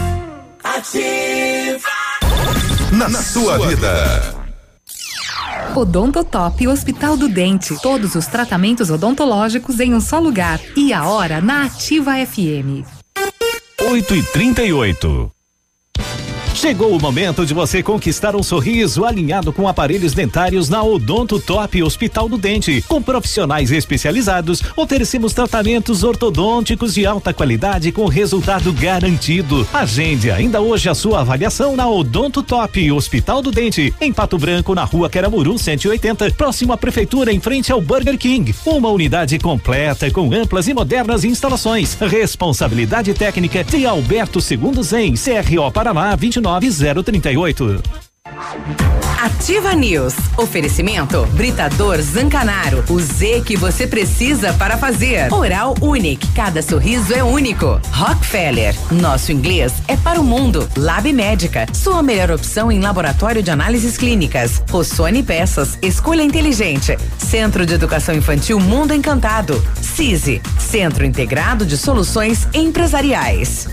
Ativa. Na, na sua vida. Odontotop Hospital do Dente. Todos os tratamentos odontológicos em um só lugar. E a hora na Ativa F M. oito e trinta e oito. Chegou o momento de você conquistar um sorriso alinhado com aparelhos dentários na Odontotop Hospital do Dente. Com profissionais especializados, oferecemos tratamentos ortodônticos de alta qualidade com resultado garantido. Agende ainda hoje a sua avaliação na Odontotop Hospital do Dente, em Pato Branco, na Rua Queramuru cento e oitenta, próximo à prefeitura, em frente ao Burger King. Uma unidade completa com amplas e modernas instalações. Responsabilidade técnica de Alberto Segundo Zen, C R O Paraná vinte e nove zero trinta e oito. Ativa News. Oferecimento Britador Zancanaro. O Z que você precisa para fazer. Oral Unique. Cada sorriso é único. Rockefeller. Nosso inglês é para o mundo. Lab Médica. Sua melhor opção em laboratório de análises clínicas. Rossoni Peças. Escolha inteligente. Centro de Educação Infantil Mundo Encantado. C I S I. Centro Integrado de Soluções Empresariais.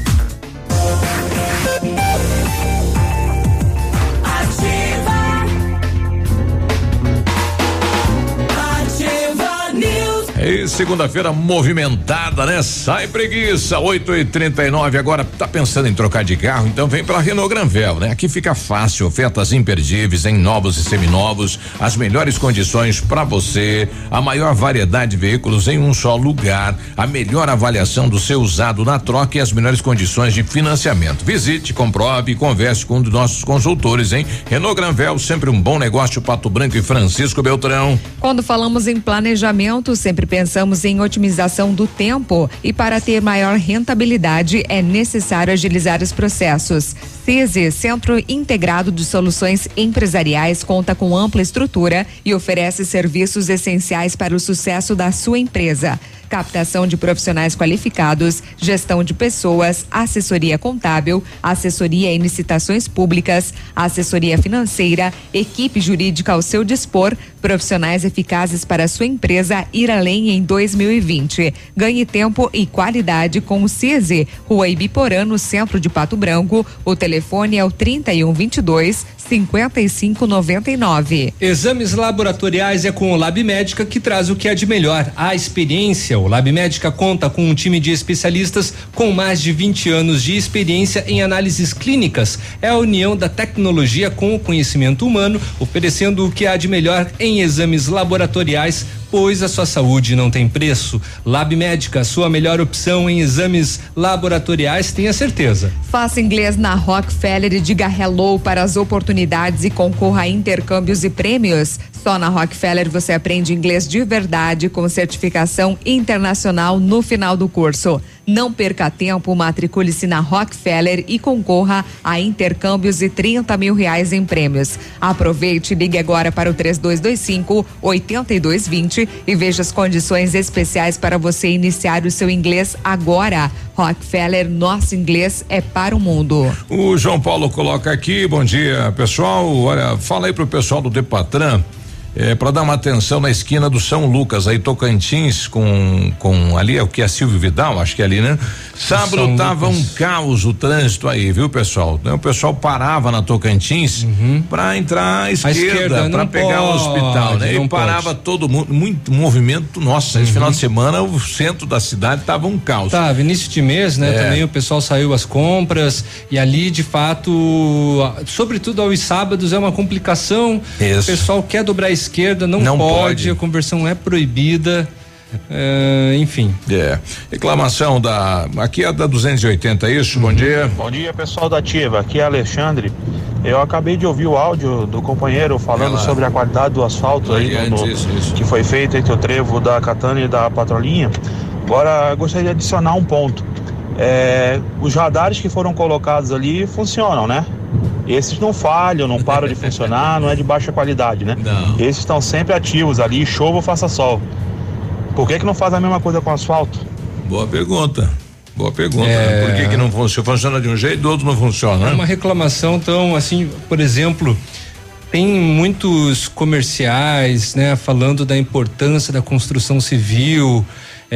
E segunda-feira movimentada, né? Sai preguiça, oito e trinta e nove. Agora tá pensando em trocar de carro? Então vem pra Renault Granvel, né? Aqui fica fácil, ofertas imperdíveis em novos e seminovos, as melhores condições pra você, a maior variedade de veículos em um só lugar, a melhor avaliação do seu usado na troca e as melhores condições de financiamento. Visite, comprove e converse com um dos nossos consultores, hein? Renault Granvel, sempre um bom negócio. Pato Branco e Francisco Beltrão. Quando falamos em planejamento, sempre pensamos em otimização do tempo e para ter maior rentabilidade é necessário agilizar os processos. C I S I, Centro Integrado de Soluções Empresariais, conta com ampla estrutura e oferece serviços essenciais para o sucesso da sua empresa. Captação de profissionais qualificados, gestão de pessoas, assessoria contábil, assessoria em licitações públicas, assessoria financeira, equipe jurídica ao seu dispor, profissionais eficazes para a sua empresa ir além em dois mil e vinte. Ganhe tempo e qualidade com o C I S I, Rua Ibiporã, no centro de Pato Branco. O telefone é o trinta e um, vinte e dois, cinquenta e cinco, noventa e nove. Exames laboratoriais é com o Lab Médica, que traz o que é de melhor, a experiência. O Lab Médica conta com um time de especialistas com mais de vinte anos de experiência em análises clínicas. É a união da tecnologia com o conhecimento humano, oferecendo o que há de melhor em exames laboratoriais, pois a sua saúde não tem preço. Lab Médica, sua melhor opção em exames laboratoriais, tenha certeza. Faça inglês na Rockefeller e diga hello para as oportunidades e concorra a intercâmbios e prêmios. Só na Rockefeller você aprende inglês de verdade com certificação internacional no final do curso. Não perca tempo, matricule-se na Rockefeller e concorra a intercâmbios e trinta mil reais em prêmios. Aproveite, ligue agora para o três dois dois cinco, oito dois dois zero e veja as condições especiais para você iniciar o seu inglês agora. Rockefeller, nosso inglês é para o mundo. O João Paulo coloca aqui, bom dia pessoal, olha, fala aí pro pessoal do Depatran, é, para dar uma atenção na esquina do São Lucas, aí Tocantins, com, com ali é o que é Silvio Vidal, acho que é ali, né? Sábado São tava Lucas. Um caos o trânsito aí, viu pessoal? O pessoal parava na Tocantins uhum. para entrar à esquerda, esquerda para pegar pode, o hospital, né? E parava pode. todo mundo, muito movimento, nossa, uhum. esse final de semana o centro da cidade tava um caos. Tava, início de mês, né? É. Também o pessoal saiu às compras e ali de fato, sobretudo aos sábados é uma complicação. Isso. O pessoal quer dobrar a esquerda, não, não pode, pode, a conversão é proibida. É, enfim. É. Reclamação da. Aqui é da duzentos e oitenta, é isso? Uhum. Bom dia. Bom dia, pessoal da Ativa. Aqui é Alexandre. Eu acabei de ouvir o áudio do companheiro falando sobre a qualidade do asfalto aí, no, isso, isso. que foi feito entre o trevo da Catana e da Patrolinha. Agora, gostaria de adicionar um ponto. É, os radares que foram colocados ali funcionam, né? Esses não falham, não param de funcionar, não é de baixa qualidade, né? Não. Esses estão sempre ativos ali, chova ou faça sol. Por que que não faz a mesma coisa com asfalto? Boa pergunta. Boa pergunta. É... Né? Por que que não funciona? Funciona de um jeito, do outro não funciona, né? É uma reclamação tão assim, por exemplo, tem muitos comerciais, né, falando da importância da construção civil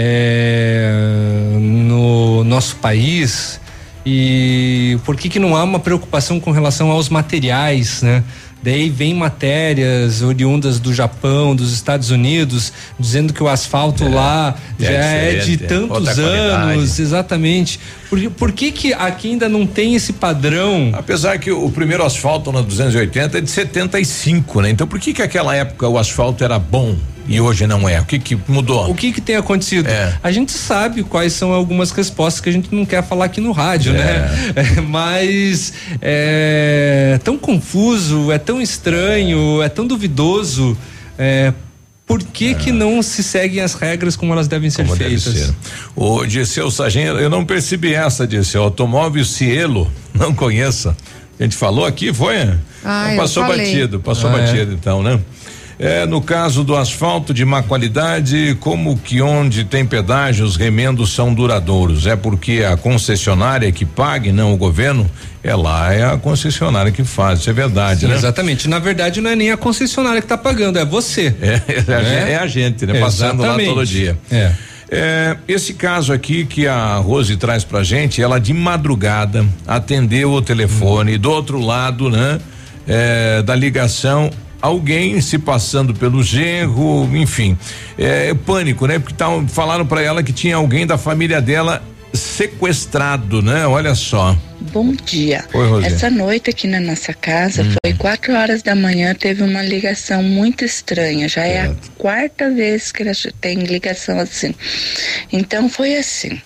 é, no nosso país. E por que que não há uma preocupação com relação aos materiais, né? Daí vem matérias oriundas do Japão, dos Estados Unidos, dizendo que o asfalto é, lá é já é de tantos anos, exatamente. Por, por que que aqui ainda não tem esse padrão? Apesar que o primeiro asfalto na duzentos e oitenta é de setenta e cinco, né? Então por que que aquela época o asfalto era bom e hoje não é? O que que mudou? O que que tem acontecido? É. A gente sabe quais são algumas respostas que a gente não quer falar aqui no rádio, é. né? É, mas é tão confuso, é tão estranho, é tão duvidoso, é, por que é. que não se seguem as regras como elas devem ser como feitas? Deve ser. O Dirceu Sargento, eu não percebi essa, Dirceu, automóvel Cielo, não conheça. A gente falou aqui, foi? Ah, passou batido, passou ah, batido é. então, né? É, no caso do asfalto de má qualidade, como que onde tem pedágio os remendos são duradouros? É porque a concessionária que paga e não o governo? É lá, é a concessionária que faz, isso é verdade, Sim, né? Exatamente, na verdade não é nem a concessionária que tá pagando, é você. É, é, é a gente, né? Passando exatamente. lá todo dia. É. É, esse caso aqui que a Rose traz pra gente, ela de madrugada atendeu o telefone, hum. do outro lado, né? É, da ligação, alguém se passando pelo genro, enfim, é, pânico, né? Porque tavam, falaram para ela que tinha alguém da família dela sequestrado, né? Olha só. Bom dia. Oi, essa noite aqui na nossa casa hum. foi quatro horas da manhã, teve uma ligação muito estranha, já é, é a quarta vez que ela tem ligação assim. Então foi assim,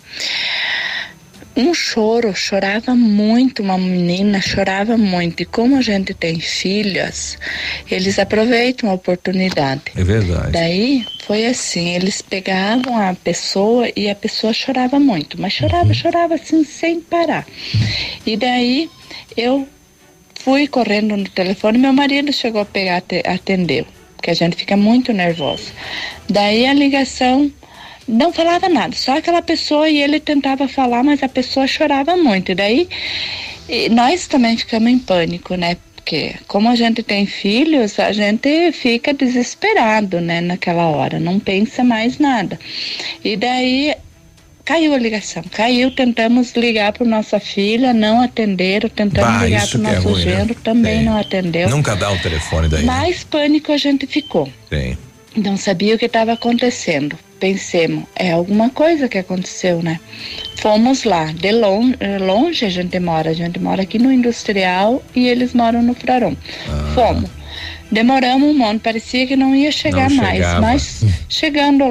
um choro, chorava muito, uma menina chorava muito, e como a gente tem filhas, eles aproveitam a oportunidade. É verdade. Daí foi assim, eles pegavam a pessoa e a pessoa chorava muito, mas chorava, uhum. chorava assim sem parar. E daí eu fui correndo no telefone, meu marido chegou a pegar, atendeu, porque a gente fica muito nervosa. Daí a ligação não falava nada, só aquela pessoa, e ele tentava falar, mas a pessoa chorava muito. E daí e nós também ficamos em pânico, né? Porque como a gente tem filhos, a gente fica desesperado, né? Naquela hora, não pensa mais nada. E daí caiu a ligação, caiu, tentamos ligar para nossa filha, não atenderam, tentamos bah, ligar para o nosso é ruim, genro, né? também Sim. não atendeu. Nunca dá o telefone daí. Mais né? pânico a gente ficou. Sim. Não sabia o que estava acontecendo. Pensemos, é alguma coisa que aconteceu, né? Fomos lá, de longe, longe a gente mora, a gente mora aqui no Industrial e eles moram no Frarão. Ah. Fomos. Demoramos um monte, parecia que não ia chegar não mais, mas chegando lá,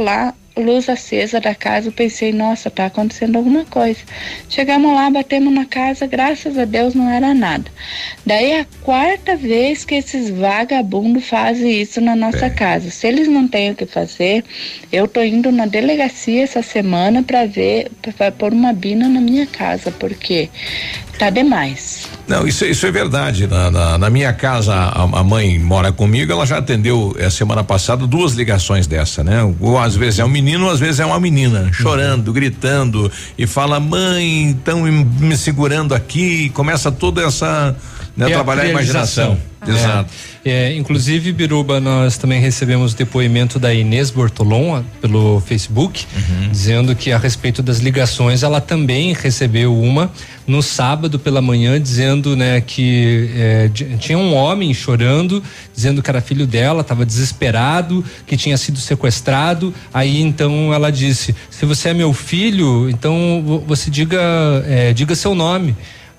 luz acesa da casa, eu pensei, nossa, tá acontecendo alguma coisa. Chegamos lá, batemos na casa, graças a Deus não era nada. Daí a quarta vez que esses vagabundos fazem isso na nossa é. casa. Se eles não têm o que fazer, eu tô indo na delegacia essa semana para ver, para pôr uma bina na minha casa, porque tá demais. Não, isso, isso é verdade. Na, na, na minha casa, a, a mãe mora comigo, ela já atendeu a semana passada duas ligações dessa, né? Ou às vezes é um menino, às vezes é uma menina, chorando, uhum. gritando, e fala, mãe, estão me segurando aqui, começa toda essa, né, é trabalhar a, a imaginação. É. Exato. É, inclusive, Biruba, nós também recebemos o depoimento da Inês Bortolom pelo Facebook, uhum. dizendo que a respeito das ligações, ela também recebeu uma no sábado pela manhã, dizendo, né, que é, tinha um homem chorando, dizendo que era filho dela, estava desesperado, que tinha sido sequestrado. Aí então ela disse: se você é meu filho, então você diga, é, diga seu nome.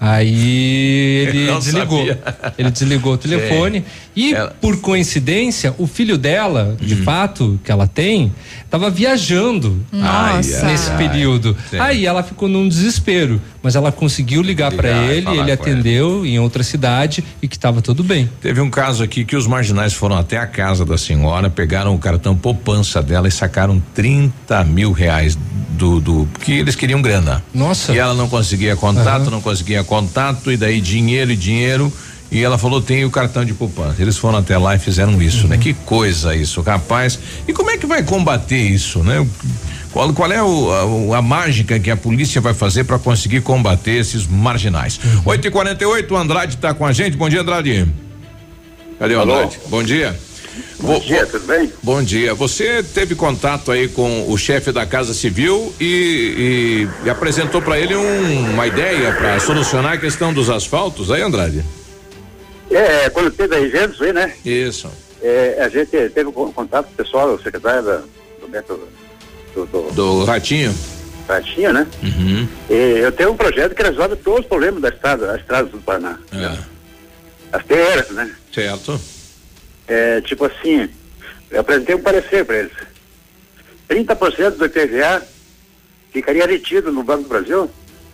Aí ele desligou, sabia. ele desligou o telefone. Sim. E ela... por coincidência, o filho dela, de hum. fato, que ela tem, estava viajando Nossa. nesse período. Sim. Aí ela ficou num desespero, mas ela conseguiu ligar, ligar para ele, ele atendeu em outra cidade e que estava tudo bem. Teve um caso aqui que os marginais foram até a casa da senhora, pegaram o cartão poupança dela e sacaram trinta mil reais do, do que eles queriam grana. Nossa. E ela não conseguia contato, uhum. não conseguia contato, e daí dinheiro e dinheiro. E ela falou, tem o cartão de poupança. Eles foram até lá e fizeram isso, uhum. né? Que coisa isso, rapaz. E como é que vai combater isso, né? Qual, qual é o, a, a mágica que a polícia vai fazer para conseguir combater esses marginais? Uhum. oito e quarenta e oito, o Andrade tá com a gente. Bom dia, Andrade. Cadê o Alô? Andrade? Bom dia. Bom dia, tudo bem? Bom dia. Você teve contato aí com o chefe da Casa Civil e, e, e apresentou para ele um, uma ideia para solucionar a questão dos asfaltos aí, Andrade? É, quando teve a eventos aí, né? Isso. É, a gente teve um contato pessoal, o secretário da, do método do, do, do Ratinho. Ratinho, né? Uhum. E eu tenho um projeto que resolve todos os problemas da estrada, das estradas do Paraná. É. As T Rs, né? Certo. É, tipo assim, eu apresentei um parecer para eles. trinta por cento do I P V A ficaria retido no Banco do Brasil,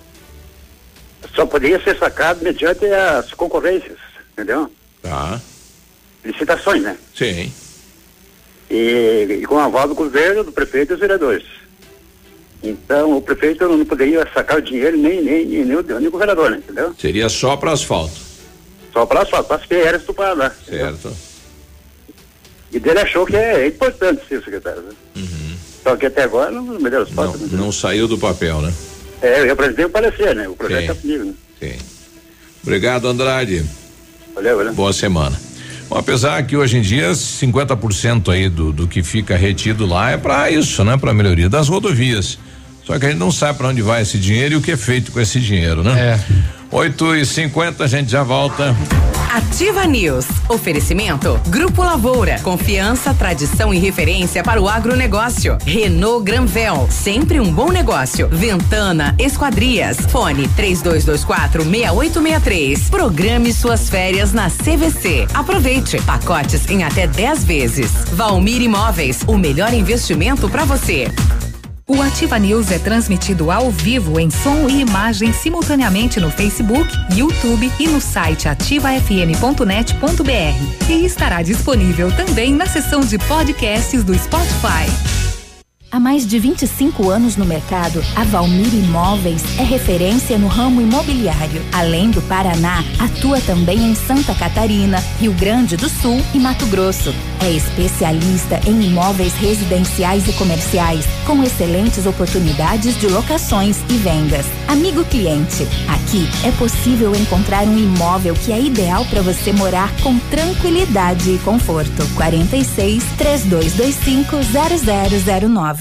só poderia ser sacado mediante as concorrências, entendeu? Tá. Licitações, né? Sim. E, e com o aval do governo, do prefeito e dos vereadores. Então, o prefeito não poderia sacar o dinheiro, nem, nem, nem, nem, o, nem o governador, né? Entendeu? Seria só para asfalto. Só para asfalto, para as P Rs do Paraná. Certo. Entendeu? E dele achou que é importante, sim, secretário. Né? Uhum. Só que até agora não melhorou os passos. Não, não saiu do papel, né? É, eu apresentei o parecer, né? O projeto está comigo, né? Sim. Obrigado, Andrade. Valeu, valeu. Boa semana. Bom, apesar que hoje em dia cinquenta por cento aí do, do que fica retido lá é para isso, né? Para melhoria das rodovias. Só que a gente não sabe para onde vai esse dinheiro e o que é feito com esse dinheiro, né? É. oito e cinquenta, a gente já volta. Ativa News. Oferecimento Grupo Lavoura. Confiança, tradição e referência para o agronegócio. Renault Granvel. Sempre um bom negócio. Ventana Esquadrias. Fone três dois dois quatro, seis oito seis três. Programe suas férias na C V C. Aproveite. Pacotes em até dez vezes. Valmir Imóveis. O melhor investimento para você. O Ativa News é transmitido ao vivo em som e imagem simultaneamente no Facebook, YouTube e no site ativa f m ponto net ponto b r. E estará disponível também na seção de podcasts do Spotify. Há mais de vinte e cinco anos no mercado, a Valmir Imóveis é referência no ramo imobiliário. Além do Paraná, atua também em Santa Catarina, Rio Grande do Sul e Mato Grosso. É especialista em imóveis residenciais e comerciais, com excelentes oportunidades de locações e vendas. Amigo cliente, aqui é possível encontrar um imóvel que é ideal para você morar com tranquilidade e conforto. quarenta e seis, três dois dois cinco, zero zero zero nove.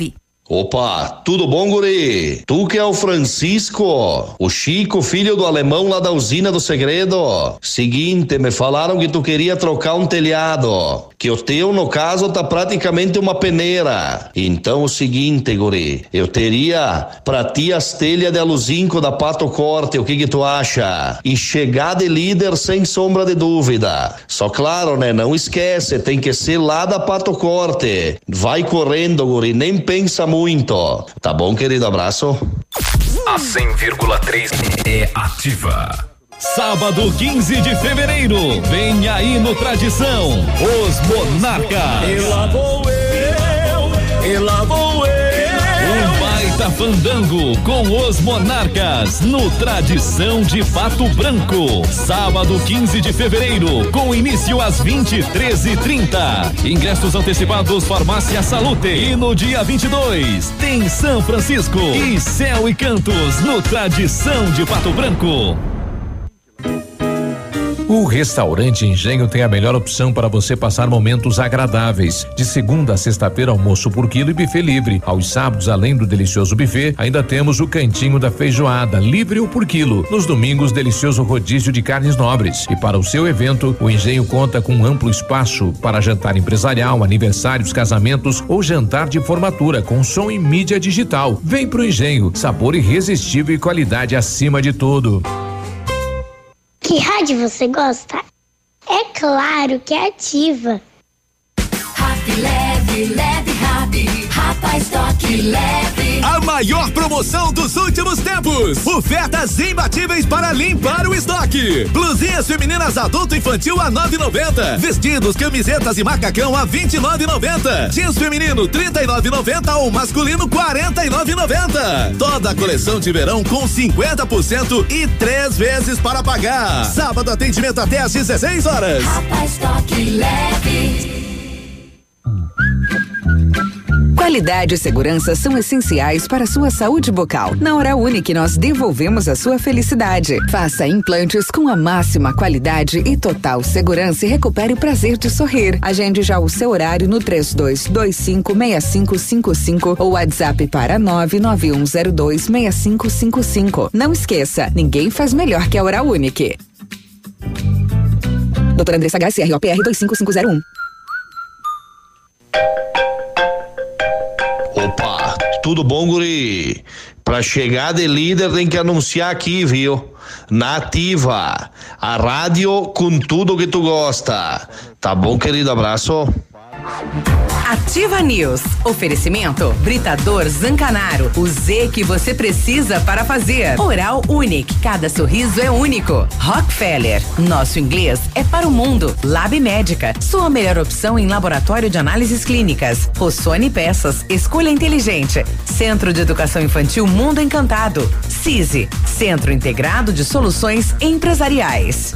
Opa, tudo bom, guri? Tu que é o Francisco, o Chico, filho do alemão lá da usina do segredo. Seguinte, me falaram que tu queria trocar um telhado, que o teu, no caso, tá praticamente uma peneira. Então, o seguinte, guri, eu teria pra ti as telhas de aluzinco da Pato Corte, o que que tu acha? E chegar de líder sem sombra de dúvida. Só claro, né, não esquece, tem que ser lá da Pato Corte. Vai correndo, guri, nem pensa muito. Muito. Tá bom, querido? Abraço. A cem vírgula três é ativa. Sábado quinze de fevereiro, vem aí no Tradição, os Monarcas. E lá vou eu, e lá vou eu. Um baita fandango com os Monarcas no Tradição de Pato Branco. Sábado quinze de fevereiro, com início às vinte e três e trinta. Ingressos antecipados Farmácia Salute. E no dia vinte e dois tem São Francisco e Céu e Cantos no Tradição de Pato Branco. O Restaurante Engenho tem a melhor opção para você passar momentos agradáveis. De segunda a sexta-feira, almoço por quilo e buffet livre. Aos sábados, além do delicioso buffet, ainda temos o cantinho da feijoada, livre ou por quilo. Nos domingos, delicioso rodízio de carnes nobres. E para o seu evento, o Engenho conta com um amplo espaço para jantar empresarial, aniversários, casamentos ou jantar de formatura com som e mídia digital. Vem pro Engenho, sabor irresistível e qualidade acima de tudo. Que rádio você gosta? É claro que é Ativa. Rap leve, leve, rap, rapaz toque leve. A maior promoção dos últimos tempos. Ofertas imbatíveis para limpar o estoque. Blusinhas femininas adulto e infantil a nove e noventa. Vestidos, camisetas e macacão a vinte e nove e noventa. Jeans feminino trinta e nove e noventa ou masculino quarenta e nove e noventa. Toda a coleção de verão com cinquenta por cento e três vezes para pagar. Sábado atendimento até às dezesseis horas. Rapaz toque leve. Qualidade e segurança são essenciais para a sua saúde bucal. Na Hora Unique, nós devolvemos a sua felicidade. Faça implantes com a máxima qualidade e total segurança e recupere o prazer de sorrir. Agende já o seu horário no três dois dois cinco, seis cinco cinco cinco ou WhatsApp para nove nove um zero dois seis cinco cinco cinco. Não esqueça, ninguém faz melhor que a Hora Unique. Doutora Andressa H C R O P R dois cinco cinco zero um. Opa, tudo bom, guri? Pra chegar de líder tem que anunciar aqui, viu? Na Ativa, a rádio com tudo que tu gosta. Tá bom, querido? Abraço. Ativa News. Oferecimento Britador Zancanaro. O Z que você precisa para fazer. Oral Unique. Cada sorriso é único. Rockefeller. Nosso inglês é para o mundo. Lab Médica. Sua melhor opção em laboratório de análises clínicas. Rossoni Peças. Escolha inteligente. Centro de Educação Infantil Mundo Encantado. C I S I. Centro Integrado de Soluções Empresariais.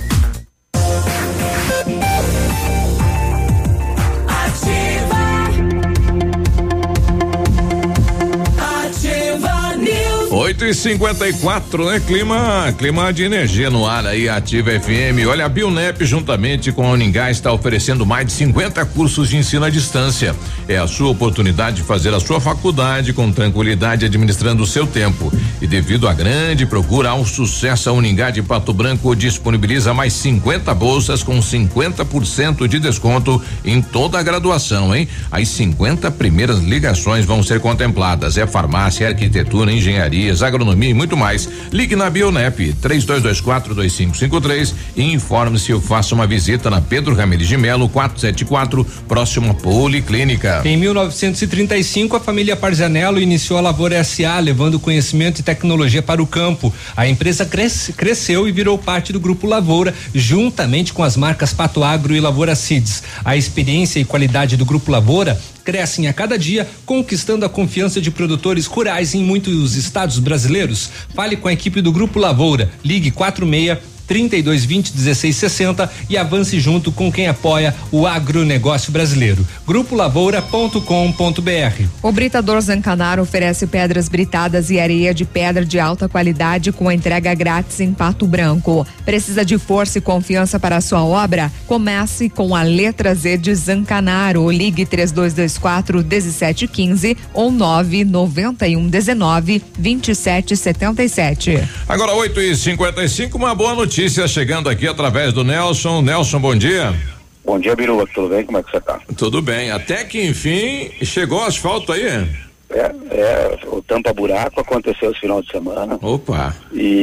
oito e cinquenta e quatro, né? Clima, clima de energia no ar aí, Ativa F M. Olha, a Bionep, juntamente com a Uningá, está oferecendo mais de cinquenta cursos de ensino à distância. É a sua oportunidade de fazer a sua faculdade com tranquilidade, administrando o seu tempo. E devido à grande procura ao sucesso, a Uningá de Pato Branco disponibiliza mais cinquenta bolsas com cinquenta por cento de desconto em toda a graduação, hein? As cinquenta primeiras ligações vão ser contempladas. É farmácia, arquitetura, engenharia, agronomia e muito mais. Ligue na Bionep três dois dois quatro dois cinco cinco três e informe-se ou faça uma visita na Pedro Ramirez de Melo quatrocentos e setenta e quatro, próximo à Policlínica. Em mil novecentos e trinta e cinco, a família Parzanello iniciou a Lavoura S A, levando conhecimento e tecnologia para o campo. A empresa cresce, cresceu e virou parte do Grupo Lavoura, juntamente com as marcas Pato Agro e Lavoura Seeds. A experiência e qualidade do Grupo Lavoura crescem a cada dia, conquistando a confiança de produtores rurais em muitos estados brasileiros. Fale com a equipe do Grupo Lavoura. Ligue quatro seis trinta e dois vinte, dezesseis sessenta e avance junto com quem apoia o agronegócio brasileiro. grupo lavoura ponto com ponto br. O Britador Zancanaro oferece pedras britadas e areia de pedra de alta qualidade com entrega grátis em Pato Branco. Precisa de força e confiança para a sua obra? Comece com a letra Z de Zancanaro. Ligue três dois dois quatro, um sete um cinco ou nove nove um um nove, dois sete sete sete. Agora oito e cinquenta e cinco, uma boa notícia chegando aqui através do Nelson. Nelson, bom dia. Bom dia, Biruba, tudo bem? Como é que você tá? Tudo bem, até que enfim chegou o asfalto aí. É, é, o tampa-buraco aconteceu esse final de semana. Opa.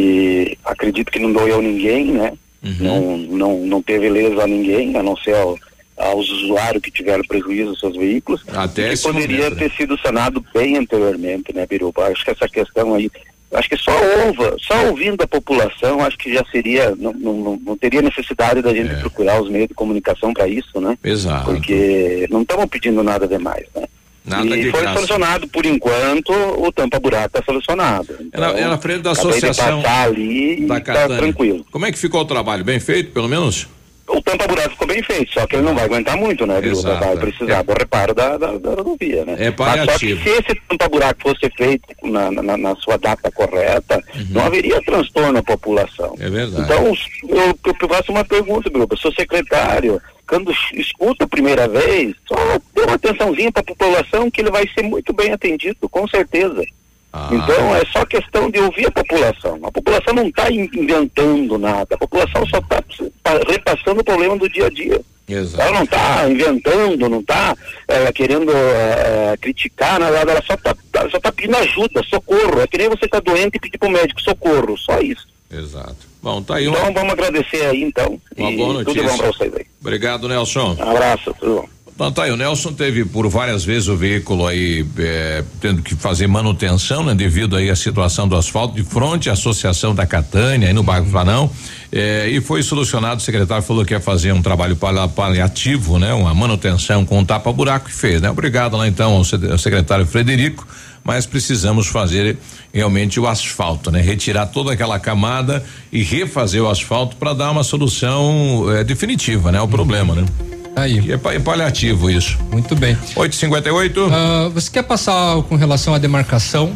E acredito que não doeu ninguém, né? Uhum. Não, não, não teve lesão a ninguém, a não ser ao, aos usuários que tiveram prejuízo dos seus veículos. Até que poderia momento, ter né? sido sanado bem anteriormente, né, Biruba? Acho que essa questão aí, acho que só ouva, só ouvindo a população, acho que já seria, não, não, não teria necessidade da gente é. procurar os meios de comunicação para isso, né? Exato. Porque não estamos pedindo nada demais, né? Nada e de foi graça. Solucionado, por enquanto, o tampa-buraco está solucionado. Então, é, na, é na frente da associação. De passar ali da e tá tranquilo. Como é que ficou o trabalho? Bem feito, pelo menos? O tampa-buraco ficou bem feito, só que ele não vai aguentar muito, né? Exato. Vai precisar é. do reparo da, da, da rodovia, né? É paliativo. Mas só que se esse tampa-buraco fosse feito na, na, na sua data correta, uhum. não haveria transtorno à população. É verdade. Então, eu, eu faço uma pergunta, Biruba, sou secretário, quando escuta a primeira vez, só dê uma atençãozinha para a população que ele vai ser muito bem atendido, com certeza. Ah. Então é só questão de ouvir a população. A população não está inventando nada, a população só está repassando o problema do dia a dia. Exato. Ela não está inventando, não está ela querendo é, criticar, nada, ela só está só tá pedindo ajuda, socorro. É que nem você está doente e pedir para o médico socorro, só isso. Exato. Bom, tá aí Então uma... vamos agradecer aí então. Uma e boa notícia. Tudo bom para vocês aí. Obrigado, Nelson. Um abraço, tudo bom. Então tá aí, o Nelson teve por várias vezes o veículo aí é, tendo que fazer manutenção, né? Devido aí à situação do asfalto de frente à associação da Catânia aí no bairro Planão, é, e foi solucionado. O secretário falou que ia fazer um trabalho paliativo, né? Uma manutenção com um tapa-buraco e fez, né? Obrigado lá então ao secretário Frederico, mas precisamos fazer realmente o asfalto, né? Retirar toda aquela camada e refazer o asfalto para dar uma solução é, definitiva, né? O problema, né? Aí. É, é paliativo isso. Muito bem. oito e cinquenta e oito. Uh, você quer passar com relação à demarcação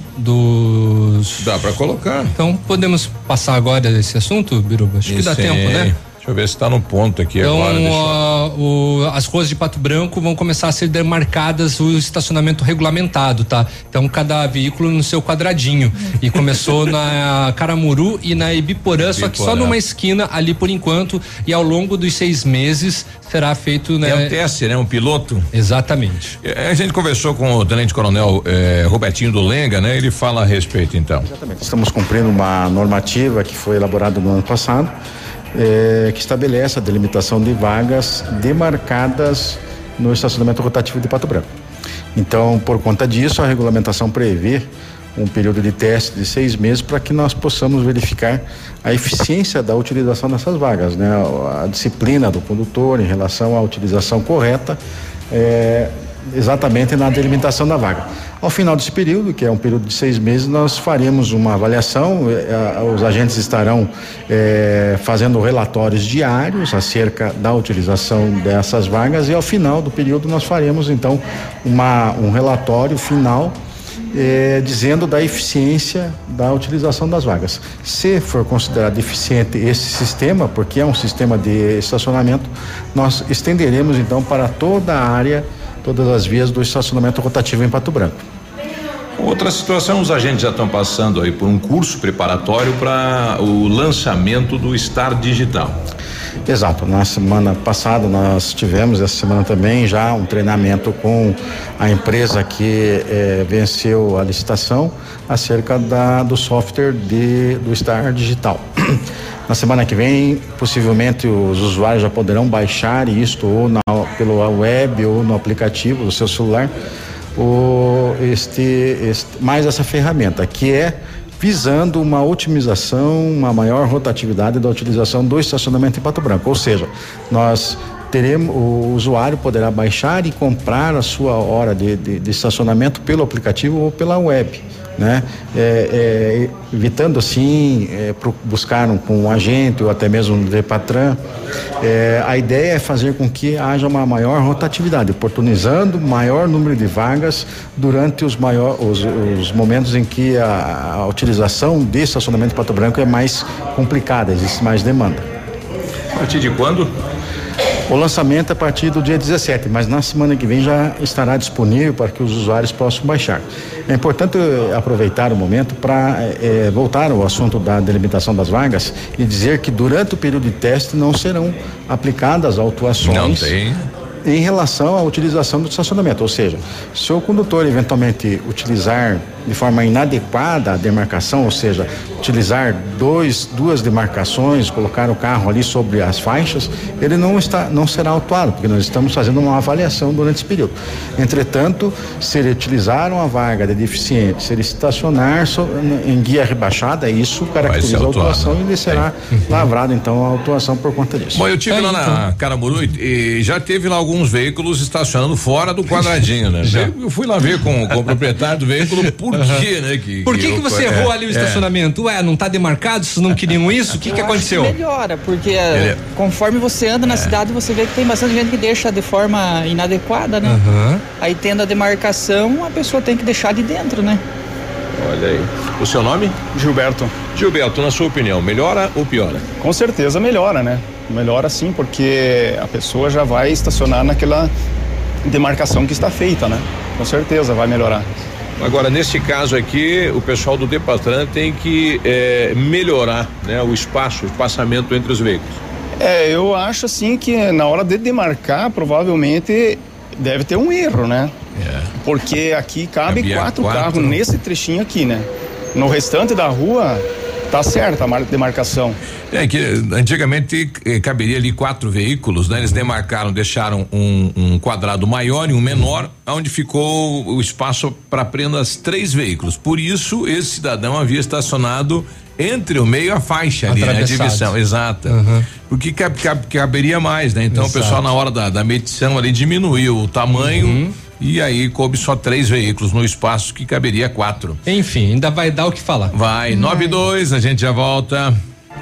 dos. Dá para colocar. Então podemos passar agora esse assunto, Biruba? Acho que dá tempo, né? Deixa eu ver se está no ponto aqui então, agora. Então, uh, as ruas de Pato Branco vão começar a ser demarcadas o estacionamento regulamentado, tá? Então, cada veículo no seu quadradinho. E começou na Caramuru e na Ibiporã, Ibiporã, só que só numa esquina ali por enquanto. E ao longo dos seis meses será feito, né? É um teste, né? Um piloto. Exatamente. É, a gente conversou com o Tenente Coronel eh, Robertinho do Lenga, né? Ele fala a respeito, então. Exatamente. Estamos cumprindo uma normativa que foi elaborada no ano passado. É, que estabelece a delimitação de vagas demarcadas no estacionamento rotativo de Pato Branco. Então, por conta disso, a regulamentação prevê um período de teste de seis meses para que nós possamos verificar a eficiência da utilização dessas vagas, né? A disciplina do condutor em relação à utilização correta, é, exatamente na delimitação da vaga. Ao final desse período, que é um período de seis meses, nós faremos uma avaliação, eh, os agentes estarão eh, fazendo relatórios diários acerca da utilização dessas vagas e ao final do período nós faremos então uma, um relatório final eh, dizendo da eficiência da utilização das vagas. Se for considerado eficiente esse sistema, porque é um sistema de estacionamento, nós estenderemos então para toda a área, todas as vias do estacionamento rotativo em Pato Branco. Outra situação, os agentes já estão passando aí por um curso preparatório para o lançamento do Star Digital. Exato, na semana passada nós tivemos, essa semana também, já um treinamento com a empresa que eh, venceu a licitação acerca da, do software de, do Star Digital. Na semana que vem, possivelmente os usuários já poderão baixar isto ou na, pelo web ou no aplicativo do seu celular, o, este, este, mais essa ferramenta, que é visando uma otimização, uma maior rotatividade da utilização do estacionamento em Pato Branco. Ou seja, nós teremos, o usuário poderá baixar e comprar a sua hora de, de, de estacionamento pelo aplicativo ou pela web. né? É, é, evitando assim, é, pro, buscar um, com um agente ou até mesmo um Depatran, é, a ideia é fazer com que haja uma maior rotatividade, oportunizando maior número de vagas durante os, maior, os, os momentos em que a, a utilização de estacionamento em Pato Branco é mais complicada, existe mais demanda. A partir de quando? O lançamento é a partir do dia dezessete, mas na semana que vem já estará disponível para que os usuários possam baixar. É importante aproveitar o momento para é, voltar ao assunto da delimitação das vagas e dizer que durante o período de teste não serão aplicadas autuações. Não tem. Em relação à utilização do estacionamento, ou seja, se o condutor eventualmente utilizar de forma inadequada a demarcação, ou seja, utilizar dois, duas demarcações, colocar o carro ali sobre as faixas, ele não está, não será autuado, porque nós estamos fazendo uma avaliação durante esse período. Entretanto, se ele utilizar uma vaga de deficiente, se ele estacionar so, em guia rebaixada, isso caracteriza a autuação e ele será é. lavrado então a autuação por conta disso. Bom, eu tive é, lá então. na Caramuru e, e já teve lá alguns veículos estacionando fora do quadradinho, né? Já. Eu fui lá ver com, com o proprietário do veículo por uhum. quê, né? Que, por que que, que você é, errou ali o é. estacionamento? Ué, não tá demarcado, vocês não queriam isso? O que que aconteceu? Que melhora, porque é. conforme você anda na é. cidade, você vê que tem bastante gente que deixa de forma inadequada, né? Uhum. Aí tendo a demarcação, a pessoa tem que deixar de dentro, né? Olha aí. O seu nome? Gilberto. Gilberto, na sua opinião, melhora ou piora? Com certeza melhora, né? Melhora sim, porque a pessoa já vai estacionar naquela demarcação que está feita, né? Com certeza vai melhorar. Agora, nesse caso aqui, o pessoal do Depatran tem que é, melhorar, né, o espaço, o espaçamento entre os veículos. É, eu acho assim que na hora de demarcar, provavelmente deve ter um erro, né? É. Porque aqui cabe quatro, quatro carros nesse trechinho aqui, né? No restante da rua tá certa a demarcação. É que antigamente eh, caberia ali quatro veículos, né? Eles demarcaram, deixaram um, um quadrado maior e um menor, onde ficou o espaço para apenas três veículos. Por isso, esse cidadão havia estacionado entre o meio e a faixa ali, né? A divisão, exata. Uhum. Porque cab, cab, caberia mais, né? Então Exato. O pessoal na hora da, da medição ali diminuiu o tamanho. Uhum. E aí coube só três veículos no espaço que caberia quatro. Enfim, ainda vai dar o que falar. Vai, nove e dois, a gente já volta.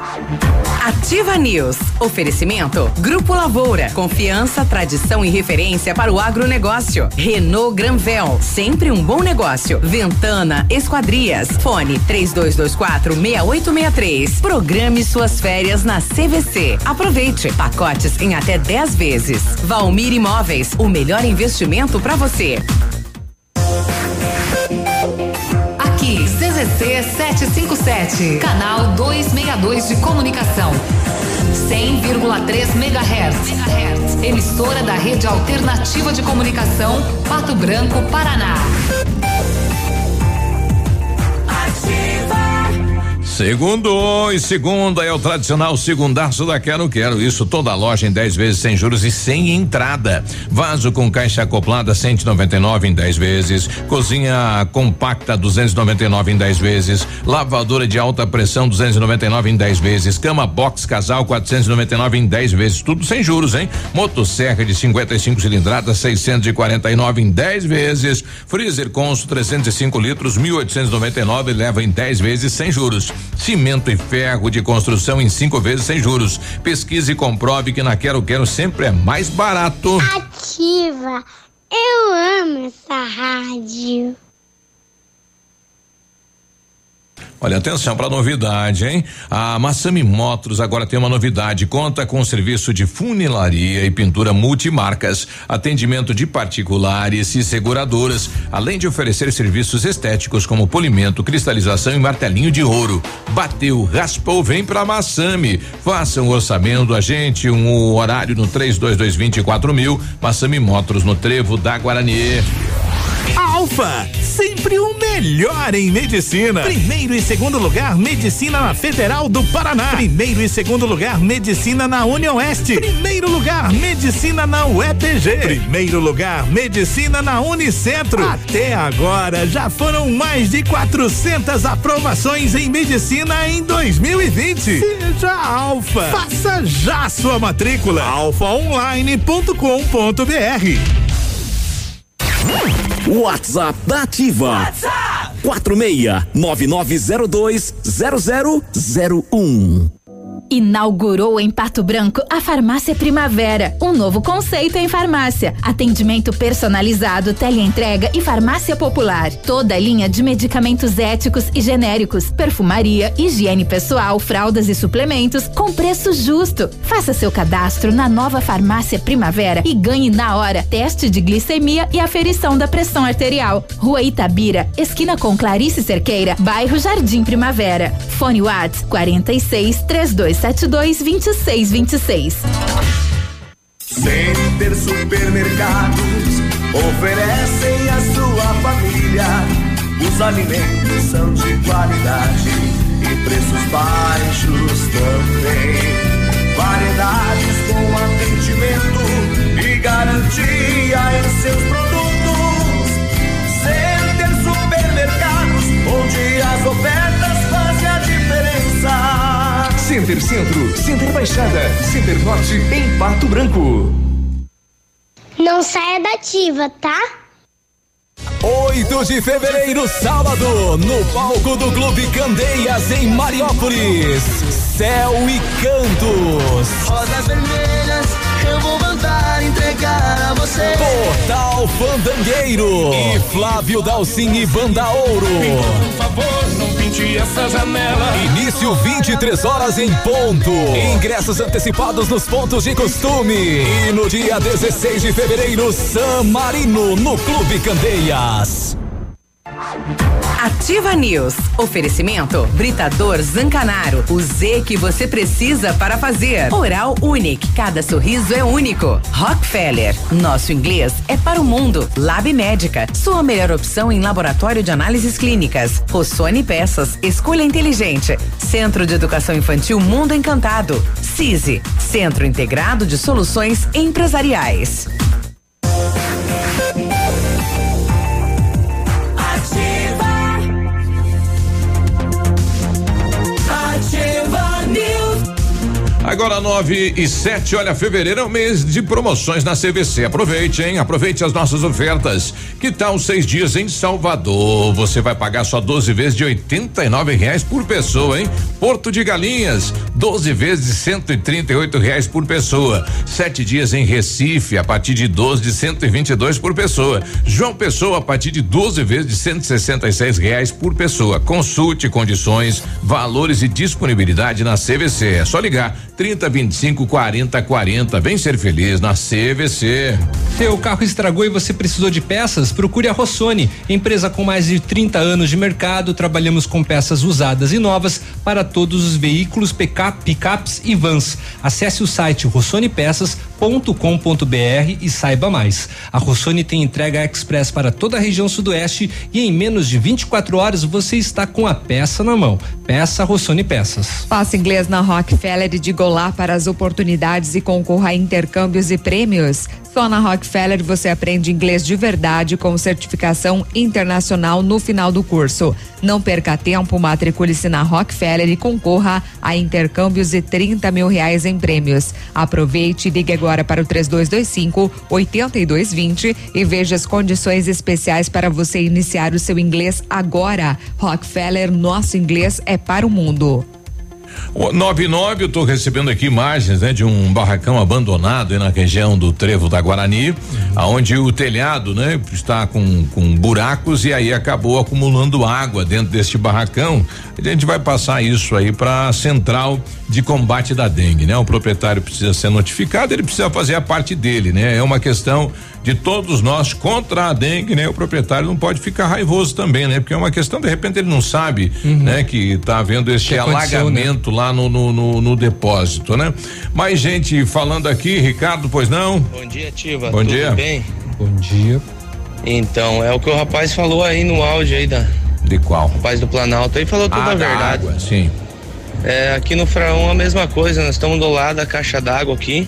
Ativa News. Oferecimento Grupo Lavoura. Confiança, tradição e referência para o agronegócio. Renault Granvel. Sempre um bom negócio. Ventana Esquadrias. Fone três dois dois quatro, seis oito seis três. Programe suas férias na C V C. Aproveite. Pacotes em até dez vezes. Valmir Imóveis. O melhor investimento para você. C Z C setecentos e cinquenta e sete, canal duzentos e sessenta e dois de comunicação. cem vírgula três megahertz. Emissora da Rede Alternativa de Comunicação, Pato Branco, Paraná. Segundo e segunda é o tradicional segundaço da Quero Quero. Isso toda a loja em dez vezes sem juros e sem entrada. Vaso com caixa acoplada cento e noventa e nove em dez vezes. Cozinha compacta duzentos e noventa e nove em dez vezes. Lavadora de alta pressão duzentos e noventa e nove em dez vezes. Cama box casal quatrocentos e noventa e nove em dez vezes. Tudo sem juros, hein? Motosserra de cinquenta e cinco cilindradas seiscentos e quarenta e nove em dez vezes. Freezer Consul trezentos e cinco litros mil oitocentos e noventa e nove leva em dez vezes sem juros. Cimento e ferro de construção em cinco vezes sem juros. Pesquise e comprove que na Quero Quero sempre é mais barato. Ativa, eu amo essa rádio. Olha, atenção para novidade, hein? A Massami Motors agora tem uma novidade. Conta com serviço de funilaria e pintura multimarcas, atendimento de particulares e seguradoras, além de oferecer serviços estéticos como polimento, cristalização e martelinho de ouro. Bateu, raspou, vem pra Massami. Faça um orçamento do agente, um horário no três dois dois, vinte e quatro mil. Massami Motors no Trevo da Guarani. Alfa, sempre o melhor em medicina. Primeiro e segundo lugar, medicina na Federal do Paraná. Primeiro e segundo lugar, medicina na Unioeste. Primeiro lugar, medicina na U E P G. Primeiro lugar, medicina na Unicentro. Até agora, já foram mais de quatrocentas aprovações em medicina em dois mil e vinte. Seja Alfa. Faça já sua matrícula. alfa online ponto com ponto br. WhatsApp da Ativa. WhatsApp quatro seis nove nove zero dois zero zero zero um. Inaugurou em Pato Branco a Farmácia Primavera, um novo conceito em farmácia. Atendimento personalizado, teleentrega e farmácia popular. Toda a linha de medicamentos éticos e genéricos, perfumaria, higiene pessoal, fraldas e suplementos com preço justo. Faça seu cadastro na nova Farmácia Primavera e ganhe na hora teste de glicemia e aferição da pressão arterial. Rua Itabira, esquina com Clarice Cerqueira, bairro Jardim Primavera. Fone WhatsApp quarenta e seis, trinta e dois setenta e dois, vinte e seis vinte e seis. Center Supermercados oferecem à sua família. Os alimentos são de qualidade e preços baixos também. Variedades com atendimento e garantia em seus produtos. Center Supermercados, onde as ofertas fazem a diferença. Center Centro, Center Baixada, Center Norte em Pato Branco. Não saia da ativa, tá? oito de fevereiro, sábado, no palco do Clube Candeias em Mariópolis. Céu e Cantos. Rosas vermelhas, eu vou mandar entregar a você. Portal Fandangueiro e Flávio Dalcin e Banda Ouro. Por favor, não pinte essa janela. Início vinte e três horas em ponto. Ingressos antecipados nos pontos de costume. E no dia dezesseis de fevereiro, San Marino, no Clube Candeias. Ativa News. Oferecimento Britador Zancanaro. O Z que você precisa para fazer. Oral Unique. Cada sorriso é único. Rockefeller. Nosso inglês é para o mundo. Lab Médica. Sua melhor opção em laboratório de análises clínicas. Rossoni Peças. Escolha inteligente. Centro de Educação Infantil Mundo Encantado. C I S I. Centro Integrado de Soluções Empresariais. Agora nove e sete, olha, fevereiro é o mês de promoções na C V C. Aproveite, hein? Aproveite as nossas ofertas. Que tal seis dias em Salvador? Você vai pagar só doze vezes de oitenta e nove reais por pessoa, hein? Porto de Galinhas, doze vezes de cento e trinta e oito reais por pessoa. Sete dias em Recife, a partir de doze de cento e vinte e dois por pessoa. João Pessoa, a partir de doze vezes de cento e sessenta e seis reais por pessoa. Consulte condições, valores e disponibilidade na C V C. É só ligar trinta, vinte e cinco, quarenta, quarenta. Vem ser feliz na C V C. Seu carro estragou e você precisou de peças? Procure a Rossoni, empresa com mais de trinta anos de mercado. Trabalhamos com peças usadas e novas para todos os veículos, picape, picapes e vans. Acesse o site rossoni peças ponto com ponto br e saiba mais. A Rossoni tem entrega express para toda a região sudoeste e em menos de vinte e quatro horas você está com a peça na mão. Peça Rossoni Peças. Faça inglês na Rockefeller e diga olá para as oportunidades e concorra a intercâmbios e prêmios. Só na Rockefeller você aprende inglês de verdade com certificação internacional no final do curso. Não perca tempo, matricule-se na Rockefeller e concorra a intercâmbios e trinta mil reais em prêmios. Aproveite e ligue agora para o três dois dois cinco, oito dois dois zero e veja as condições especiais para você iniciar o seu inglês agora. Rockefeller, nosso inglês é para o mundo. nove e nove, eu estou recebendo aqui imagens, né, de um barracão abandonado aí na região do Trevo da Guarani, uhum. aonde o telhado, né, está com, com buracos e aí acabou acumulando água dentro deste barracão. A gente vai passar isso aí para a central de combate da dengue, né? O proprietário precisa ser notificado, ele precisa fazer a parte dele, né? É uma questão de todos nós contra a dengue, né? O proprietário não pode ficar raivoso também, né? Porque é uma questão, de repente ele não sabe, uhum. né? Que tá havendo este alagamento, né? Lá no, no, no, no depósito, né? Mais gente falando aqui, Ricardo, pois não? Bom dia, Ativa. Bom Tudo dia. bem? Bom dia. Então, é o que o rapaz falou aí no áudio aí da... De qual? O rapaz do Planalto aí falou toda ah, a verdade. Água, sim. É, aqui no Fraão a mesma coisa, nós estamos do lado da caixa d'água aqui.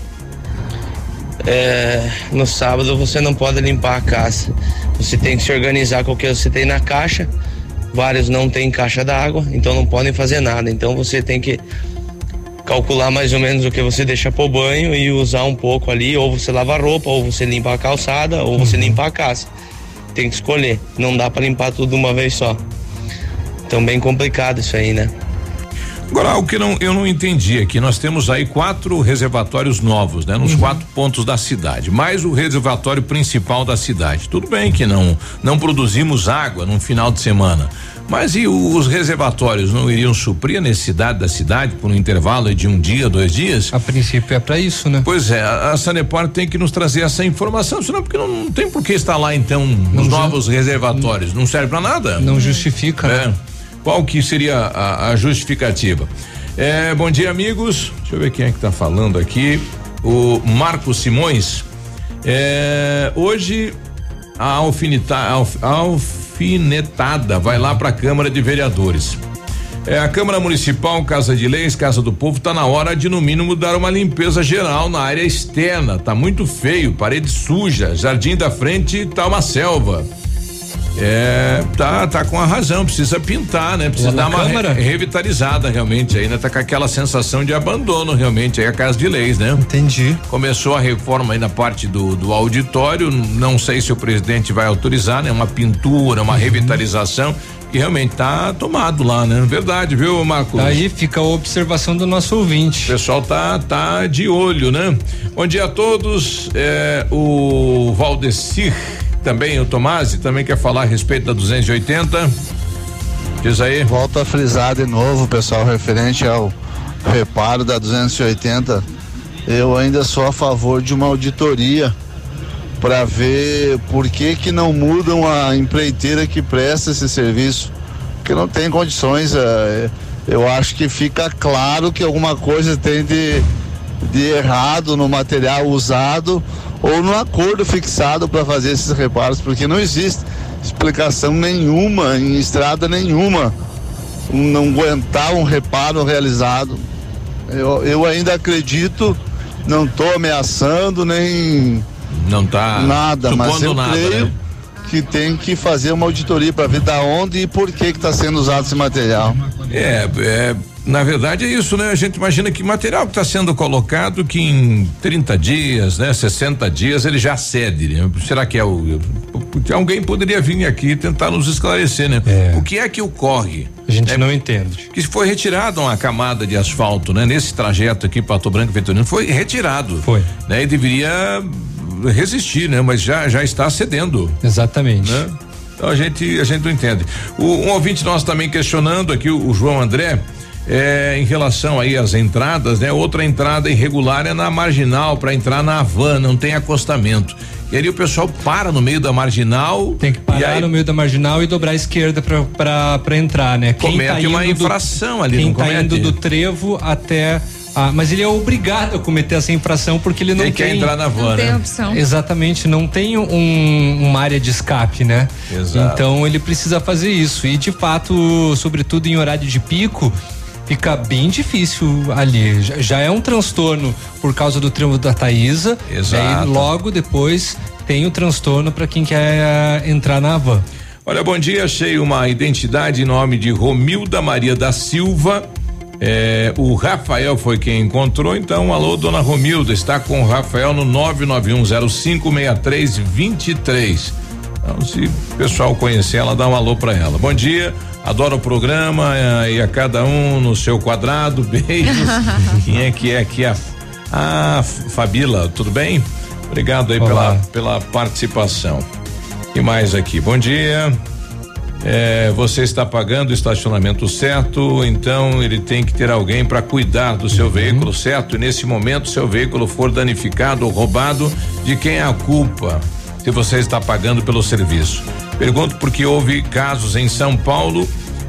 É, no sábado você não pode limpar a casa. Você tem que se organizar com o que você tem na caixa. Vários não têm caixa d'água, então não podem fazer nada. Então você tem que calcular mais ou menos o que você deixa pro banho e usar um pouco ali, ou você lava a roupa, ou você limpa a calçada, ou você limpa a casa. Tem que escolher, não dá para limpar tudo de uma vez só. Então bem complicado isso aí, né? Agora, o que não, eu não entendi aqui, nós temos aí quatro reservatórios novos, né? Nos uhum. quatro pontos da cidade, mais o reservatório principal da cidade. Tudo bem que não, não produzimos água no final de semana, mas e os reservatórios não iriam suprir a necessidade da cidade por um intervalo de um dia, dois dias? A princípio é para isso, né? Pois é, a, a Sanepar tem que nos trazer essa informação, senão porque não, não tem por que estar lá então não os novos reservatórios, não serve para nada? Não justifica. É. Né? Qual que seria a, a justificativa? É, bom dia, amigos. Deixa eu ver quem é que tá falando aqui. O Marcos Simões. É, hoje a alfineta, alf, alfinetada vai lá para a Câmara de Vereadores. É, a Câmara Municipal, Casa de Leis, Casa do Povo, tá na hora de no mínimo dar uma limpeza geral na área externa. Tá muito feio, parede suja, jardim da frente tá uma selva. É, tá, tá com a razão, precisa pintar, né? Precisa dar uma re, revitalizada realmente aí, né? Tá com aquela sensação de abandono realmente aí a Casa de Leis, né? Entendi. Começou a reforma aí na parte do, do auditório, não sei se o presidente vai autorizar, né? Uma pintura, uma uhum. revitalização, que realmente tá tomado lá, né? Verdade, viu, Marcos? Aí fica a observação do nosso ouvinte. O pessoal tá, tá de olho, né? Bom dia a todos, é, o Valdecir também, o Tomasi também quer falar a respeito da duzentos e oitenta. Diz aí. Volta a frisar de novo, pessoal, referente ao reparo da duzentos e oitenta. Eu ainda sou a favor de uma auditoria para ver por que que não mudam a empreiteira que presta esse serviço, porque não tem condições. É, eu acho que fica claro que alguma coisa tem de, de errado no material usado ou no acordo fixado para fazer esses reparos, porque não existe explicação nenhuma em estrada nenhuma não aguentar um reparo realizado. Eu, eu ainda acredito, não estou ameaçando nem não tá nada, mas eu nada, creio né? que tem que fazer uma auditoria para ver da onde e por que que está sendo usado esse material. É, é, na verdade é isso, né? A gente imagina que material que está sendo colocado que em trinta dias, né? sessenta dias ele já cede, né? Será que é o, alguém poderia vir aqui e tentar nos esclarecer, né? É. O que é que ocorre? A gente é, não entende. Que foi retirada uma camada de asfalto, né? Nesse trajeto aqui Pato Branco e Vitorino foi retirado. Foi. Né? E deveria resistir, né? Mas já já está cedendo. Exatamente. Né? Então a gente a gente não entende. O, um ouvinte nosso também questionando aqui, o, o João André, é, em relação aí às entradas, né? Outra entrada irregular é na marginal para entrar na van, não tem acostamento. E ali o pessoal para no meio da marginal. Tem que parar aí, no meio da marginal e dobrar à esquerda pra, pra, pra entrar, né? Quem comete tá indo uma infração do, ali, quem não tá comete? indo do trevo até. Ah, mas ele é obrigado a cometer essa infração porque ele não tem. Tem que entrar na van, não né? tem opção. Exatamente, não tem um, uma área de escape, né? Exato. Então ele precisa fazer isso. E de fato, sobretudo em horário de pico, fica bem difícil ali. Já, já é um transtorno por causa do trevo da Taísa. Exato. Aí logo depois tem o transtorno para quem quer entrar na van. Olha, bom dia, achei uma identidade em nome de Romilda Maria da Silva. É, o Rafael foi quem encontrou, então alô dona Romilda, está com o Rafael no nove nove um zero cinco seis três dois três. Então, se o pessoal conhecer ela, dá um alô pra ela. Bom dia, adoro o programa é, e a cada um no seu quadrado, beijos. Quem é que é aqui? A, a Fabíola, tudo bem? Obrigado aí pela, pela participação. E mais aqui, bom dia. É, você está pagando o estacionamento certo, então ele tem que ter alguém para cuidar do seu uhum. veículo, certo? E nesse momento, seu veículo for danificado ou roubado, de quem é a culpa? Se você está pagando pelo serviço. Pergunto porque houve casos em São Paulo,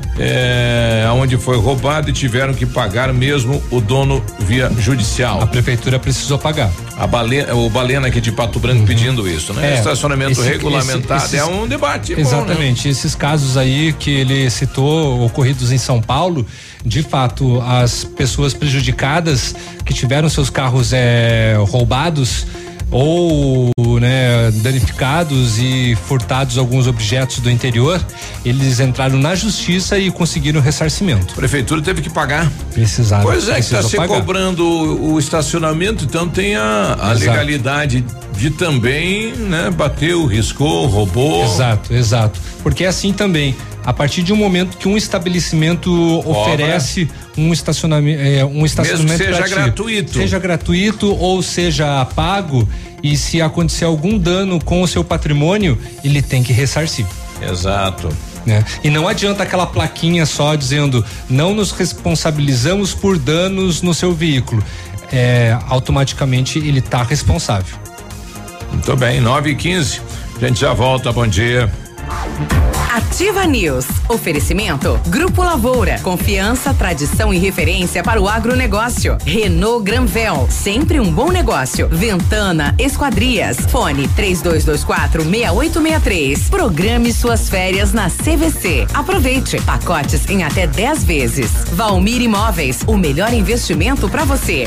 é, onde foi roubado e tiveram que pagar mesmo o dono via judicial. A prefeitura precisou pagar. A Balena, o Balena aqui de Pato Branco uhum. pedindo isso, né? É, estacionamento esse, regulamentado esse, esses, é um debate. Exatamente, bom, né? Esses casos aí que ele citou, ocorridos em São Paulo, de fato, as pessoas prejudicadas que tiveram seus carros é, roubados ou né, danificados e furtados alguns objetos do interior, eles entraram na justiça e conseguiram ressarcimento. A prefeitura teve que pagar. Precisaram. Pois é, que está se pagar. cobrando o, o estacionamento, então tem a, a legalidade de também, né, bateu, riscou, roubou. Exato, exato. Porque é assim também, A partir de um momento que um estabelecimento Cobra. oferece um estacionamento, é, um estacionamento Mesmo que seja gratuito, seja gratuito ou seja pago, e se acontecer algum dano com o seu patrimônio, ele tem que ressarcir. Exato. Né? E não adianta aquela plaquinha só dizendo não nos responsabilizamos por danos no seu veículo. É, automaticamente ele está responsável. Muito bem, nove e quinze. A gente já volta, bom dia. Ativa News. Oferecimento Grupo Lavoura. Confiança, tradição e referência para o agronegócio. Renault Granvel. Sempre um bom negócio. Ventana Esquadrias. Fone três dois dois quatro, seis oito seis três. Programe suas férias na C V C. Aproveite. Pacotes em até dez vezes. Valmir Imóveis. O melhor investimento para você.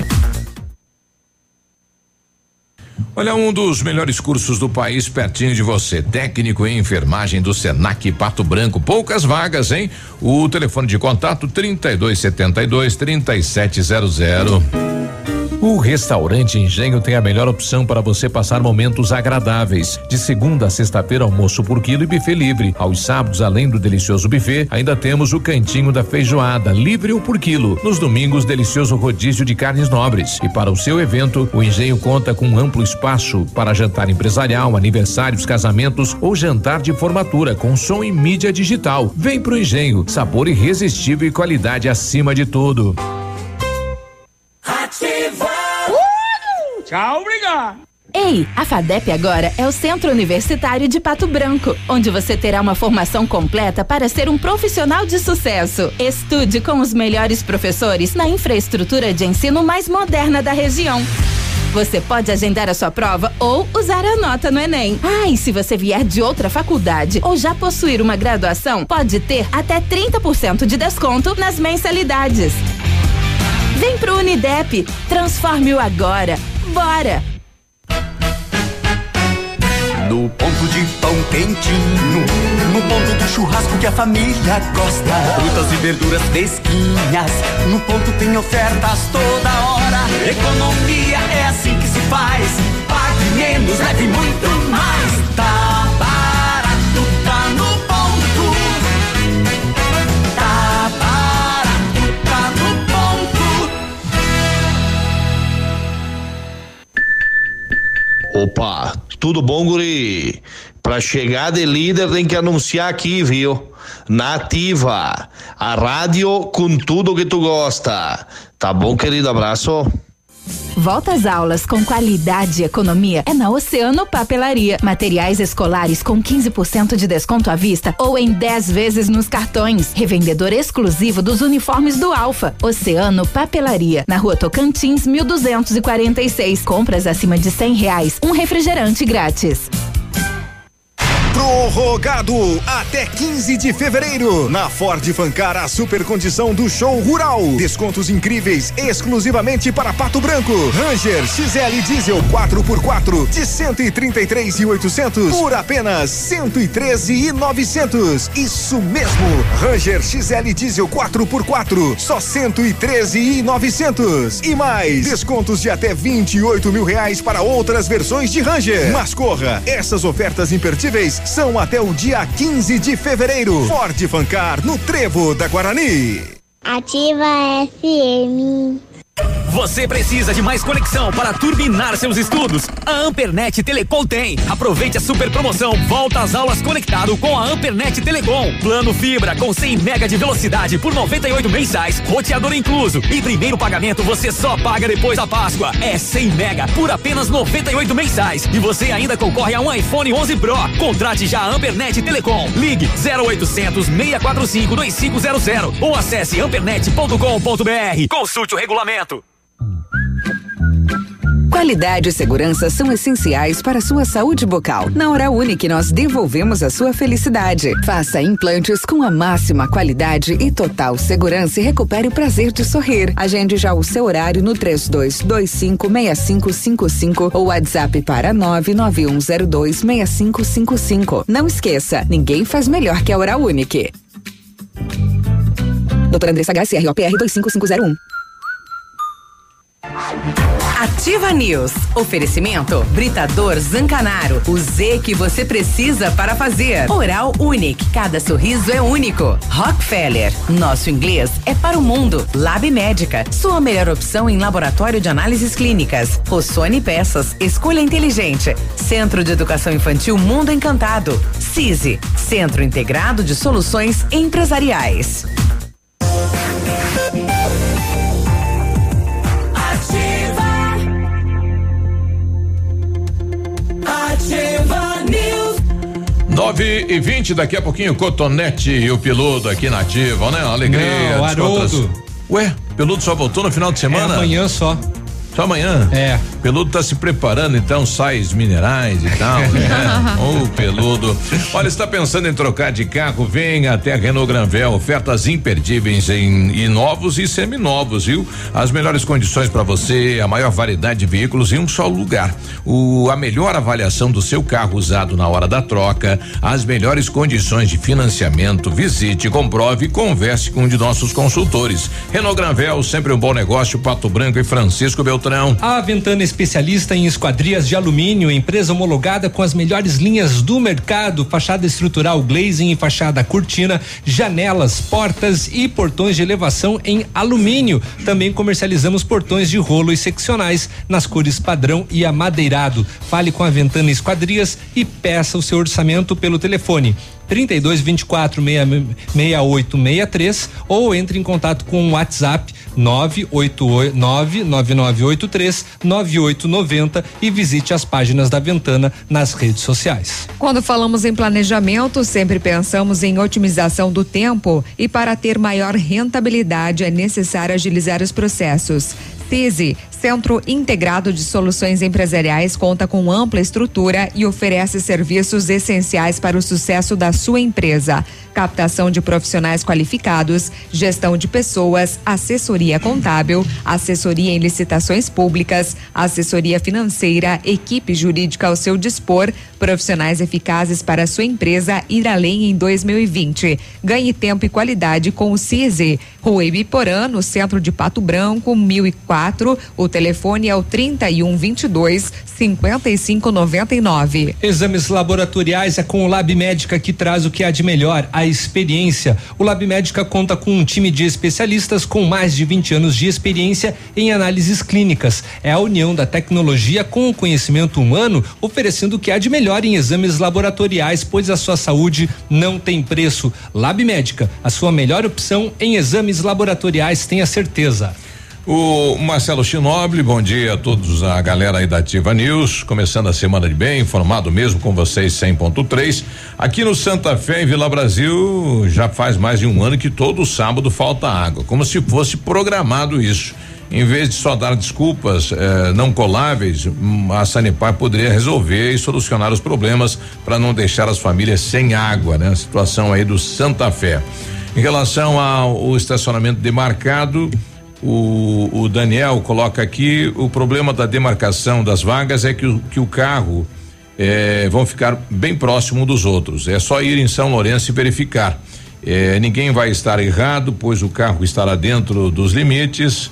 Olha, um dos melhores cursos do país pertinho de você, técnico em enfermagem do Senac Pato Branco, poucas vagas, hein? O telefone de contato trinta e dois setenta e dois, trinta e sete zero zero. O Restaurante Engenho tem a melhor opção para você passar momentos agradáveis. De segunda a sexta-feira, almoço por quilo e buffet livre. Aos sábados, além do delicioso buffet, ainda temos o cantinho da feijoada, livre ou por quilo. Nos domingos, delicioso rodízio de carnes nobres. E para o seu evento, o Engenho conta com um amplo espaço para jantar empresarial, aniversários, casamentos ou jantar de formatura com som e mídia digital. Vem pro Engenho, sabor irresistível e qualidade acima de tudo. Ativa! Uh! Tchau, obrigado! Ei, a FADEP agora é o Centro Universitário de Pato Branco, onde você terá uma formação completa para ser um profissional de sucesso. Estude com os melhores professores na infraestrutura de ensino mais moderna da região. Você pode agendar a sua prova ou usar a nota no Enem. Ah, e se você vier de outra faculdade ou já possuir uma graduação, pode ter até trinta por cento de desconto nas mensalidades. Vem pro Unidep, transforme-o agora. Bora! No ponto de pão quentinho, no ponto do churrasco que a família gosta. Frutas e verduras fresquinhas, no ponto tem ofertas toda hora. Economia é assim que se faz, pague menos, leve muito mais. Tá barato, tá no ponto. Tá barato, tá no ponto. Opa, tudo bom, guri? Pra chegar de líder tem que anunciar aqui, viu? Na Ativa, a rádio com tudo que tu gosta. Tá bom, querido? Abraço. Volta às aulas com qualidade e economia é na Oceano Papelaria. Materiais escolares com quinze por cento de desconto à vista ou em dez vezes nos cartões. Revendedor exclusivo dos uniformes do Alfa. Oceano Papelaria, na Rua Tocantins, mil duzentos e quarenta e seis. Compras acima de cem reais, um refrigerante grátis. Prorrogado até quinze de fevereiro. Na Ford Fancar, a super condição do show rural. Descontos incríveis exclusivamente para Pato Branco. Ranger X L Diesel quatro por quatro de cento e trinta e três mil e oitocentos por apenas cento e treze mil e novecentos. Isso mesmo. Ranger X L Diesel quatro por quatro, só cento e treze mil e novecentos. E mais, descontos de até vinte e oito mil reais para outras versões de Ranger. Mas corra, essas ofertas imperdíveis são até o dia quinze de fevereiro. Ford Fancar, no Trevo da Guarani. Ativa F M. Você precisa de mais conexão para turbinar seus estudos? A Ampernet Telecom tem. Aproveite a super promoção Volta às Aulas conectado com a Ampernet Telecom. Plano fibra com cem mega de velocidade por noventa e oito mensais, roteador incluso. E primeiro pagamento você só paga depois da Páscoa. É cem mega por apenas noventa e oito mensais. E você ainda concorre a um iPhone onze Pro. Contrate já a Ampernet Telecom. Ligue zero oitocentos, seis quatro cinco, dois cinco zero zero ou acesse ampernet ponto com ponto br. Consulte o regulamento. Qualidade e segurança são essenciais para a sua saúde bucal. Na Oral Unique, nós devolvemos a sua felicidade. Faça implantes com a máxima qualidade e total segurança e recupere o prazer de sorrir. Agende já o seu horário no três dois dois cinco, seis cinco cinco cinco ou WhatsApp para nove nove um zero dois, seis cinco cinco cinco. Não esqueça, ninguém faz melhor que a Oral Unique. Doutora Andressa H C R O P R dois cinco cinco zero um. Ativa News. Oferecimento Britador Zancanaro. O Z que você precisa para fazer. Oral Unique. Cada sorriso é único. Rockefeller. Nosso inglês é para o mundo. Lab Médica. Sua melhor opção em laboratório de análises clínicas. Rossoni Peças. Escolha inteligente. Centro de Educação Infantil Mundo Encantado. C I S I. Centro Integrado de Soluções Empresariais. nove e vinte, daqui a pouquinho Cotonete e o Peludo aqui na Ativa, né? Alegria. Não, Haroldo. Ué, Peludo só voltou no final de semana? É amanhã só. Só amanhã? É. Peludo tá se preparando, então, sais minerais e tal, né? Ô, oh, Peludo. Olha, está pensando em trocar de carro? Venha até a Renault Granvel, ofertas imperdíveis em, em novos e seminovos, viu? As melhores condições para você, a maior variedade de veículos em um só lugar. O, a melhor avaliação do seu carro usado na hora da troca, as melhores condições de financiamento. Visite, comprove e converse com um de nossos consultores. Renault Granvel, sempre um bom negócio, Pato Branco e Francisco Beltrão. A Ventana, especialista em esquadrias de alumínio, empresa homologada com as melhores linhas do mercado, fachada estrutural glazing e fachada cortina, janelas, portas e portões de elevação em alumínio. Também comercializamos portões de rolo e seccionais nas cores padrão e amadeirado. Fale com a Ventana Esquadrias e peça o seu orçamento pelo telefone trinta e dois, vinte e quatro, sessenta e oito sessenta e três ou entre em contato com o WhatsApp nove oito oito nove nove nove oito três nove oito nove zero e visite as páginas da Ventana nas redes sociais. Quando falamos em planejamento, sempre pensamos em otimização do tempo e para ter maior rentabilidade é necessário agilizar os processos. C I S I, Centro Integrado de Soluções Empresariais, conta com ampla estrutura e oferece serviços essenciais para o sucesso da sua empresa. Captação de profissionais qualificados, gestão de pessoas, assessoria contábil, assessoria em licitações públicas, assessoria financeira, equipe jurídica ao seu dispor, profissionais eficazes para a sua empresa ir além em dois mil e vinte. Ganhe tempo e qualidade com o C I S I. Rua Ibiporã, no centro de Pato Branco, mil e quatro. O telefone é o trinta e um, vinte e dois, cinquenta e cinco, noventa e nove. Exames laboratoriais é com o Lab Médica que traz o que há de melhor, a experiência. O Lab Médica conta com um time de especialistas com mais de vinte anos de experiência em análises clínicas. É a união da tecnologia com o conhecimento humano, oferecendo o que há de melhor em exames laboratoriais, pois a sua saúde não tem preço. Lab Médica, a sua melhor opção em exames laboratoriais, tenha certeza. O Marcelo Chinoble, bom dia a todos, a galera aí da Ativa News, começando a semana de bem, informado mesmo com vocês cem ponto três. Aqui no Santa Fé, em Vila Brasil, já faz mais de um ano que todo sábado falta água, como se fosse programado isso. Em vez de só dar desculpas eh, não coláveis, a Sanepar poderia resolver e solucionar os problemas para não deixar as famílias sem água, né? A situação aí do Santa Fé. Em relação ao estacionamento demarcado, O, o Daniel coloca aqui o problema da demarcação das vagas é que o, que o carro eh, vão ficar bem próximo dos outros. É só ir em São Lourenço e verificar. Eh, ninguém vai estar errado, pois o carro estará dentro dos limites.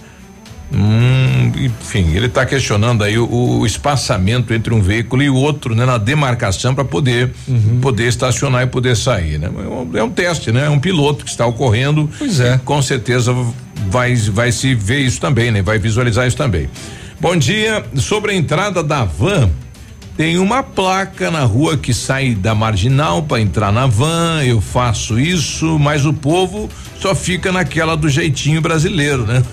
Hum, enfim, ele está questionando aí o, o espaçamento entre um veículo e o outro, né, na demarcação para poder uhum. poder estacionar e poder sair, né? É um, é um teste, né? É um piloto que está ocorrendo. Pois é. Com certeza vai vai se ver isso também, né? Vai visualizar isso também. Bom dia. Sobre a entrada da van, tem uma placa na rua que sai da Marginal para entrar na van. Eu faço isso, mas o povo só fica naquela do jeitinho brasileiro, né?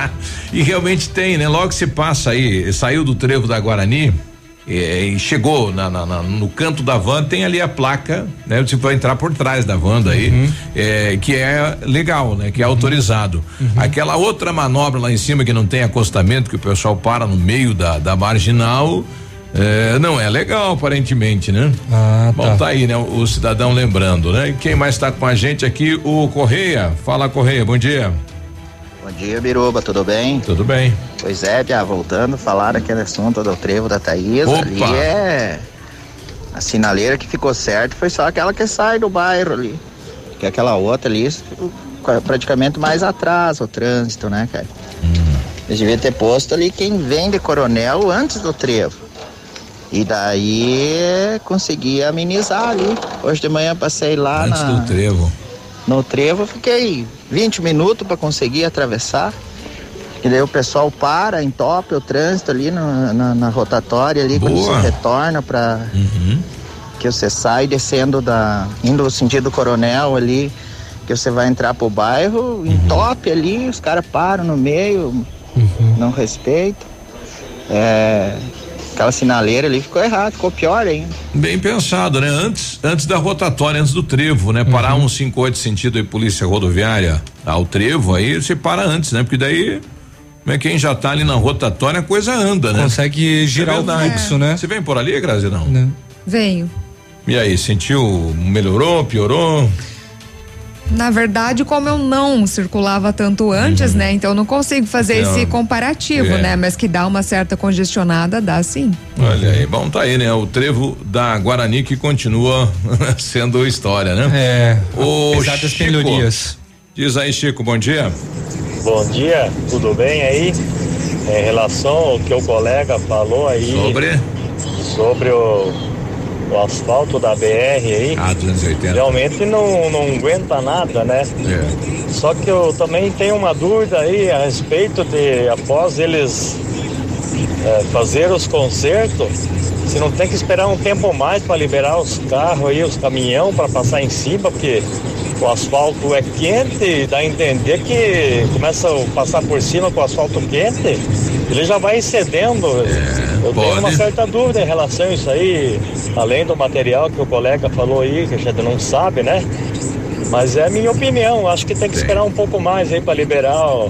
E realmente tem, né? Logo que se passa aí, saiu do trevo da Guarani eh, e chegou na, na, na, no canto da van, tem ali a placa, né? Você vai entrar por trás da van daí, uhum. eh, que é legal, né? Que é uhum. autorizado. Uhum. Aquela outra manobra lá em cima que não tem acostamento, que o pessoal para no meio da, da Marginal. É, não é legal, aparentemente, né? Ah, Bom, tá. tá aí, né? O, o cidadão lembrando, né? E quem mais tá com a gente aqui? O Correia. Fala, Correia, bom dia. Bom dia, Biruba, tudo bem? Tudo bem. Pois é, já voltando a falar daquele assunto do trevo da Thaís. Opa. Ali é a sinaleira que ficou certa, foi só aquela que sai do bairro ali. Que aquela outra ali, praticamente mais atrás o trânsito, né, cara? Hum. Eles deviam ter posto ali quem vem de Coronel antes do trevo. E daí consegui amenizar ali. Hoje de manhã passei lá antes na, do trevo. No trevo, fiquei vinte minutos para conseguir atravessar. E daí o pessoal para, entope o trânsito ali na, na, na rotatória ali. Boa. Quando você retorna para uhum. que você sai descendo da, indo no sentido Coronel ali, que você vai entrar pro bairro, uhum. entope ali, os caras param no meio, uhum. não respeitam. É, aquela sinaleira ali ficou errado, ficou pior ainda. Bem pensado, né? Antes, antes da rotatória, antes do trevo, né? Parar uhum. um cinquenta e oito sentido aí, polícia rodoviária ao trevo, aí você para antes, né? Porque daí, quem já tá ali na rotatória, a coisa anda, né? Consegue girar é o fluxo, né? Você vem por ali, Grazi, não? Não. Venho. E aí, sentiu, melhorou, piorou? Na verdade, como eu não circulava tanto antes, uhum. né? Então eu não consigo fazer não. esse comparativo, é. né? Mas que dá uma certa congestionada, dá sim. Olha aí, bom, tá aí, né? O trevo da Guarani que continua sendo história, né? É, o apesar das melhorias. Diz aí, Chico, bom dia. Bom dia, tudo bem aí? Em relação ao que o colega falou aí. Sobre? Sobre o, o asfalto da B R aí. Ah, duzentos e oitenta. Realmente não, não aguenta nada, né? É. Só que eu também tenho uma dúvida aí a respeito de, após eles é, fazer os consertos, se não tem que esperar um tempo mais para liberar os carros aí, os caminhão para passar em cima, porque o asfalto é quente e dá a entender que começa a passar por cima com o asfalto quente, ele já vai excedendo. É, eu pode. tenho uma certa dúvida em relação a isso aí, além do material que o colega falou aí, que a gente não sabe, né? Mas é a minha opinião, acho que tem que esperar um pouco mais aí para liberar ó,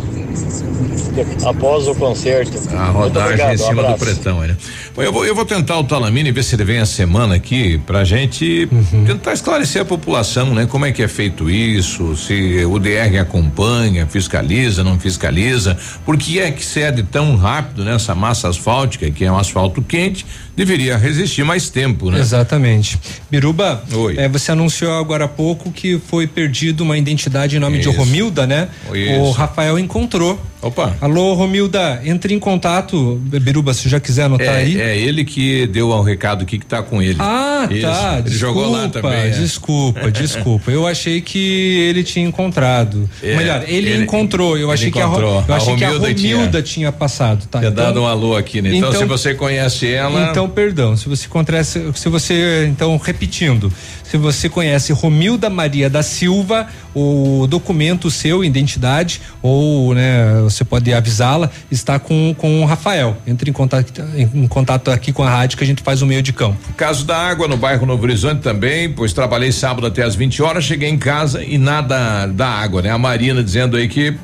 após o concerto. A rodagem em cima um do pretão, né? Bom, eu vou, eu vou tentar o Talamini ver se ele vem a semana aqui pra gente uhum. tentar esclarecer a população, né? Como é que é feito isso, se o D R acompanha, fiscaliza, não fiscaliza, por que é que cede tão rápido nessa massa asfáltica, que é um asfalto quente, deveria resistir mais tempo, né? Exatamente. Biruba, Oi. É, você anunciou agora há pouco que foi perdido uma identidade em nome isso. de Romilda, né? Isso. O Rafael encontrou. Opa. Alô, Romilda, entre em contato, Biruba, se já quiser anotar é, aí. É ele que deu o recado aqui que tá com ele. Ah, isso. tá. Ele desculpa, jogou lá também. É. Desculpa, desculpa. Eu achei que ele tinha encontrado. É, Melhor, ele, ele encontrou. Eu achei, encontrou. Que a, eu achei a que a Romilda tinha, tinha passado, tá? Tinha então, dado um alô aqui, né? Então, então, se você conhece ela. Então, perdão, se você conhece, se você, então, repetindo, se você conhece Romilda Maria da Silva, o documento seu, identidade, ou, né, você pode avisá-la, está com, com o Rafael. Entre em contato, em, em contato aqui com a rádio que a gente faz o meio de campo. Caso da água no bairro Novo Horizonte também, pois trabalhei sábado até às vinte horas, cheguei em casa e nada da água, né? A Marina dizendo aí que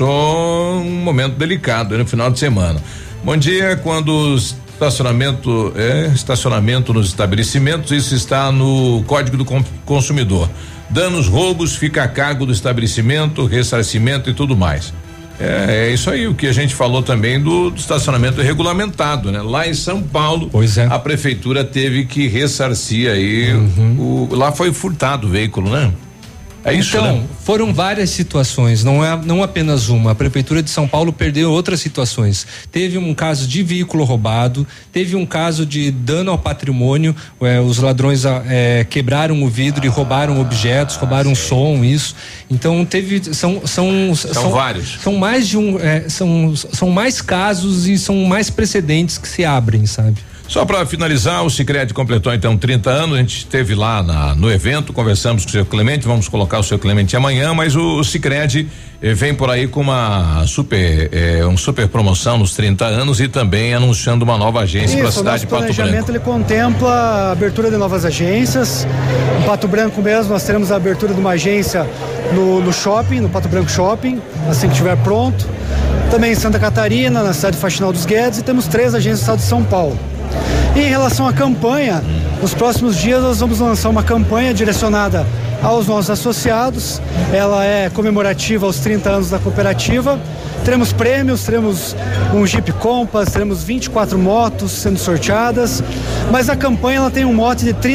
passou um momento delicado no final de semana. Bom dia, quando os estacionamento, é, estacionamento nos estabelecimentos, isso está no Código do Consumidor. Danos, roubos, fica a cargo do estabelecimento, ressarcimento e tudo mais. É, é isso aí, o que a gente falou também do, do estacionamento regulamentado, né? Lá em São Paulo, pois é. a prefeitura teve que ressarcir aí, uhum. o, lá foi furtado o veículo, né? É isso, então, né? Foram várias situações, não é não apenas uma. A prefeitura de São Paulo perdeu outras situações. Teve um caso de veículo roubado, teve um caso de dano ao patrimônio. É, os ladrões é, quebraram o vidro ah, e roubaram objetos, roubaram sei. som, isso. Então teve são são são, são vários. São mais de um é, são são mais casos e são mais precedentes que se abrem, sabe? Só para finalizar, o Sicredi completou então trinta anos, a gente esteve lá na, no evento, conversamos com o seu Clemente, vamos colocar o seu Clemente amanhã, mas o, o Sicredi eh, vem por aí com uma super, eh, um super promoção nos trinta anos e também anunciando uma nova agência para a cidade de Pato Branco. O planejamento ele contempla a abertura de novas agências. Em Pato Branco mesmo nós teremos a abertura de uma agência no, no shopping, no Pato Branco Shopping, assim que estiver pronto. Também em Santa Catarina, na cidade de Faxinal dos Guedes, e temos três agências no estado de São Paulo. E em relação à campanha, nos próximos dias nós vamos lançar uma campanha direcionada aos nossos associados. Ela é comemorativa aos trinta anos da cooperativa. Teremos prêmios, teremos um Jeep Compass, teremos vinte e quatro motos sendo sorteadas, mas a campanha ela tem um mote de trinta